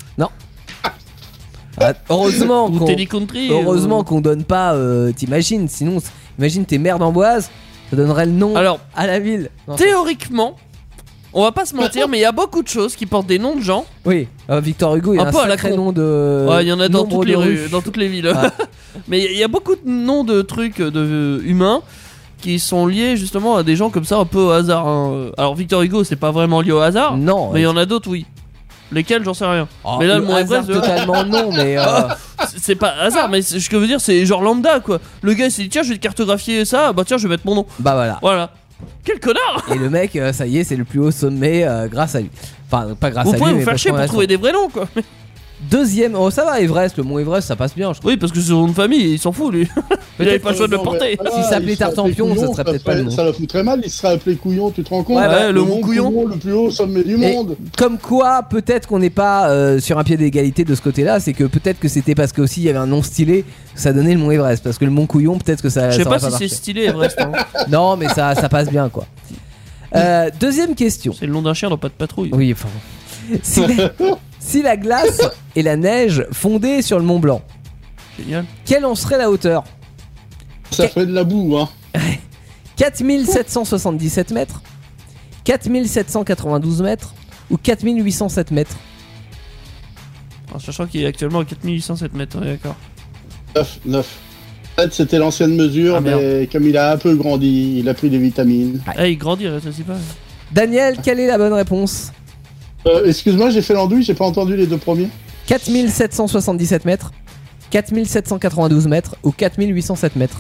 Ah, heureusement ou qu'on Teddy Country. heureusement euh. qu'on donne pas. euh, T'imagines, sinon, c- imagine t'es maire d'Amboise, ça donnerait le nom Alors, à la ville. Non, théoriquement, on va pas se mentir, mais il y a beaucoup de choses qui portent des noms de gens. oui, euh, Victor Hugo, il y a Un un peu à la sacré con. nom de. Ouais, il y en a dans nombre toutes de les rues. rues, dans toutes les villes. Ouais. Mais il y, y a beaucoup de noms de trucs de euh, humains qui sont liés justement à des gens comme ça un peu au hasard. hein. Alors Victor Hugo, c'est pas vraiment lié au hasard, Non, mais il y en a d'autres, oui. Lesquels, j'en sais rien. Oh, mais là, le le mont hasard, Everest, euh, totalement non, mais. euh, c'est- c'est pas hasard, mais c'est- ce que je veux dire, c'est genre lambda quoi. Le gars il s'est dit tiens, je vais te cartographier ça, bah tiens, je vais mettre mon nom. Bah voilà. Voilà. Quel connard! Et le mec, euh, ça y est, c'est le plus haut sommet euh, grâce à lui. Enfin, pas grâce Vous à pouvez lui. vous mais faire parce chier qu'on pour a trouver son- des vrais noms quoi. Deuxième, oh ça va, Everest, le mont Everest, ça passe bien, je trouve. Oui, parce que c'est son nom de famille, il s'en fout lui. Il avait pas le choix de le Non, mais porter. voilà, S'il s'appelait il serait Tartampion, appelé ça Couillon, serait peut-être pas le ferait- nom. Ça le foutrait mal, il serait appelé Couillon, tu te rends compte? Ouais, bah, le mont mont Couillon. le plus haut sommet du Et monde. comme quoi, peut-être qu'on n'est pas euh, sur un pied d'égalité de ce côté-là, c'est que peut-être que c'était parce qu'aussi il y avait un nom stylé, que ça donnait le mont Everest. Parce que le mont Couillon, peut-être que ça. Je sais ça pas aurait si c'est marché. stylé Everest. hein. Non, mais ça, ça passe bien quoi. Euh, deuxième question. C'est le nom d'un chien dans Pas de patrouille. Oui, enfin. Si la, si la glace et la neige fondaient sur le Mont Blanc, Génial. quelle en serait la hauteur? Ça ferait de la boue, hein. quatre mille sept cent soixante-dix-sept mètres, quatre mille sept cent quatre-vingt-douze mètres ou quatre mille huit cent sept mètres? En sachant qu'il est actuellement à quatre mille huit cent sept mètres, ouais, d'accord. neuf, neuf. Peut-être c'était l'ancienne mesure, Ah, merde. mais comme il a un peu grandi, il a pris des vitamines. Ah, il grandit, ça c'est pas. Daniel, quelle est la bonne réponse? Euh, excuse-moi, j'ai fait l'andouille, j'ai pas entendu les deux premiers. quatre mille sept cent soixante-dix-sept mètres, quatre mille sept cent quatre-vingt-douze mètres ou quatre mille huit cent sept mètres?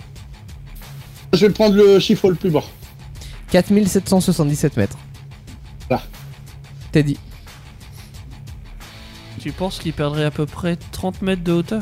Je vais prendre le chiffre le plus bas. quatre mille sept cent soixante-dix-sept mètres. T'as dit. Tu penses qu'il perdrait à peu près trente mètres de hauteur?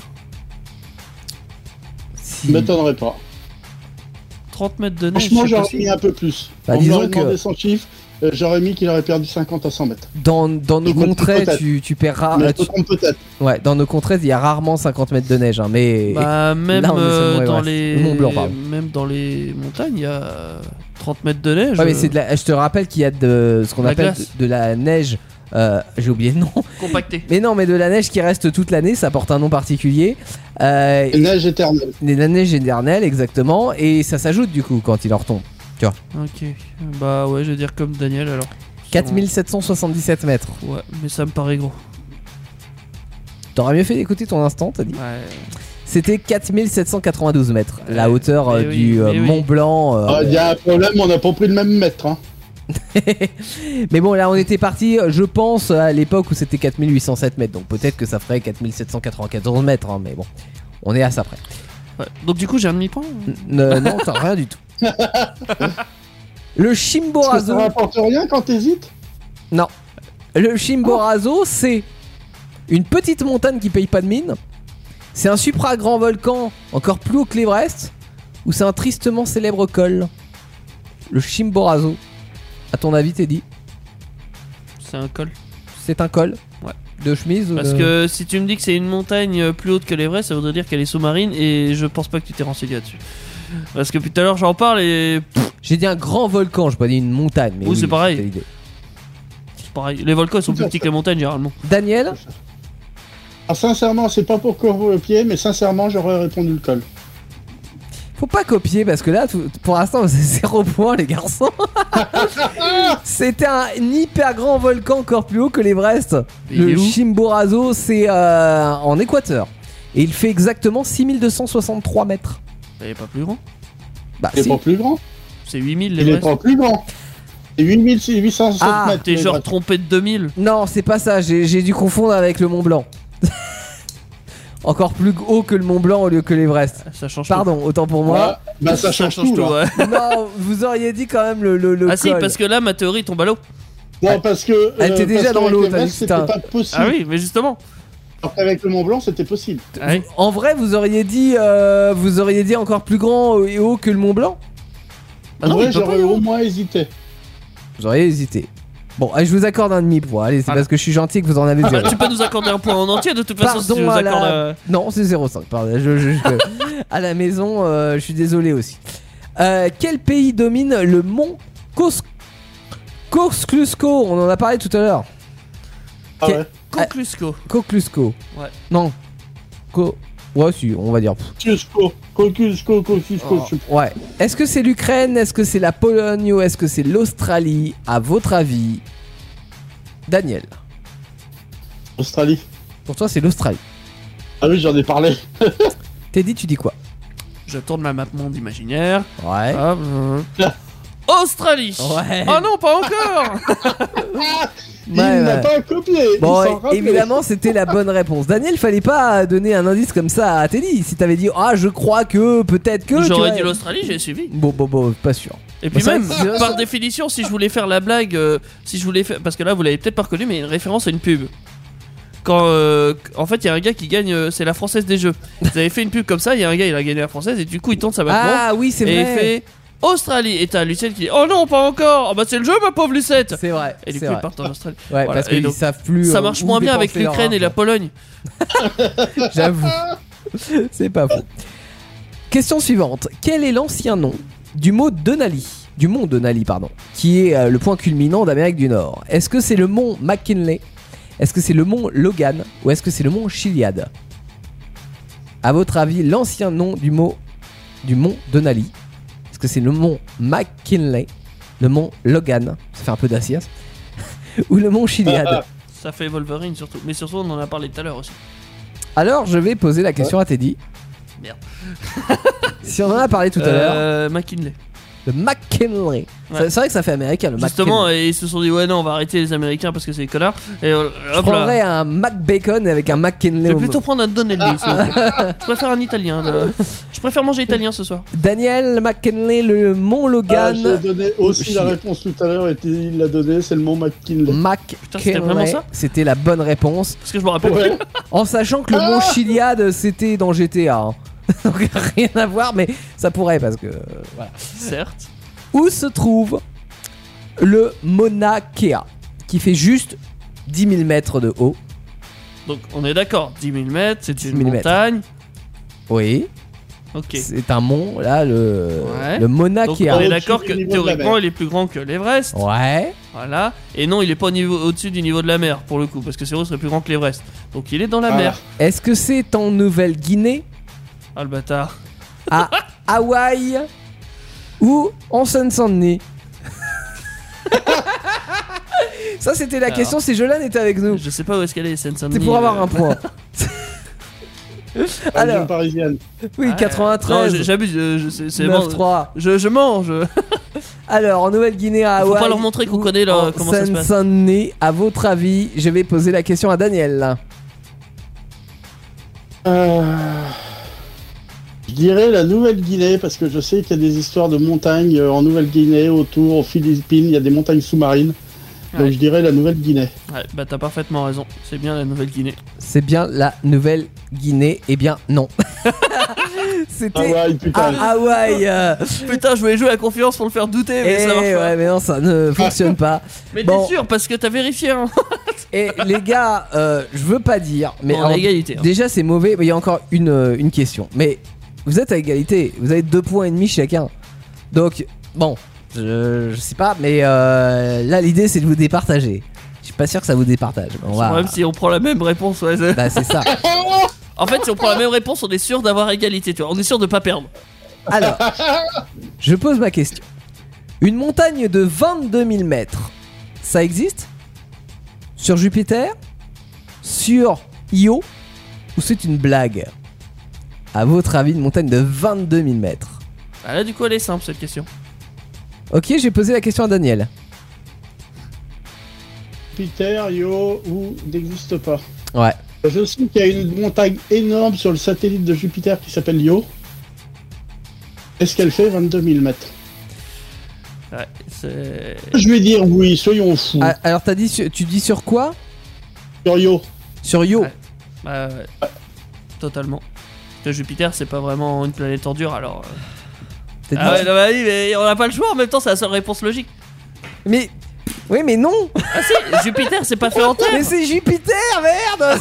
Si... Je m'étonnerais pas. trente mètres de neige, Franchement, c'est j'aurais possible. mis un peu plus. Bah, On disons m'aurait que- demandé son chiffre, euh, j'aurais mis qu'il aurait perdu cinquante à cent mètres. Dans, dans nos Je me trompe contrées, peut-être. tu, tu perds rare- Mais euh, je tu- me trompe peut-être. Ouais, dans nos contrées, il y a rarement cinquante mètres de neige, hein, mais. Bah, même Là, on est euh, seulement dans Everest. les... Le Mont Blanc, pardon. même dans les montagnes, il y a trente mètres de neige. Ouais, mais euh, c'est de la... je te rappelle qu'il y a de ce qu'on La appelle de, glace. de la neige. euh, J'ai oublié le nom. compacté. Mais non, mais de la neige qui reste toute l'année, ça porte un nom particulier. Euh, Et neige éternelle. de la neige éternelle, exactement. Et ça s'ajoute du coup quand il en retombe. Ok. Bah ouais, je vais dire comme Daniel alors. quatre mille sept cent soixante-dix-sept mètres. Ouais, mais ça me paraît gros. T'aurais mieux fait d'écouter ton instant, t'as dit. Ouais. C'était quatre mille sept cent quatre-vingt-douze mètres, la Ouais, hauteur euh, mais oui, du euh, mais oui. Mont Blanc. euh, Ah, il y a un problème, on n'a pas pris le même mètre. Hein. Mais bon, là on était parti, je pense, à l'époque où c'était quatre mille huit cent sept mètres. Donc peut-être que ça ferait quatre mille sept cent quatre-vingt-quatorze mètres. hein, mais bon, on est à ça près. Ouais. Donc du coup, j'ai un demi-point. N- euh, non, t'as rien du tout. Le Est-ce que ça Chimborazo. rapporte rien quand t'hésites? Non. Le Chimborazo, c'est une petite montagne qui paye pas de mine. C'est un supra grand volcan encore plus haut que l'Everest. Ou c'est un tristement célèbre col. Le Chimborazo. À ton avis, t'es dit? C'est un col. C'est un col? Ouais. De chemise ou Parce de- que si tu me dis que c'est une montagne euh, plus haute que l'Everest, ça voudrait dire qu'elle est sous-marine et je pense pas que tu t'es renseigné là-dessus. Parce que tout à l'heure j'en parle et pff, J'ai dit un grand volcan, je pas dit une montagne. Mais Oui, c'est pareil. c'était l'idée. c'est pareil. Les volcans ils sont plus petits que les montagnes généralement. Daniel? Ah, sincèrement, c'est pas pour copier, mais sincèrement, j'aurais répondu le col. Faut pas copier parce que là, tout- pour l'instant, c'est zéro point, les garçons. C'était un hyper grand volcan encore plus haut que l'Everest. Et il est Le où Chimborazo, c'est euh, en Équateur. Et il fait exactement six mille deux cent soixante-trois mètres. Il est pas plus grand. Bah, Il est si. pas plus grand. C'est huit mille Il est l'Everest. pas plus grand. C'est huit mille huit cent soixante Ah, mètres. T'es mais genre bref. trompé de deux mille. Non, c'est pas ça. J'ai j'ai dû confondre avec le Mont Blanc. Encore plus haut que le Mont Blanc au lieu que l'Everest. Ça change Pardon, autant pour moi. Ouais, bah ça change, tout, là. ouais. Non, vous auriez dit quand même le, le, le Ah si, col. parce que là ma théorie tombe à l'eau. Non, parce que. Elle était déjà parce dans qu'avec l'eau, l'Everest, t'as dit que c'était pas possible. Ah oui, mais justement. Alors qu'avec le Mont Blanc, c'était possible. Ah oui. En vrai, vous auriez dit, euh, vous auriez dit encore plus grand et haut que le Mont Blanc. Ah non, en vrai, il peut pas, j'aurais hein. au moins hésité. Vous auriez hésité. Bon, allez, je vous accorde un demi-point. Allez, c'est Voilà. parce que je suis gentil que vous en avez Bah, zéro. tu peux nous accorder un point en entier de toute façon si tu Pardon nous à accordes. la... euh, Non, c'est zéro virgule cinq. Pardon. Je, je- je- à la maison, euh, je suis désolé aussi. Euh, quel pays domine le mont Kos... Kosciuszko? On en a parlé tout à l'heure. Ah Quel- ouais. Conclusco. Kosciuszko. Ouais. Non. Ko... Ouais, si, on va dire. Cusco, Cusco, Cusco, Oh. je sais pas. Ouais. Est-ce que c'est l'Ukraine? Est-ce que c'est la Pologne? Ou est-ce que c'est l'Australie? À votre avis, Daniel? Australie. Pour toi, c'est l'Australie. Ah oui, j'en ai parlé. Teddy, tu dis quoi? Je tourne ma map monde imaginaire. Ouais. Hop, euh. Australie. Ouais. Oh non, pas encore. Il Ouais, n'a ouais. pas copié. Bon, il s'en rappelait. évidemment, c'était la bonne réponse. Daniel, fallait pas donner un indice comme ça à Teddy. Si t'avais dit, ah, je crois que, peut-être que. tu J'aurais vois. dit l'Australie, j'ai suivi. Bon, bon, bon, pas sûr. Et puis Bah, ça, même, c'est- par définition, si je voulais faire la blague, euh, si je voulais faire, parce que là, vous l'avez peut-être pas reconnu, mais il y a une référence à une pub. Quand, euh, en fait, il y a un gars qui gagne, euh, c'est la Française des Jeux. Vous avez fait une pub comme ça, il y a un gars, il a gagné la Française, et du coup, il tourne sa map monde, Ah, oui, c'est et il vrai. fait Australie. Et t'as Lucette qui dit, oh non, pas encore. Oh bah c'est le jeu, ma pauvre Lucette. C'est vrai. Et du c'est coup, ils vrai. partent en Australie. Ouais, Voilà, parce et qu'ils donc, savent plus. Ça euh, marche où moins bien avec dépenser leur l'Ukraine et la argent. Pologne. J'avoue. C'est pas faux. Question suivante. Quel est l'ancien nom du mot Denali, du mont Denali, pardon, qui est euh, le point culminant d'Amérique du Nord? Est-ce que c'est le mont McKinley? Est-ce que c'est le mont Logan? Ou est-ce que c'est le mont Chiliad? À votre avis, l'ancien nom du mot du mont Denali, est-ce que c'est le mont McKinley, le mont Logan, ça fait un peu d'Acias, ou le mont Chiliad? Ça fait Wolverine surtout. Mais surtout, on en a parlé tout à l'heure aussi. Alors, je vais poser la question à Teddy. Merde. Si on en a parlé tout à l'heure. Euh, McKinley. Le McKinley. Ouais. C'est- C'est vrai que ça fait américain le Justement, McKinley. et ils se sont dit ouais non on va arrêter les Américains parce que c'est des connards. Et euh, Je hop là. prendrais un McBacon avec un McKinley. Je vais au- plutôt prendre un Donnelly. s'il vous plaît. Je préfère un italien. le- Je préfère manger italien ce soir. Daniel McKinley, le Mont Ah, Logan. j'ai donné aussi Chili. la réponse tout à l'heure et il l'a donné, c'est le mont McKinley. c'était vraiment McKinley, ça c'était la bonne réponse. Parce que je me rappelle Ouais. En sachant que le mont Chiliade c'était dans G T A. hein. Donc rien à voir, mais ça pourrait parce que. euh, voilà. plus. Certes. Où se trouve le Mauna Kea qui fait juste dix mille mètres de haut. Donc on est d'accord. dix mille mètres, c'est dix une mille mètres. montagne. Oui, Ok. c'est un mont là, le, Ouais. le Mauna Donc Kea. on est Au-dessus d'accord du que niveau de la théoriquement mer. il est plus grand que l'Everest. Ouais. Voilà. Et non, il est pas au niveau- au-dessus du niveau de la mer pour le coup, parce que sinon il serait plus grand que l'Everest. Donc il est dans la Ah. mer. Est-ce que c'est en Nouvelle-Guinée, Ah le bâtard. à Hawaï ou en Seine-Saint-Denis? Ça c'était la Alors. question si Jolan était avec nous. Je sais pas où est-ce qu'elle est, Seine-Saint-Denis. C'est pour avoir euh. un point. Région Alors, parisienne. oui, Ouais. Non, quatre-vingt-treize. j'- j'abuse. euh, je- c'est- c'est neuf bon. trois. Je, je mange. Alors, en Nouvelle-Guinée, à Faut Hawaï. pas leur montrer qu'on ou connaît leur- en comment ça se passe. Seine-Saint-Denis, à votre avis, je vais poser la question à Daniel. Euh, Je dirais la Nouvelle-Guinée parce que je sais qu'il y a des histoires de montagnes euh, en Nouvelle-Guinée, autour, aux Philippines, il y a des montagnes sous-marines. Donc Ouais. je dirais la Nouvelle-Guinée. Ouais, bah t'as parfaitement raison. C'est bien la Nouvelle-Guinée. C'est bien la Nouvelle-Guinée. Eh bien, non. C'était Hawaï, putain. à Hawaï. euh, Putain, je voulais jouer à la confiance pour le faire douter, mais Eh ça marche pas. ouais, mais non, ça ne fonctionne pas. Mais Bon. t'es sûr parce que t'as vérifié. Hein. Et les gars, euh, je veux pas dire, mais Bon, on a alors, égalité. hein. déjà c'est mauvais. Mais il y a encore une, euh, une question. Mais vous êtes à égalité. Vous avez deux points et demi chacun. Donc bon, je, je sais pas, mais euh, là l'idée c'est de vous départager. Je suis pas sûr que ça vous départage. mais on va- Même si on prend la même réponse, ouais. c'est- Bah c'est ça. En fait, si on prend la même réponse, on est sûr d'avoir égalité. Tu vois, on est sûr de pas perdre. Alors, je pose ma question. Une montagne de vingt-deux mille mètres, ça existe sur Jupiter, sur Io, ou c'est une blague? À votre avis, une montagne de vingt-deux mille mètres? Ah, là, du coup, elle est simple cette question. Ok, j'ai posé la question à Daniel. Jupiter, Io, ou n'existe pas. Ouais. Je sais qu'il y a une montagne énorme sur le satellite de Jupiter qui s'appelle Io. Est-ce qu'elle fait vingt-deux mille mètres? Ouais, c'est. Je vais dire oui, soyons fous. Ah, alors t'as dit, sur- tu dis sur quoi? Sur Io. Sur Io. Ouais. Bah, ouais. Totalement. Parce que Jupiter, c'est pas vraiment une planète en dur, alors. euh. T'as Ah dit- ouais, non, bah oui, mais on a pas le choix. En même temps, c'est la seule réponse logique. Mais oui, mais non. Ah si, Jupiter, c'est pas fait en terre. Mais c'est Jupiter, merde.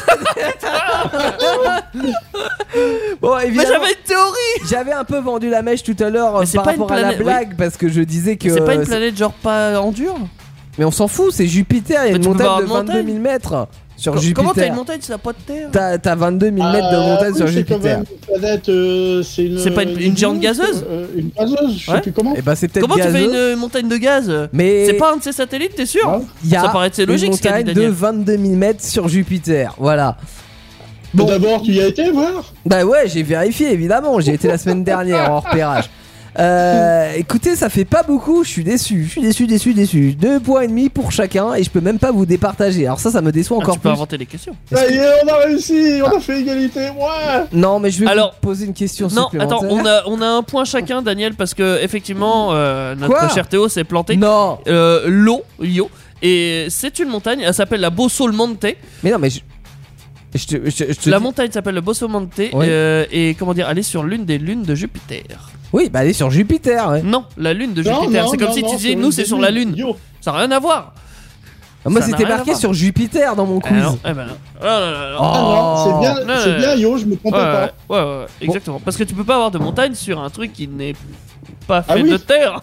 Bon, Mais évidemment. j'avais une théorie. J'avais un peu vendu la mèche tout à l'heure Mais euh, c'est par pas une rapport à la planète- blague parce que je disais que. C'est pas une euh, planète genre pas en dur. Mais on s'en fout, c'est Jupiter, il y a Mais une tu peux montagne pas de avoir de vingt-deux mille mètres sur Co- Jupiter. Comment t'as une montagne si t'as pas de terre? T'as t'as vingt-deux mille mètres de Ah, montagne oui, sur c'est Jupiter. quand même une planète, euh, c'est une. C'est pas une- une géante gazeuse euh, Une gazeuse, je sais Ouais. plus comment. Et bah c'est peut-être Comment tu fais gazeux, une euh, montagne de gaz? mais C'est pas un de ces satellites, t'es sûr? Ouais. il y a Ça paraissait logique, une ce qu'a dit montagne de Daniel. vingt-deux mille mètres sur Jupiter. Voilà. Bon. D'abord, tu y as été voir? Bah ouais, j'ai vérifié évidemment, j'ai été la semaine dernière en repérage. Euh, écoutez, ça fait pas beaucoup, je suis déçu, je suis déçu, déçu, déçu. Deux points et demi pour chacun et je peux même pas vous départager. Alors ça, ça me déçoit Ah, encore tu peux plus. inventer les questions. Ça y est, on a réussi, on a fait égalité, ouais. Non, mais je vais Alors- vous poser une question Non, supplémentaire. attends, on a, on a un point chacun, Daniel, parce que effectivement, euh, notre Quoi cher Théo s'est planté. Non, Euh, L'eau, Io, et c'est une montagne, elle s'appelle la Bossolmonte. mais non, mais je, je te, je, te- je te La dis- montagne s'appelle le Bossolmonte, Oui. euh, et comment dire, elle est sur l'une des lunes de Jupiter. Oui, bah elle est sur Jupiter. Ouais. Non, la lune de Non, Jupiter, non, c'est comme non, si non, tu disais, sur nous une c'est des sur la lunes. lune. Yo. Ça n'a rien à voir. Moi, Ça n'a c'était rien à marqué voir. sur Jupiter dans mon Ah quiz. non, eh ben non. Oh là là là. Oh. Ah non, c'est bien, Ouais, c'est ouais. bien, Yo, je me trompais Ouais, pas. ouais, ouais, ouais, exactement. Parce que tu peux pas avoir de montagne sur un truc qui n'est pas fait Ah oui. de terre.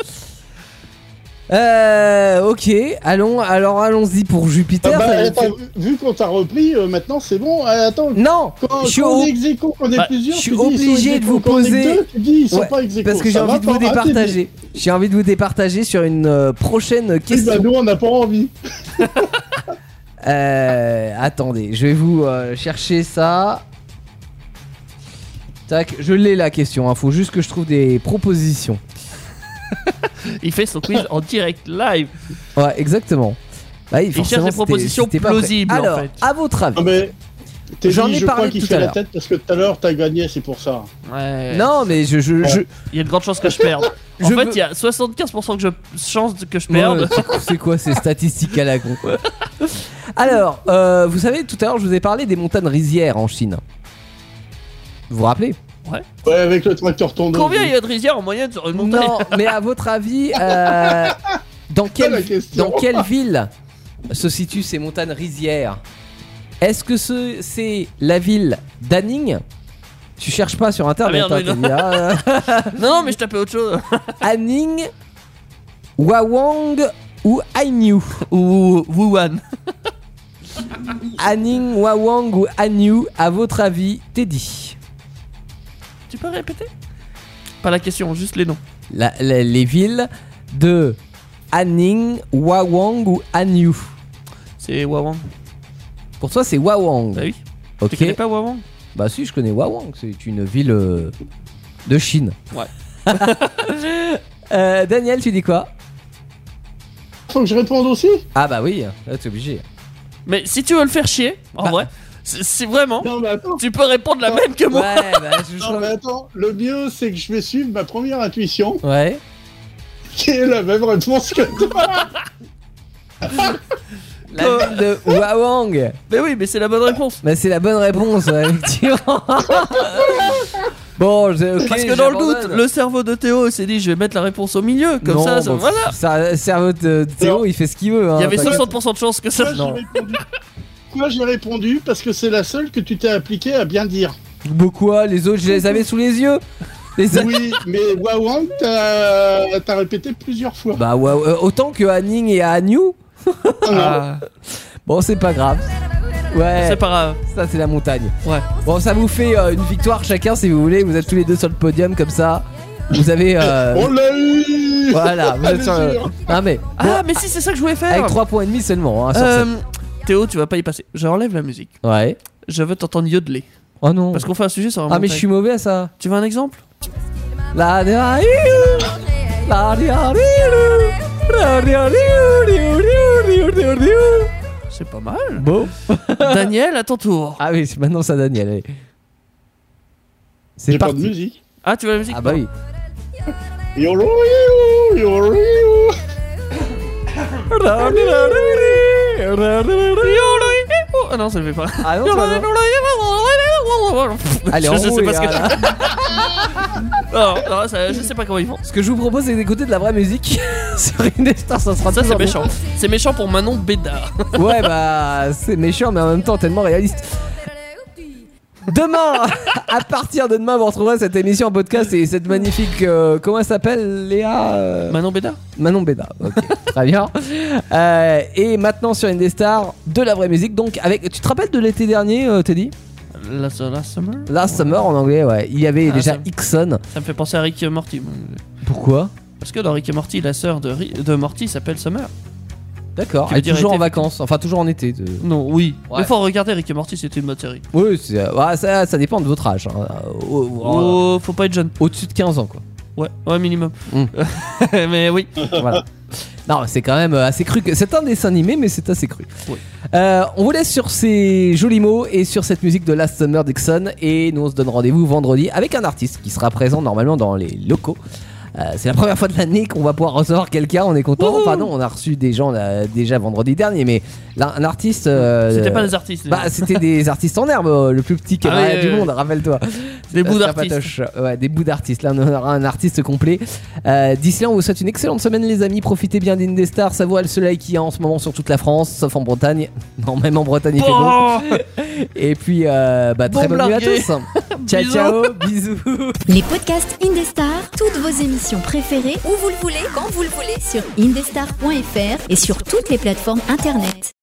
Euh, ok, allons, alors allons-y pour Jupiter. Ah bah, ça va attends, faire- vu qu'on t'a repris, euh, maintenant c'est bon. Ah, attends, Non, quand, je suis quand on au- est ex aequo, qu'on est Bah, plusieurs, je suis tu dis, ils sont obligé ex de aequo. vous Quand on est poser- deux, tu dis ils sont Ouais, pas ex aequo. parce que j'ai Ça envie va de vous pas, ah, t'es départager. J'ai envie de vous départager sur une euh, prochaine bien. question. Bah, nous on n'a pas envie. Euh, attendez, je vais vous euh, chercher ça. Tac, je l'ai la question. Il faut juste que je trouve des propositions. Il fait son quiz en direct live. Ouais, exactement. Bah, oui, Il forcément, cherche des c'était- propositions c'était pas prêt. plausibles, en Alors, fait. à votre avis. Non, mais. T'es J'en dit, ai je parlé crois qu'il tout à fait la l'heure. tête parce que tout à l'heure t'as gagné, c'est pour ça. Ouais. Non, mais je. je, je... Il y a de grandes chances que je perde. En Je fait, veux- il y a soixante-quinze pour cent que je... chance que je perde. Ouais, c'est- c'est quoi ces statistiques à la con quoi. Alors, euh, vous savez, tout à l'heure, je vous ai parlé des montagnes rizières en Chine. Vous vous rappelez? Ouais, avec le tracteur tondeuse. Combien il y a de rizières en moyenne sur une montagne? Non, mais à votre avis, euh, dans, la quelle, question. dans quelle ville se situent ces montagnes rizières? Est-ce que ce- c'est la ville d'Anning? Tu cherches pas sur internet, Ah, merde, hein, oui, Teddy, hein. Non, non, mais je tapais autre chose. Anning, Wawang ou Ainyu? Ou Wuhan. Anning, Wawang ou Ainyu, à votre avis, Teddy? Tu peux répéter? Pas la question, juste les noms. La- la- les villes de Anning, Wawang ou Ainyu. C'est Wawang. Pour toi, c'est Wawang. Bah oui. Ok. Tu connais pas Wawang? Bah si, je connais Wawang, c'est une ville euh, de Chine. Ouais. Euh, Daniel, tu dis quoi? Faut que je réponde aussi. Ah bah oui, là t'es obligé. Mais si tu veux le faire chier, en Bah. vrai, c'est c'est vraiment. Non, mais attends. Tu peux répondre la Non. même que moi. Ouais, bah je Non, mais attends. Le mieux, c'est que je vais suivre ma première intuition, Ouais. qui est la même réponse que toi. La ville de Wawang. Mais oui, mais c'est la bonne réponse. Bah c'est la bonne réponse, ouais, effectivement. Bon, j'ai- ok. Parce que dans le doute, j'abandonne. le cerveau de Théo s'est dit je vais mettre la réponse au milieu, comme Non, ça, ça- bon, voilà. ça, cerveau de Théo, Non. il fait ce qu'il veut. Hein, Il y avait t'inquiète. soixante pour cent de chance que ça. Moi, j'ai Non. répondu. Moi, j'ai répondu parce que c'est la seule que tu t'es appliquée à bien dire. Pourquoi? Les autres, je les avais sous les yeux. Les autres- Oui, mais Wawang, t'as t'as répété plusieurs fois. Bah ouais, euh, autant que Anning et Ainyu. Ah, non. Ah, Bon, c'est pas grave. Ouais. c'est pas grave. Ça, c'est la montagne. Ouais. Bon, ça vous fait euh, une victoire chacun si vous voulez. Vous êtes tous les deux sur le podium comme ça. Vous avez. euh, On l'a eu. Voilà, vous êtes Allez, sur le. sûr. Ah, mais. Ah, mais si, c'est ça que je voulais faire. Avec trois points et demi seulement. Hein, sur Euh, Théo, tu vas pas y passer. J'enlève la musique. cette- Ouais. Je veux t'entendre yodeler. Oh non. Parce qu'on fait un sujet sur la Ah, mais je montagne. suis mauvais à ça. Tu veux un exemple? La dia- La dia- La dia- C'est pas mal. Bon. Daniel, à ton tour. Ah oui, c'est maintenant ça, Daniel. allez. C'est J'ai pas de parti. musique. Ah, tu veux la musique? Ah bah oui. Yolo, yolo, yolo. Ah non, ça le fait pas. Ah non, ça va. Allez, je, en je sais haut, pas ce les que gars, là. Non, non, ça, je sais pas comment ils font. Ce que je vous propose, c'est d'écouter de la vraie musique sur Indestar. Ça sera Ça, c'est toujours méchant. C'est méchant pour Manon Bédard. mieux. Ouais, bah, c'est méchant, mais en même temps tellement réaliste. Demain, à partir de demain, vous retrouverez cette émission en podcast et cette magnifique. euh, comment elle s'appelle, Léa euh, Manon Bédard? Manon Béda. Ok, très bien. Euh, et maintenant sur Indestar, de la vraie musique. Donc, avec. Tu te rappelles de l'été dernier, euh, Teddy? Last, Last Summer? Last Summer en anglais, ouais. Il y avait Ah, déjà ça- Ixon. Ça me fait penser à Rick et Morty. Pourquoi? Parce que dans Rick et Morty, la sœur de, Ri- de Morty s'appelle Summer. D'accord. Tu Elle veux est dire toujours en été vacances. Enfin, toujours en été. de- Non, oui. Ouais. Mais faut regarder Rick et Morty, c'était une bonne série. Oui, c'est- ouais, ça, ça dépend de votre âge. hein. Au- au- Oh, faut pas être jeune. Au-dessus de quinze ans, quoi. Ouais, ouais, minimum. Mm. Mais oui. Voilà. Non, c'est quand même euh, assez cru. que- C'est un dessin animé, mais c'est assez cru. Oui. Euh, on vous laisse sur ces jolis mots et sur cette musique de Last Summer Dixon. Et nous, on se donne rendez-vous vendredi avec un artiste qui sera présent normalement dans les locaux. Euh, c'est la première fois de l'année qu'on va pouvoir recevoir quelqu'un, on est content. Wouhou. Enfin non, on a reçu des gens là, déjà vendredi dernier, mais là, un artiste... euh, C'était pas des artistes. Bah, c'était des artistes en herbe, euh, le plus petit cabaret Ah oui, du oui, monde, oui. rappelle-toi. Des bouts Ça d'artistes. patoche. Ouais, des bouts d'artistes. Là, on aura un artiste complet. Euh, D'ici là, on vous souhaite une excellente semaine, les amis. Profitez bien d'Indestar. Savourez le soleil qu'il y a en ce moment sur toute la France, sauf en Bretagne. Non, même en Bretagne, il fait beau. Oh Et puis, euh, bah, très Bombe bonne nuit à larguée. tous. Ciao, Bisous. ciao. Bisous. Les podcasts Indestar, toutes vos émissions préférées, où vous le voulez, quand vous le voulez, sur indestar point f r et sur toutes les plateformes internet.